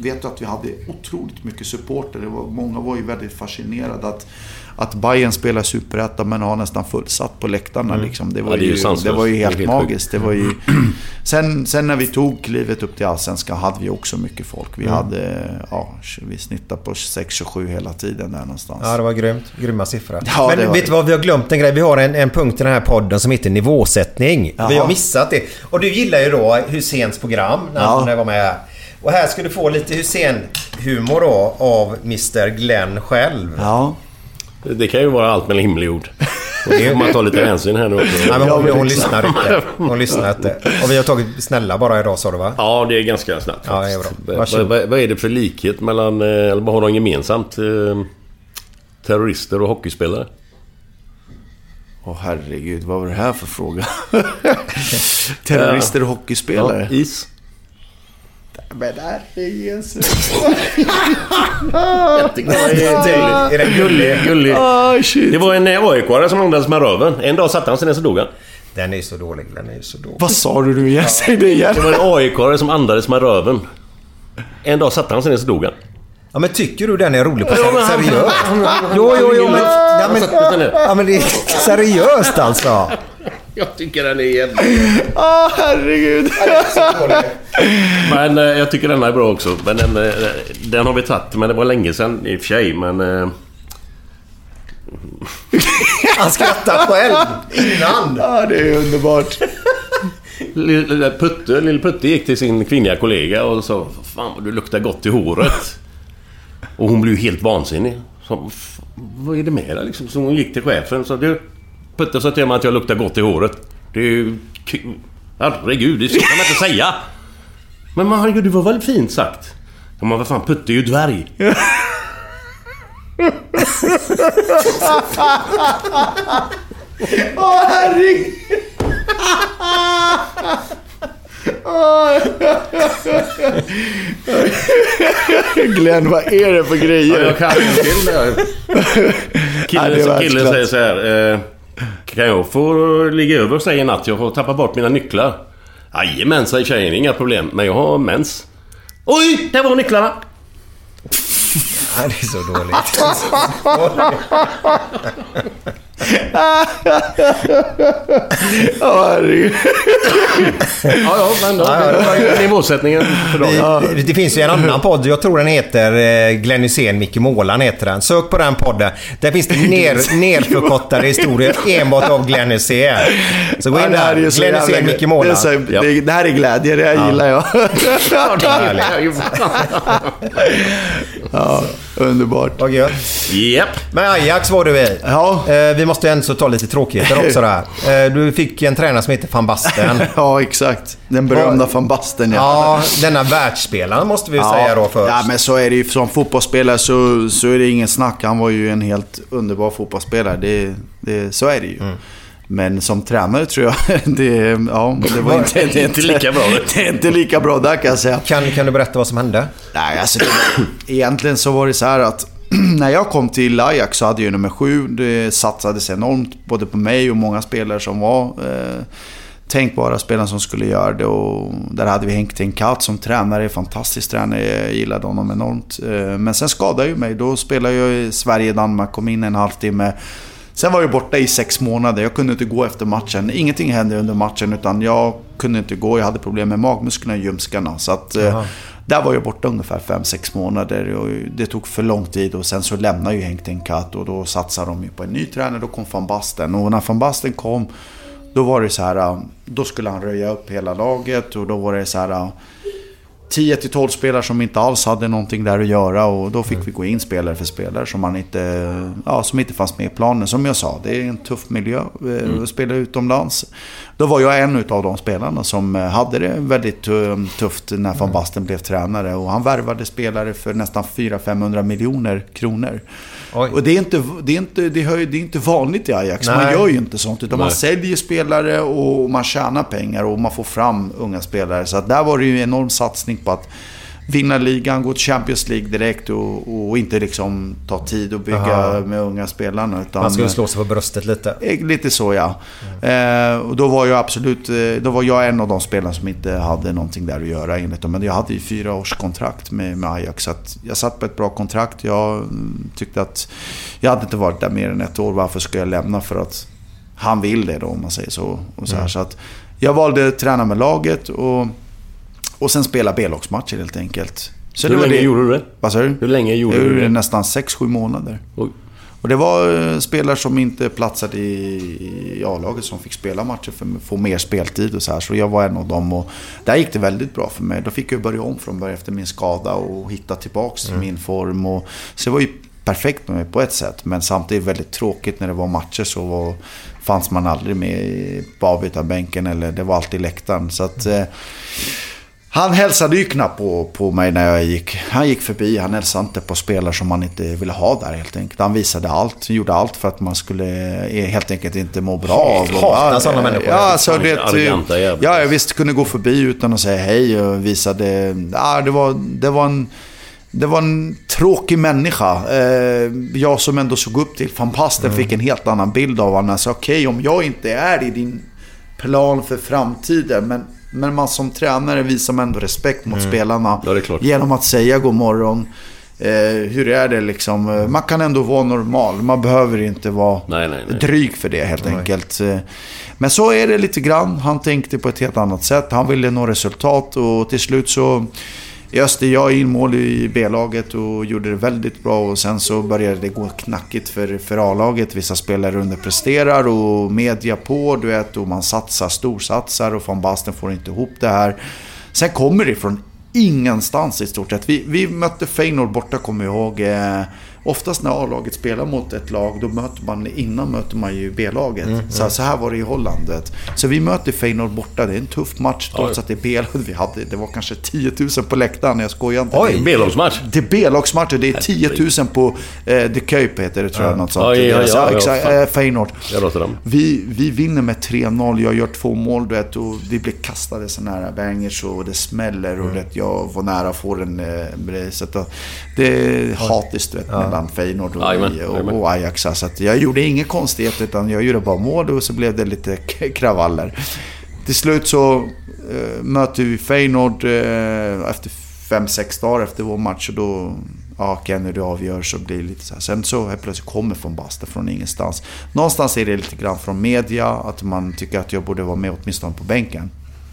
vet du att vi hade otroligt mycket supporter. Många var ju väldigt fascinerade att Bayern spelar superrätta men har nästan fullsatt på läktarna liksom. Det var ju helt magiskt. Det var ju sen när vi tog klivet upp till Allsvenskan hade vi också mycket folk. Vi hade vi snittade på 6-7 hela tiden där någonstans. Ja, det var grymma siffror. Ja, men vet du vad, vi har glömt en grej. Vi har en punkt i den här podden som heter nivåsättning. Vi har missat det. Och du gillar ju då Hyséns program när jag var med här. Och här ska du få lite Hysén-humor då av Mr. Glenn själv. Ja. Det kan ju vara allt mellan himmel och jord. Det får man ta lite hänsyn här nu också. Nej, men hon lyssnar inte. Hon lyssnar inte. Och vi har tagit snälla bara idag, sa du va? Ja, det är ganska snabbt. Ja, det är bra. Vad är det för likhet mellan, eller vad har de gemensamt, terrorister och hockeyspelare? Herregud, vad var det här för fråga? Terrorister och hockeyspelare? Ja, is. Men där är Jesus. Är det gullig? Det var en AIK-are som andades med röven. En dag satt han, sen så dog han. Den är så dålig. Vad sa du nu igen? Säg det igen. Det var en AIK-are som andades med röven. En dag satt han, sen så dog han. Ja, men tycker du den är rolig på seriöst? Jo, men det är seriöst alltså. Jag tycker den är jävla... herregud. Men jag tycker den är bra också. Men den har vi tagit, men det var länge sedan i och för sig, men... Han skrattar själv innan. Ja, det är underbart. Lille Putte gick till sin kvinnliga kollega och sa: fan, du luktar gott i håret. Och hon blev helt vansinnig. Så, vad är det med det liksom? Så hon gick till chefen och sa: du, Putte sa till mig att jag luktar gott i håret. Det är ju... Herregud, det ska man inte säga. Men herregud, det var väl fint sagt. Ja, men vad fan, Putte är ju dvärg. Herregud. Glenn, vad är det för grejer? Ja, jag kan killen säger så här: kan jag få ligga över och säga en natt? Jag får tappa bort mina nycklar. Jajamän, säger tjejen, inga problem. Men jag har mens. Oj, där var nycklarna. Det är så dåligt. Nivåsättningen för dagen. Det finns ju en annan podd. Jag tror den heter Glenn Hysén, Micke Målan heter den. Sök på den podden. Där finns det nerförkortade historier enbart av Glenn Hysén. Så gå in där. Glenn Hysén, Micke Målan. Det här är glädje, det här gillar jag. Ja, underbart. Vad gör? Yep. Men Ajax var du i. Ja. Vi måste ändå ta lite tråkigheter också där. Du fick en tränare som heter Van Basten. Ja, exakt. Den berömda Van Basten. Ja, denna världsspelaren måste vi säga då först. Ja, men så är det ju. Som fotbollsspelare så är det ingen snack. Han var ju en helt underbar fotbollsspelare. Så är det ju. Men som tränare tror jag det var inte lika bra. Det är inte lika bra där, kan jag säga. Kan du berätta vad som hände? Nej, alltså egentligen så var det så här att när jag kom till Ajax så hade jag nummer 7. Det satsades enormt både på mig och många spelare som var tänkbara spelare som skulle göra det. Och där hade vi Henk Tenkat som tränare, fantastisk tränare, jag gillade honom enormt. Men sen skadade jag mig. Då spelade jag i Sverige-Danmark, kom in en halvtimme. Sen var jag borta i 6 månader. Jag kunde inte gå efter matchen. Ingenting hände under matchen, utan jag kunde inte gå. Jag hade problem med magmusklerna och ljumskarna. Så att där var jag borta ungefär 5-6 månader. Och det tog för lång tid. Och sen så lämnade ju Henk Tenkat. Och då satsade de ju på en ny tränare. Då kom Van Basten. Och när Van Basten kom, då var det så här. Då skulle han röja upp hela laget. Och då var det så här 10-12 spelare som inte alls hade någonting där att göra, och då fick vi gå in spelare för spelare som inte fanns med i planen. Som jag sa, det är en tuff miljö att spela utomlands. Då var jag en av de spelarna som hade det väldigt tufft när Van Basten blev tränare, och han värvade spelare för nästan 400-500 miljoner kronor. Oj. Och det är inte vanligt i Ajax. Nej. Man gör ju inte sånt, utan man säljer spelare och man tjänar pengar och man får fram unga spelare. Så att där var det ju en enorm satsning på att vinna ligan, gå till Champions League direkt och inte liksom ta tid och bygga med unga spelarna. Utan man skulle slå sig på bröstet lite. Lite så, ja. Och då var jag absolut, då var jag en av de spelarna som inte hade någonting där att göra enligt dem. Men jag hade ju 4 års kontrakt med Ajax, så att jag satt på ett bra kontrakt. Jag tyckte att jag hade inte varit där mer än 1 år. Varför ska jag lämna? För att han vill det då, om man säger så. Och så här, så att jag valde att träna med laget och sen spela B-lagsmatcher helt enkelt. Så hur länge gjorde du det? Vad sa du? Hur länge gjorde du det? Jag gjorde det nästan 6-7 månader. Oj. Och det var spelare som inte platsade i A-laget som fick spela matcher för att få mer speltid och så här. Så jag var en av dem, och där gick det väldigt bra för mig. Då fick jag börja om från början efter min skada och hitta tillbaks till min form. Och så det var ju perfekt med mig på ett sätt, men samtidigt väldigt tråkigt när det var matcher, så fanns man aldrig med på avbytarbänken, eller det var alltid läktaren. Så att han hälsade ju knappt på mig när jag gick. Han gick förbi, han hälsade inte på spelare som man inte ville ha där helt enkelt. Han visade allt, gjorde allt för att man skulle helt enkelt inte må bra av. Hata sådana människor. Ja, så jag visst kunde gå förbi utan att säga hej och visade. Ja, det var en tråkig människa. Jag som ändå såg upp till Van Basten fick en helt annan bild av honom. Så okej, om jag inte är i din plan för framtiden, men man som tränare visar man ändå respekt mot spelarna genom att säga god morgon. Hur är det liksom? Man kan ändå vara normal. Man behöver inte vara dryg för det helt enkelt. Men så är det lite grann. Han tänkte på ett helt annat sätt. Han ville nå resultat, och till slut så Öster jag in mål i B-laget och gjorde det väldigt bra, och sen så började det gå knackigt för A-laget. Vissa spelare underpresterar och media på, du vet, och man storsatsar, och Van Basten får inte ihop det här. Sen kommer det från ingenstans i stort sett. Vi mötte Feyenoord borta, kommer jag ihåg. Oftast när A-laget spelar mot ett lag, då möter man ju B-laget. Så här var det i Holland. Så vi möter Feyenoord borta. Det är en tuff match, trots att det är B-laget. Det var kanske 10 000 på läktaren. Jag skojar inte. Oj, B-lagsmatch. Det är B-lagsmatch. Det är 10 000 på The Cape heter det, tror jag. Något sånt. Feyenoord. Vi vinner med 3-0. Jag gör 2 mål, du vet, och vi blir kastade såna här bangers, och det smäller, och jag var nära att få den. Så det är hatiskt, du vet, mellan Feyenoord och Ajax. Så att jag gjorde inga konstigheter, utan jag gjorde bara mål, och så blev det lite kravaller. Till slut så möter vi Feyenoord efter 5-6 dagar efter vår match, och då när det avgör så blir det lite så här. Sen så plötsligt kommer Van Basten från ingenstans. Någonstans är det lite grann från media att man tycker att jag borde vara med åtminstone på bänken.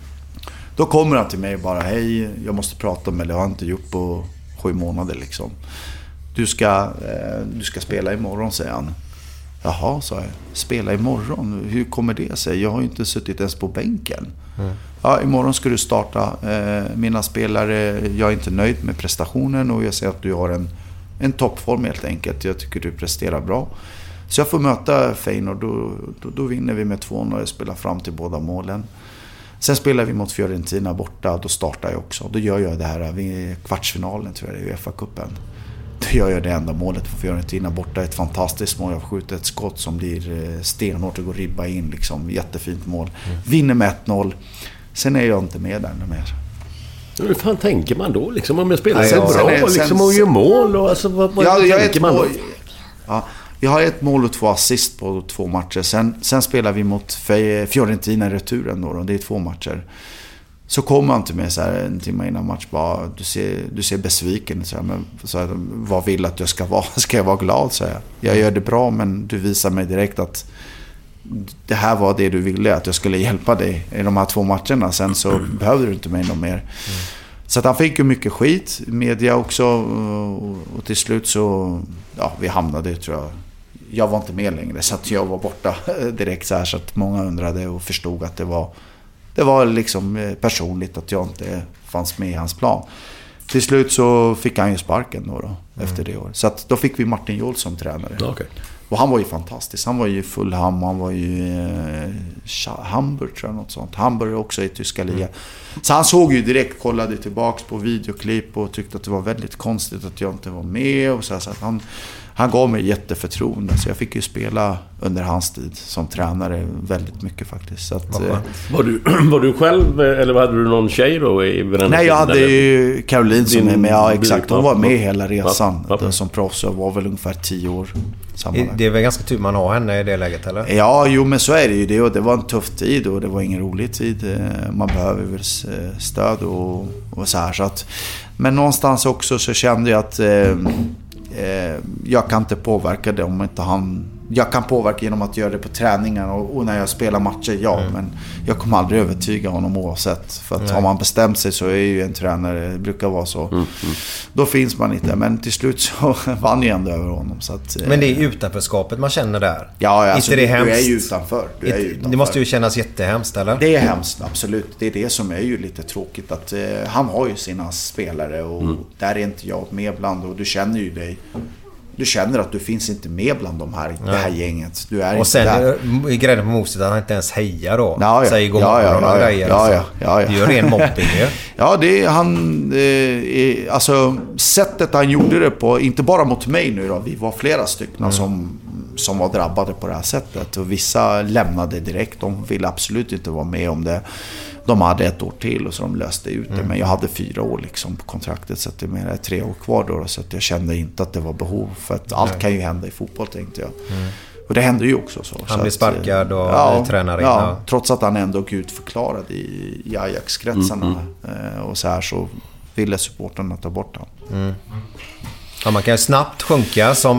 Då kommer han till mig och bara, hej, jag måste prata med dig, jag har inte gjort på 7 månader liksom. Du ska spela imorgon, säger han. Jaha, sa jag. Spela imorgon? Hur kommer det sig? Jag har ju inte suttit ens på bänken. Ja, imorgon ska du starta. Mina spelare, jag är inte nöjd med prestationen, och jag ser att du har en toppform helt enkelt. Jag tycker du presterar bra. Så jag får möta Feyenoord, då vinner vi med 2-0 och spelar fram till båda målen. Sen spelar vi mot Fiorentina borta, då startar jag också. Då gör jag det här vid kvartsfinalen, tror jag, i UEFA-cupen. Då gör jag det enda målet för Fiorentina borta. Ett fantastiskt mål. Jag skjuter ett skott som blir stenhårt och går ribba in. Liksom. Jättefint mål. Vinner med 1-0. Sen är jag inte med där mer. Hur fan tänker man då? Liksom, om jag spelar så bra liksom, och gör mål? Och, alltså, vad tänker man då? Jag har 1 mål och 2 assist på 2 matcher. Sen spelar vi mot Fiorentina i returen då. Det är 2 matcher. Så kommer han till mig så här en timme innan match, bara, du ser besviken. Så här, men, så här, vad vill att jag ska vara? Ska jag vara glad? Så här. Jag gör det bra, men du visar mig direkt att det här var det du ville, att jag skulle hjälpa dig i de här 2 matcherna. Sen så behövde du inte mig någon mer. Så att han fick ju mycket skit, media också, och till slut så vi hamnade, tror jag var inte med längre, så att jag var borta direkt så här, så att många undrade och förstod att det var liksom personligt att jag inte fanns med i hans plan. Till slut så fick han ju sparken då. efter det året. Så att då fick vi Martin Jol som tränare. Okay. Och han var ju fantastisk. Han var ju Fulham, han var ju Hamburg tror jag, något sånt. Hamburg också i tyska ligan. Så han såg ju direkt, kollade tillbaks på videoklipp och tyckte att det var väldigt konstigt att jag inte var med. Och så att han gav mig jätteförtroende. Så jag fick ju spela under hans tid som tränare väldigt mycket faktiskt. Så att, var du själv, eller hade du någon tjej då? Nej, jag hade ju Caroline som är med. Ja, exakt. Hon var med hela resan. Som proffs. Jag var väl ungefär 10 år. Det är väl ganska tur man har henne i det läget, eller? Ja, jo, men så är det ju det. Och det var en tuff tid och det var ingen rolig tid. Man behöver väl stöd och så här. Så att, men någonstans också så kände jag att jag kan inte påverka det om inte han... Jag kan påverka genom att göra det på träningarna och när jag spelar matcher, men jag kommer aldrig övertyga honom oavsett. För att har man bestämt sig så är ju en tränare, det brukar vara så. Då finns man inte, men till slut så vann jag ändå över honom. Så att, men det är utanförskapet man känner där. Ja, alltså, inte det du är ju utanför. Det måste ju kännas jättehemskt, eller? Det är hemskt, absolut. Det är det som är ju lite tråkigt. Att han har ju sina spelare och där är inte jag med bland. Och du känner ju dig. Du känner att du finns inte med bland de här, det här gänget. Du är och inte sen där. Grädden på moset att han inte ens hejar då. Ja. Säger god morgon och grejer. Ja. Det gör ren mobbing ju. Ja, det är han... alltså, sättet han gjorde det på, inte bara mot mig nu då. Vi var flera stycken som var drabbade på det här sättet. Och vissa lämnade direkt. De ville absolut inte vara med om det. De hade 1 år till och så de löste ut det. Men jag hade 4 år liksom på kontraktet, så att det är mer 3 år kvar då. Så att jag kände inte att det var behov. För att allt kan ju hända i fotboll, tänkte jag. Och det hände ju också så. Han blev sparkad och tränare. Ja, trots att han ändå gudförklarad i Ajax-kretsarna. Och så här så ville supporterna ta bort han. Ja, man kan ju snabbt sjunka så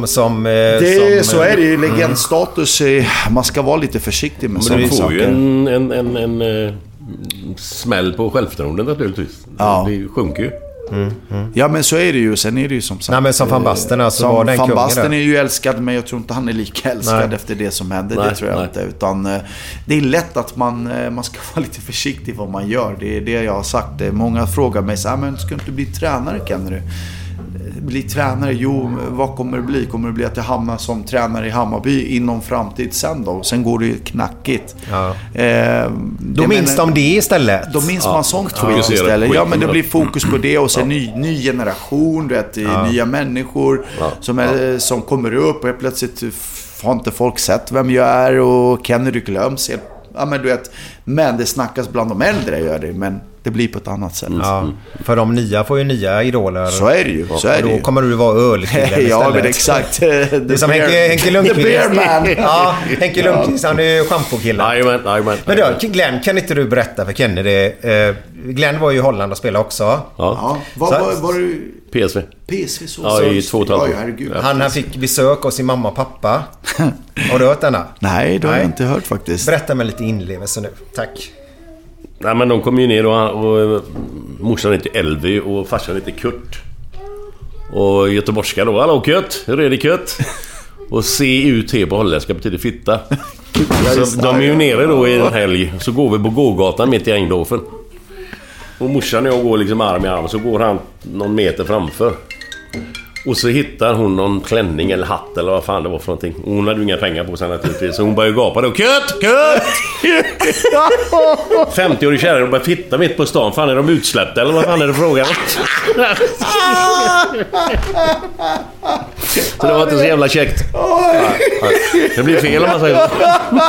är det ju legendstatus. Man ska vara lite försiktig med sådana saker. Men du får ju en smäll på självförtroendet naturligtvis. Ja. Det sjunker ju. Ja, men så är det ju. Sen är det ju som sagt... Nej, men som Van Basten, alltså, som var den Van kungen Basten där. är ju älskad, men jag tror inte han är lika älskad efter det som hände. Det tror jag inte. Utan det är lätt att man ska vara lite försiktig vad man gör. Det är det jag har sagt. Många frågar mig så här, men ska du inte bli tränare, kan du? Bli tränare, jo, vad kommer det bli? Kommer det bli att jag hamnar som tränare i Hammarby inom framtid sen då? Sen går det ju knackigt. Då minns de det istället. Då minns man sånt istället. Ja, men det blir fokus på det och sen ny generation, du vet, nya människor som kommer upp och plötsligt har inte folk sett vem jag är och Kenny glöms. Ja, men du vet, men det snackas bland de äldre, gör det, men det blir på ett annat sätt. Ja, för de nya får ju nya idoler. Så är det ju. Så är det då ju. kommer du vara ölkillen istället. Ja, men exakt. Det är som Henke Lundqvist. The Bear Man. Ja, Henke Lundqvist, han är ju schampokillen. Jajamän. Men då, Glenn, kan inte du berätta för Kenny det? Glenn var ju i Holland och spelade också. Ja. Var du... PSV. PSV så. Ja, i 2,5 år. Han fick besök av sin mamma och pappa. Har du hört denna? Nej, det har jag inte hört faktiskt. Berätta med lite inlevelse nu. Tack. Nej, men de kom ju ner och morsan heter Elvi och farsan heter Kurt. Och göteborgska då. Hallå Kurt, hur är det Kurt? Och CUT på holländska betyder fitta. Så de är ju nere då i en helg. Så går vi på gågatan mitt i Eindhoven. Och morsan och jag går liksom arm i arm. Så går han någon meter framför. Och så hittar hon någon klänning eller hatt eller vad fan det var för någonting. Och hon hade ju inga pengar på sig naturligtvis. Så hon började gapa då. Kött! 50-årig kärring och började fitta mitt på stan. Fan, är de utsläppta eller vad fan är det frågan? Så det var inte så jävla käckt. Det blir fel om man säger så.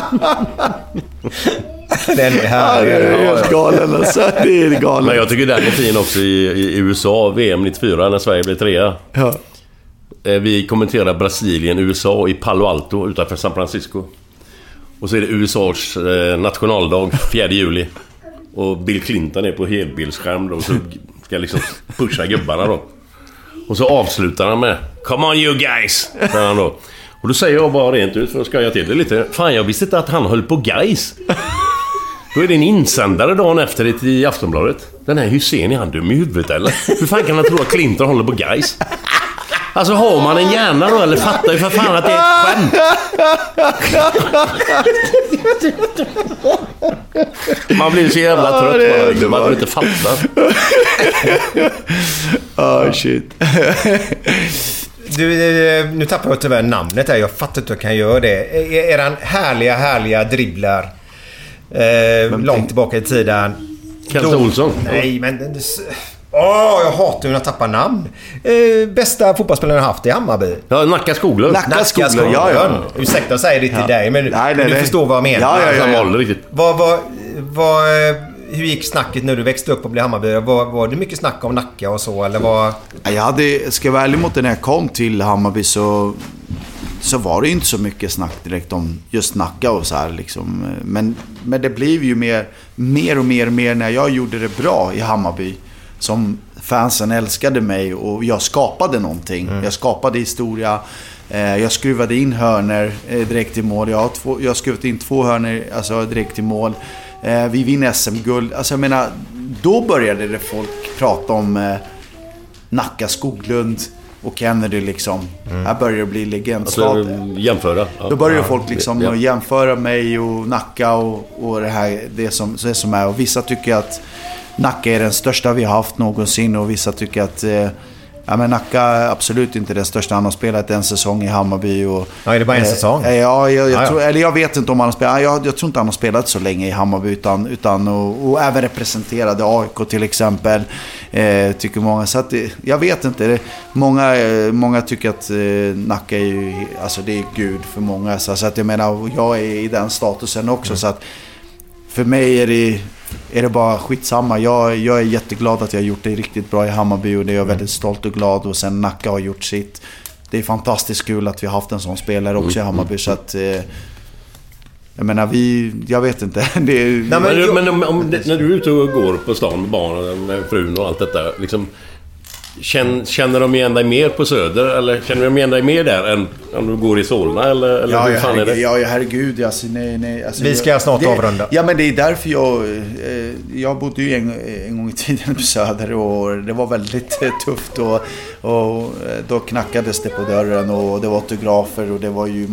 Den är här. Det är helt galen alltså. Det är galen. Men jag tycker den är fin också i USA, VM 94 när Sverige blev 3. Ja. Vi kommenterar Brasilien, USA i Palo Alto utanför San Francisco. Och så är det USAs nationaldag 4 juli. Och Bill Clinton är på helbildsskärm då, så ska liksom pusha gubbarna då. Och så avslutar han med "Come on you guys", säger han då. Och då säger jag bara rent ut för att skoja till det lite. Fan, jag visste inte att han höll på guys. Då är det en insändare dagen efter det i Aftonbladet. Den här Hussein, är han dum i huvudet eller? Hur fan kan han tro att Clinton håller på guys? Alltså har man en hjärna då, eller fattar ju för fan att det är ett skämt. Man blir så jävla trött bara, man inte fattar. Shit. Nu tappar jag tyvärr namnet här. Jag fattar inte hur jag kan göra det. Eran härliga dribblar. Långt tillbaka i tiden. Kenta Olsson. Nej, men... jag hatar hur jag tappar namn. Bästa fotbollsspelaren jag haft i Hammarby. Ja, Nacka Skoglund. Ja. Ursäkta att säga det till dig, men du förstår vad jag menar. Ja. Hur gick snacket när du växte upp och blev Hammarby? Var det mycket snack om Nacka och så? Eller var... Ska jag vara ärlig mot när jag kom till Hammarby så var det inte så mycket snack direkt om just Nacka och så här liksom. Men det blev ju mer och mer när jag gjorde det bra i Hammarby. Som fansen älskade mig och jag skapade någonting. Jag skapade historia. Jag skruvade in hörner direkt i mål. Jag har skruvat in 2 hörner alltså direkt i mål. Vi vinner SM-guld. Alltså jag menar, då började det folk prata om Nacka, Skoglund och Kennedy liksom. Här börjar det bli legendstat. Alltså, jämföra. Ja. Då börjar folk liksom att jämföra mig och Nacka och det som är. Och vissa tycker att Nacka är den största vi har haft någonsin och vissa tycker att men Nacka är absolut inte den största. Han har spelat en säsong i Hammarby och, är det bara en säsong? Jag vet inte om han har spelat. Jag tror inte han har spelat så länge i Hammarby utan och även representerade AIK till exempel. Tycker många. Så att jag vet inte. Många tycker att Nacka är ju, alltså det är gud för många. Så att jag menar, jag är i den statusen också. Så att för mig är det bara skitsamma. Jag är jätteglad att jag har gjort det riktigt bra i Hammarby och det är jag väldigt stolt och glad. Och sen Nacka har gjort sitt. Det är fantastiskt kul att vi har haft en sån spelare också i Hammarby. Så att jag menar, jag vet inte. Men när du är ute och går på stan med barnen, med frun och allt detta liksom, känner de igen dig mer på Söder eller känner de igen dig mer där än om du går i Solna eller hur fan är det? Ja, herregud, alltså, nej, alltså, vi ska snart avrunda. Ja, men det är därför jag bodde ju en gång i tiden på Söder och det var väldigt tufft och då knackades det på dörren och det var autografer och det var ju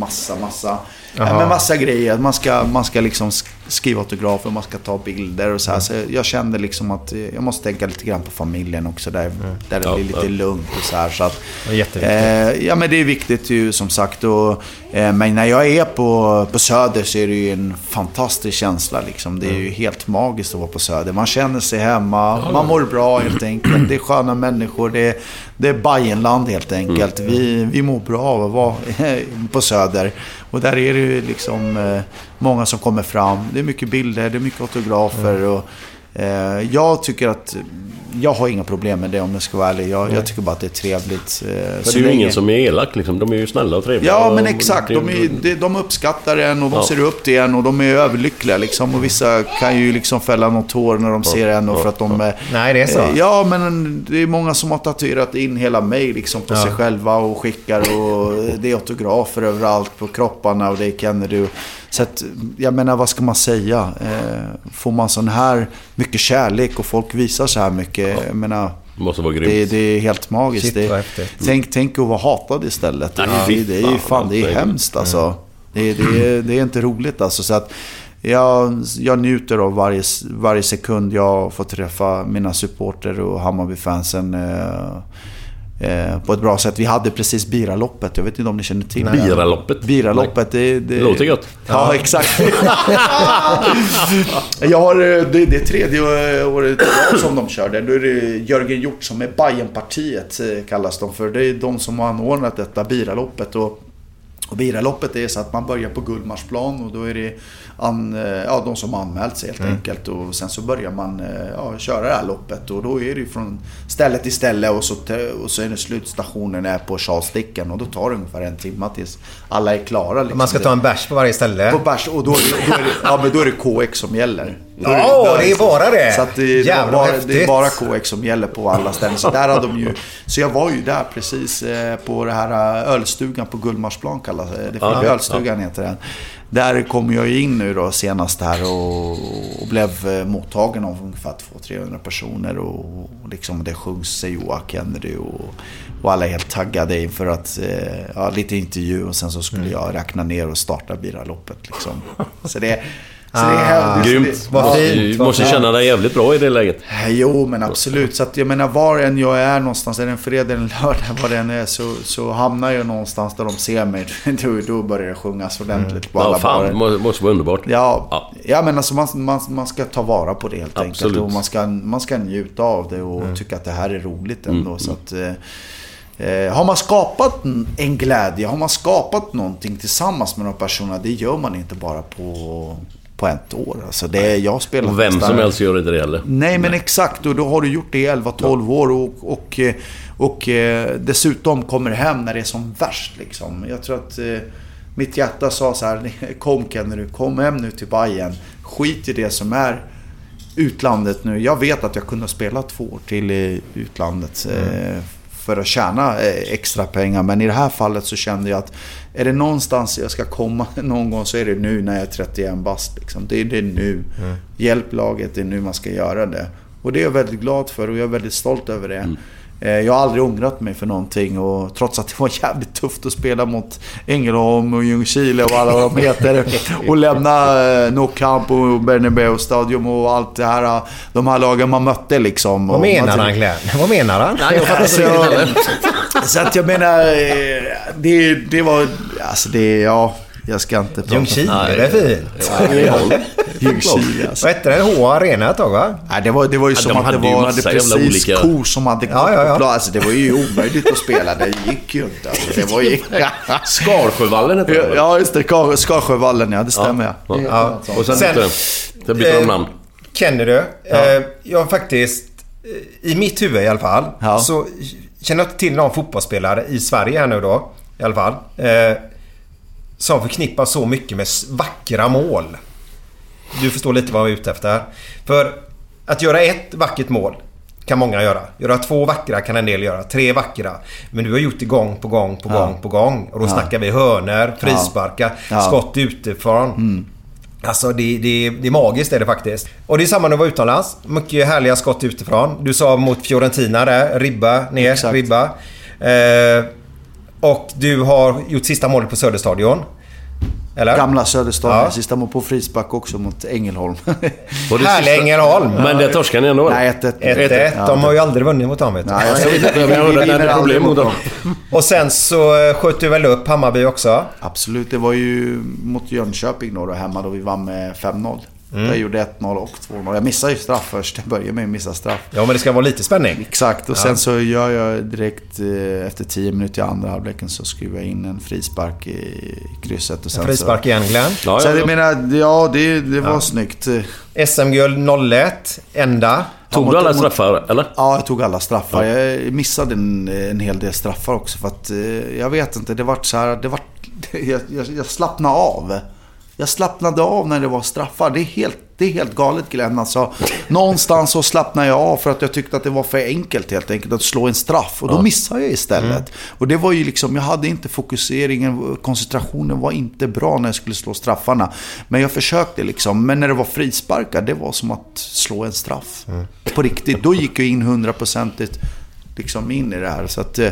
massa grejer. Man ska liksom skriva autografer, man ska ta bilder och så här. Så jag kände liksom att jag måste tänka lite grann på familjen också där det blir lite lugnt och så här. Så att, ja, men det är viktigt ju som sagt. Men när jag är på Söder så är det ju en fantastisk känsla liksom. Det är ju helt magiskt att vara på Söder. Man känner sig hemma, man mår bra helt enkelt. Det är sköna människor, det är Bajenland helt enkelt. Vi mår bra av att vara på Söder. Och där är det ju liksom många som kommer fram. Det är mycket bilder, det är mycket autografer och jag tycker att jag har inga problem med det om jag ska vara ärlig. Jag tycker bara att det är trevligt. Det är ju ingen som är elak liksom. De är ju snälla och trevliga. Ja, men exakt. De uppskattar en och de ser upp till en och de är överlyckliga liksom. Och vissa kan ju liksom fälla något hår när de ser en och för att de... Nej, det är så. Ja, men det är många som har tatuerat in hela mig liksom på sig själva och skickar och det är autografer överallt på kropparna och det är Kennedy. Så att, jag menar, vad ska man säga? Får man sån här mycket kärlek och folk visar så här mycket, jag menar, måste vara grymt. Det är helt magiskt. Tänk att vara hatad istället. Det är ju fan, det är hemskt alltså. Det är inte roligt alltså. Så att jag njuter av varje sekund jag får träffa mina supporter och Hammarby-fansen på ett bra sätt. Vi hade precis Biraloppet. Jag vet inte om ni känner till Biraloppet. Det låter gott. Ja, exakt. Det är 3:e året som de kör det. Då är det Jörgen Hjort som är Bajenpartiet kallas de för. Det är de som har anordnat detta Biraloppet och Biraloppet är så att man börjar på Gullmarsplan och då är det de som har anmält sig helt enkelt och sen så börjar man köra det här loppet och då är det från ställe till ställe och så är det slutstationen är på Charlesdicken och då tar det ungefär 1 timme tills alla är klara liksom. Man ska ta en bärs på varje ställe. På bärs och då är det KX som gäller. Det är bara det. Så att det är bara KX som gäller på alla ställen. Så där hade de ju. Så jag var ju där precis på det här ölstugan på Gullmarsplan kallas det. Ölstugan heter den. Där kom jag in nu då senast här och blev mottagen av ungefär 200-300 personer och liksom det sjungs sig Joa Kennedy och alla är helt taggade inför att lite intervju och sen så skulle jag räkna ner och starta Biraloppet liksom. Så Så det är grymt. Vad fint. Du måste känna dig jävligt bra i det läget. Jo, men absolut. Så att jag menar, var än jag är någonstans, är det en fredag eller en lördag, var det än är, så hamnar jag någonstans där de ser mig. Då börjar det sjungas ordentligt på alla fan, det måste vara underbart. Ja, men alltså man ska ta vara på det helt enkelt. Och man ska njuta av det och tycka att det här är roligt ändå. Så att... har man skapat en glädje, har man skapat någonting tillsammans med några personer, det gör man inte bara på ett år. Alltså det jag spelar och vem som helst gör inte det heller. Nej, men exakt, och då har du gjort det i 11-12 år och dessutom kommer hem när det är som värst liksom. Jag tror att mitt hjärta sa så här: kom hem nu till Bayern, skit i det som är utlandet nu. Jag vet att jag kunde spela 2 år till i utlandet för att tjäna extra pengar, men i det här fallet så kände jag att är det någonstans jag ska komma någon gång, så är det nu när jag är 31 bast liksom. Det är nu. Hjälp laget, det är nu man ska göra det. Och det är jag väldigt glad för och jag är väldigt stolt över det. Jag har aldrig ångrat mig för någonting, och trots att det var jävligt tufft att spela mot Ängelholm och Ljungskile och alla de heter och lämna Nou Camp och Bernabéu Stadium och allt det här, de här lagen man mötte liksom. Vad menar han, Glenn? Vad menar han? Nej, jag fattar inte. Så att jag menar, det var alltså det, ja, jag ska inte prata. Ljungskile, det är fint. Ljungskile, alltså. Vad hette det? H-arena ett tag, va? Nej, det var ju som att det var precis olika kor som hade gått på plats. Alltså, det var ju omöjligt att spela. Det gick ju inte. Alltså, det var ju... Skarsjövallen heter det. Ja, just det. Skarsjövallen, ja. Det stämmer, ja. Och sen det blir namn. Känner du? Jag faktiskt, i mitt huvud i alla fall, så känner jag till någon fotbollsspelare i Sverige här nu då, i alla fall, som förknippar så mycket med vackra mål. Du förstår lite vad jag är ute efter. För att göra ett vackert mål kan många göra. Göra 2 vackra kan en del göra. 3 vackra. Men du har gjort det gång på gång. Och då snackar vi hörner, frisparkar, skott utifrån. Alltså det är magiskt är det faktiskt. Och det är samma när du var utomlands. Mycket härliga skott utifrån. Du sa mot Fiorentina där. Ribba ner, exakt. Ribba. Och du har gjort sista målet på Söderstadion. Eller? Gamla Söderstadion, sista mål på frispark också mot Ängelholm. Härlig Ängelholm. Men det torskar ni ändå? Nej, 1-1. De har ju aldrig vunnit mot dem, vet du. Nej, jag vet inte. Vi vinner aldrig mot dem. Och sen så sköt du väl upp Hammarby också? Absolut, det var ju mot Jönköping då hemma då vi vann med 5-0. Jag gjorde 1-0 och 2-0. Jag missade ju straff först. Jag började med att missa straff. Ja, men det ska vara lite spänning. Exakt. Och sen så gör jag direkt efter 10 minuter i andra halvleken så skruvar jag in en frispark i krysset. Och sen frispark igen, Glenn. Så jag menar, det var snyggt. SM-guld 01, enda. Tog du alla straffar, eller? Ja, jag tog alla straffar. Jag missade en hel del straffar också. För att, jag vet inte, det var så här... Jag slappnade av. Jag slappnade av när det var straffar. Det är helt galet, Glenn. Alltså, någonstans så slappnade jag av för att jag tyckte att det var för enkelt helt enkelt att slå en straff. Och då missade jag istället. Och det var ju liksom, jag hade inte fokuseringen, koncentrationen var inte bra när jag skulle slå straffarna. Men jag försökte liksom. Men när det var frisparkar, det var som att slå en straff. På riktigt. Då gick jag in 100% liksom in i det här. Så att...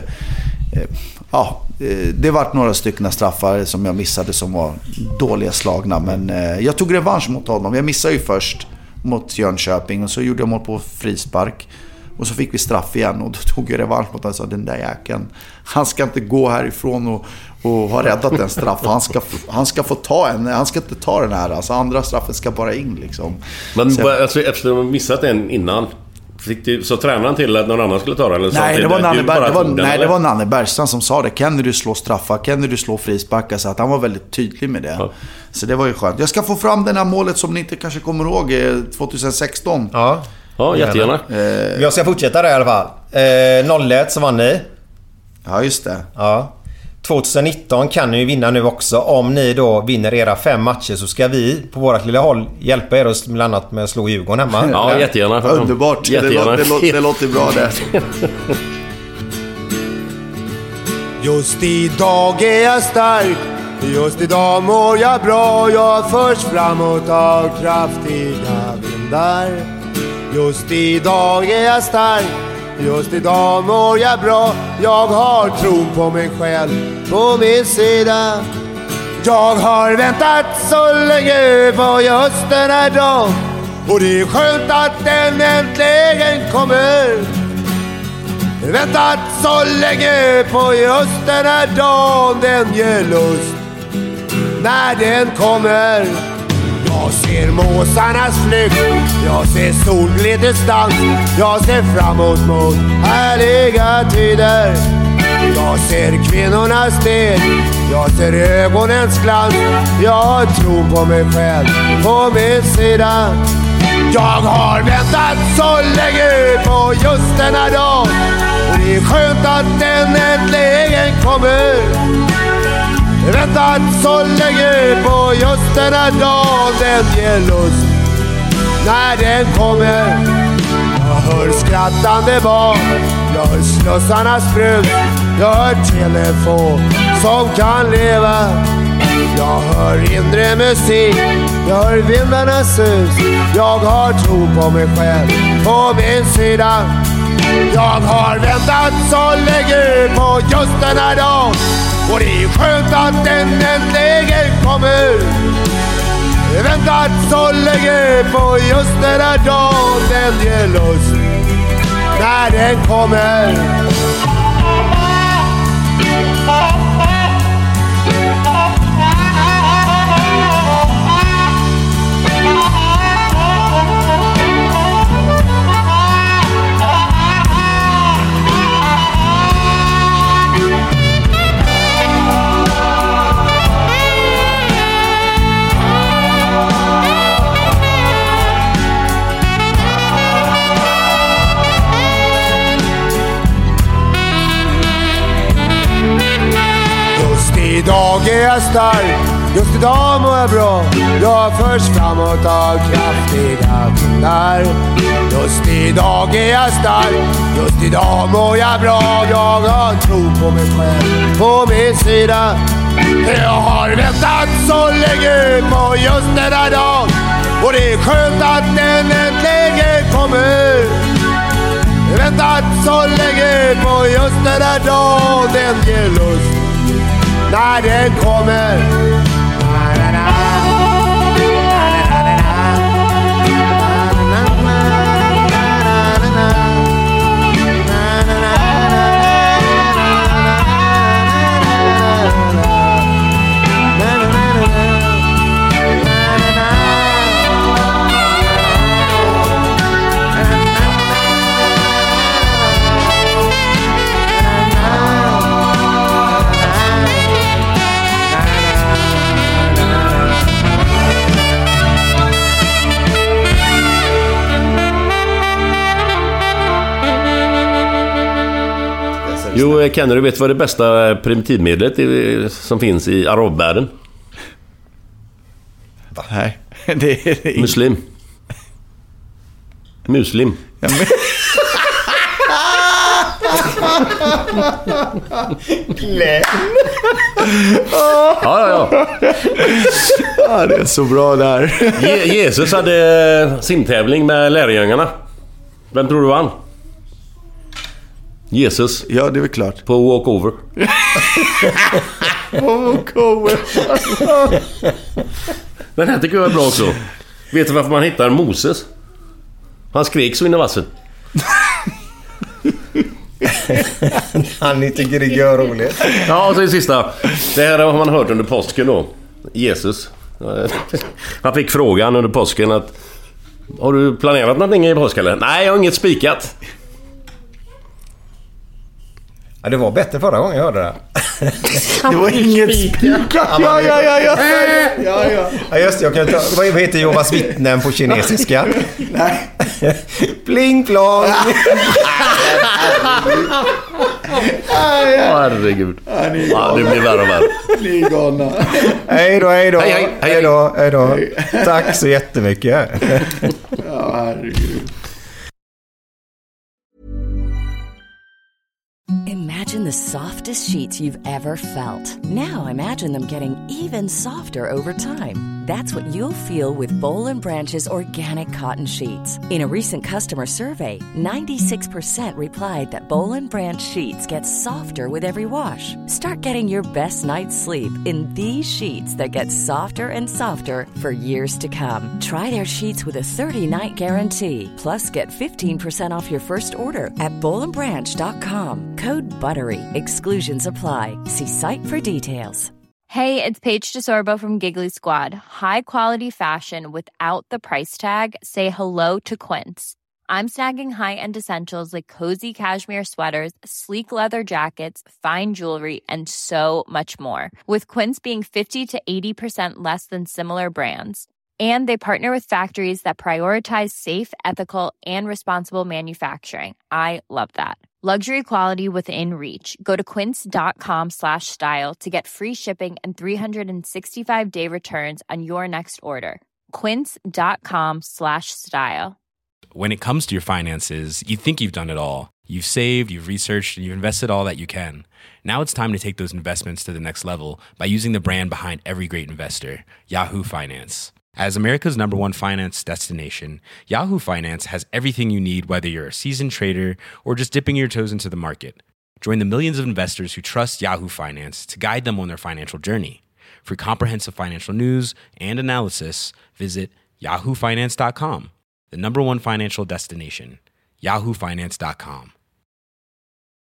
det var några stycken straffar som jag missade som var dåliga slagna, men jag tog revansch mot honom. Jag missade ju först mot Jönköping och så gjorde jag mål på frispark och så fick vi straff igen och då tog jag revansch mot honom och sa, den där jäkeln, han ska inte gå härifrån och ha räddat en straff. Han ska få ta en, han ska inte ta den här, alltså andra straffen ska bara in liksom. Men alltså, efter att ha missat en innan, så tränade han till att någon annan skulle ta den? Eller nej, det var Nanne Bergstrand som sa det. Kan du slå straffar? Kan du slå frisparkar? Så att han var väldigt tydlig med det. Ja. Så det var ju skönt. Jag ska få fram den här målet som ni inte kanske kommer ihåg 2016. Ja, jättegärna. Jag ska fortsätta där i alla fall. 01 så vann ni. Ja, just det. Ja. 2019 kan ni ju vinna nu också. Om ni då vinner era 5 matcher så ska vi på vårat lilla håll hjälpa er bland annat med att slå Djurgården hemma. Ja, jättegärna. Underbart. Jättegärna. Det låter bra där. Just idag är jag stark. Just idag mår jag bra. Jag förs framåt av kraftiga vindar. Just idag är jag stark. Just idag mår jag bra. Jag har tron på mig själv på min sida. Jag har väntat så länge på just den här dagen, och det är skönt att den äntligen kommer. Väntat så länge på just den här dagen, den ger lust när den kommer. Jag ser måsarnas flykt, jag ser solglittersdans, jag ser framåt mot härliga tider. Jag ser kvinnornas steg, jag ser ögonens glans, jag tror på mig själv på min sida. Jag har väntat så länge på just den här dagen, och det är skönt att den äntligen kommer. Väntat så länge på just den här dagen, den ger lust när den kommer. Jag hör skrattande barn, jag hör slussarnas brus, jag hör telefon som kan leva. Jag hör inre musik, jag hör vindarnas sus, jag har tro på mig själv på min sida. Jag har väntat så länge på just den här dagen, och det är skönt att den äntligen kommer. Väntat så länge på just den här dagen, den ger lust när den kommer. Idag är jag stark, just idag mår jag bra. Jag förs framåt av kraftiga vindar. Just idag är jag stark, just idag mår jag bra. Jag har tro på mig själv på min sida. Jag har väntat så länge på just den här dagen, och det är skönt att den äntligen kommer. Väntat så länge på just den här dagen, den ger lust när den kommer. Jo, Kenny, du vet vad det bästa primitivmedlet som finns i arabvärlden? Nej, det är muslim. Muslim. Ja, men... Ja. Ja, det är så bra där. Jesus hade simtävling med lärjungarna. Vem tror du vann? Jesus. Ja, det är väl klart. På walkover. Walkover. Den här tycker jag är bra också. Vet du varför man hittar Moses? Han skrek så in i vassen. Han tycker det gör roligt. Ja, och så är det sista. Det här har man hört under påsken då. Jesus. Han fick frågan under påsken att: har du planerat någonting i påsk eller? Nej, jag har inget spikat. Ja, det var bättre förra gången jag hörde det. Det var inget spikat. Ja. Ja, just det, jag kan ta. Vad heter Jehovas vittnen på kinesiska? Nej. Pling plong. Herregud. Ja, det blir värre och värre. Ni är galna. Hej då. Tack så jättemycket. Ja, herregud. Imagine the softest sheets you've ever felt. Now imagine them getting even softer over time. That's what you'll feel with Boll & Branch's organic cotton sheets. In a recent customer survey, 96% replied that Boll & Branch sheets get softer with every wash. Start getting your best night's sleep in these sheets that get softer and softer for years to come. Try their sheets with a 30-night guarantee. Plus, get 15% off your first order at bollandbranch.com. Code BUTTERY. Exclusions apply. See site for details. Hey, it's Paige DeSorbo from Giggly Squad. High quality fashion without the price tag. Say hello to Quince. I'm snagging high-end essentials like cozy cashmere sweaters, sleek leather jackets, fine jewelry, and so much more. With Quince being 50 to 80% less than similar brands. And they partner with factories that prioritize safe, ethical, and responsible manufacturing. I love that. Luxury quality within reach. Go to quince.com/style to get free shipping and 365-day returns on your next order. Quince.com/style. When it comes to your finances, you think you've done it all. You've saved, you've researched, and you've invested all that you can. Now it's time to take those investments to the next level by using the brand behind every great investor, Yahoo Finance. As America's #1 finance destination, Yahoo Finance has everything you need, whether you're a seasoned trader or just dipping your toes into the market. Join the millions of investors who trust Yahoo Finance to guide them on their financial journey. For comprehensive financial news and analysis, visit yahoofinance.com, the #1 financial destination, yahoofinance.com.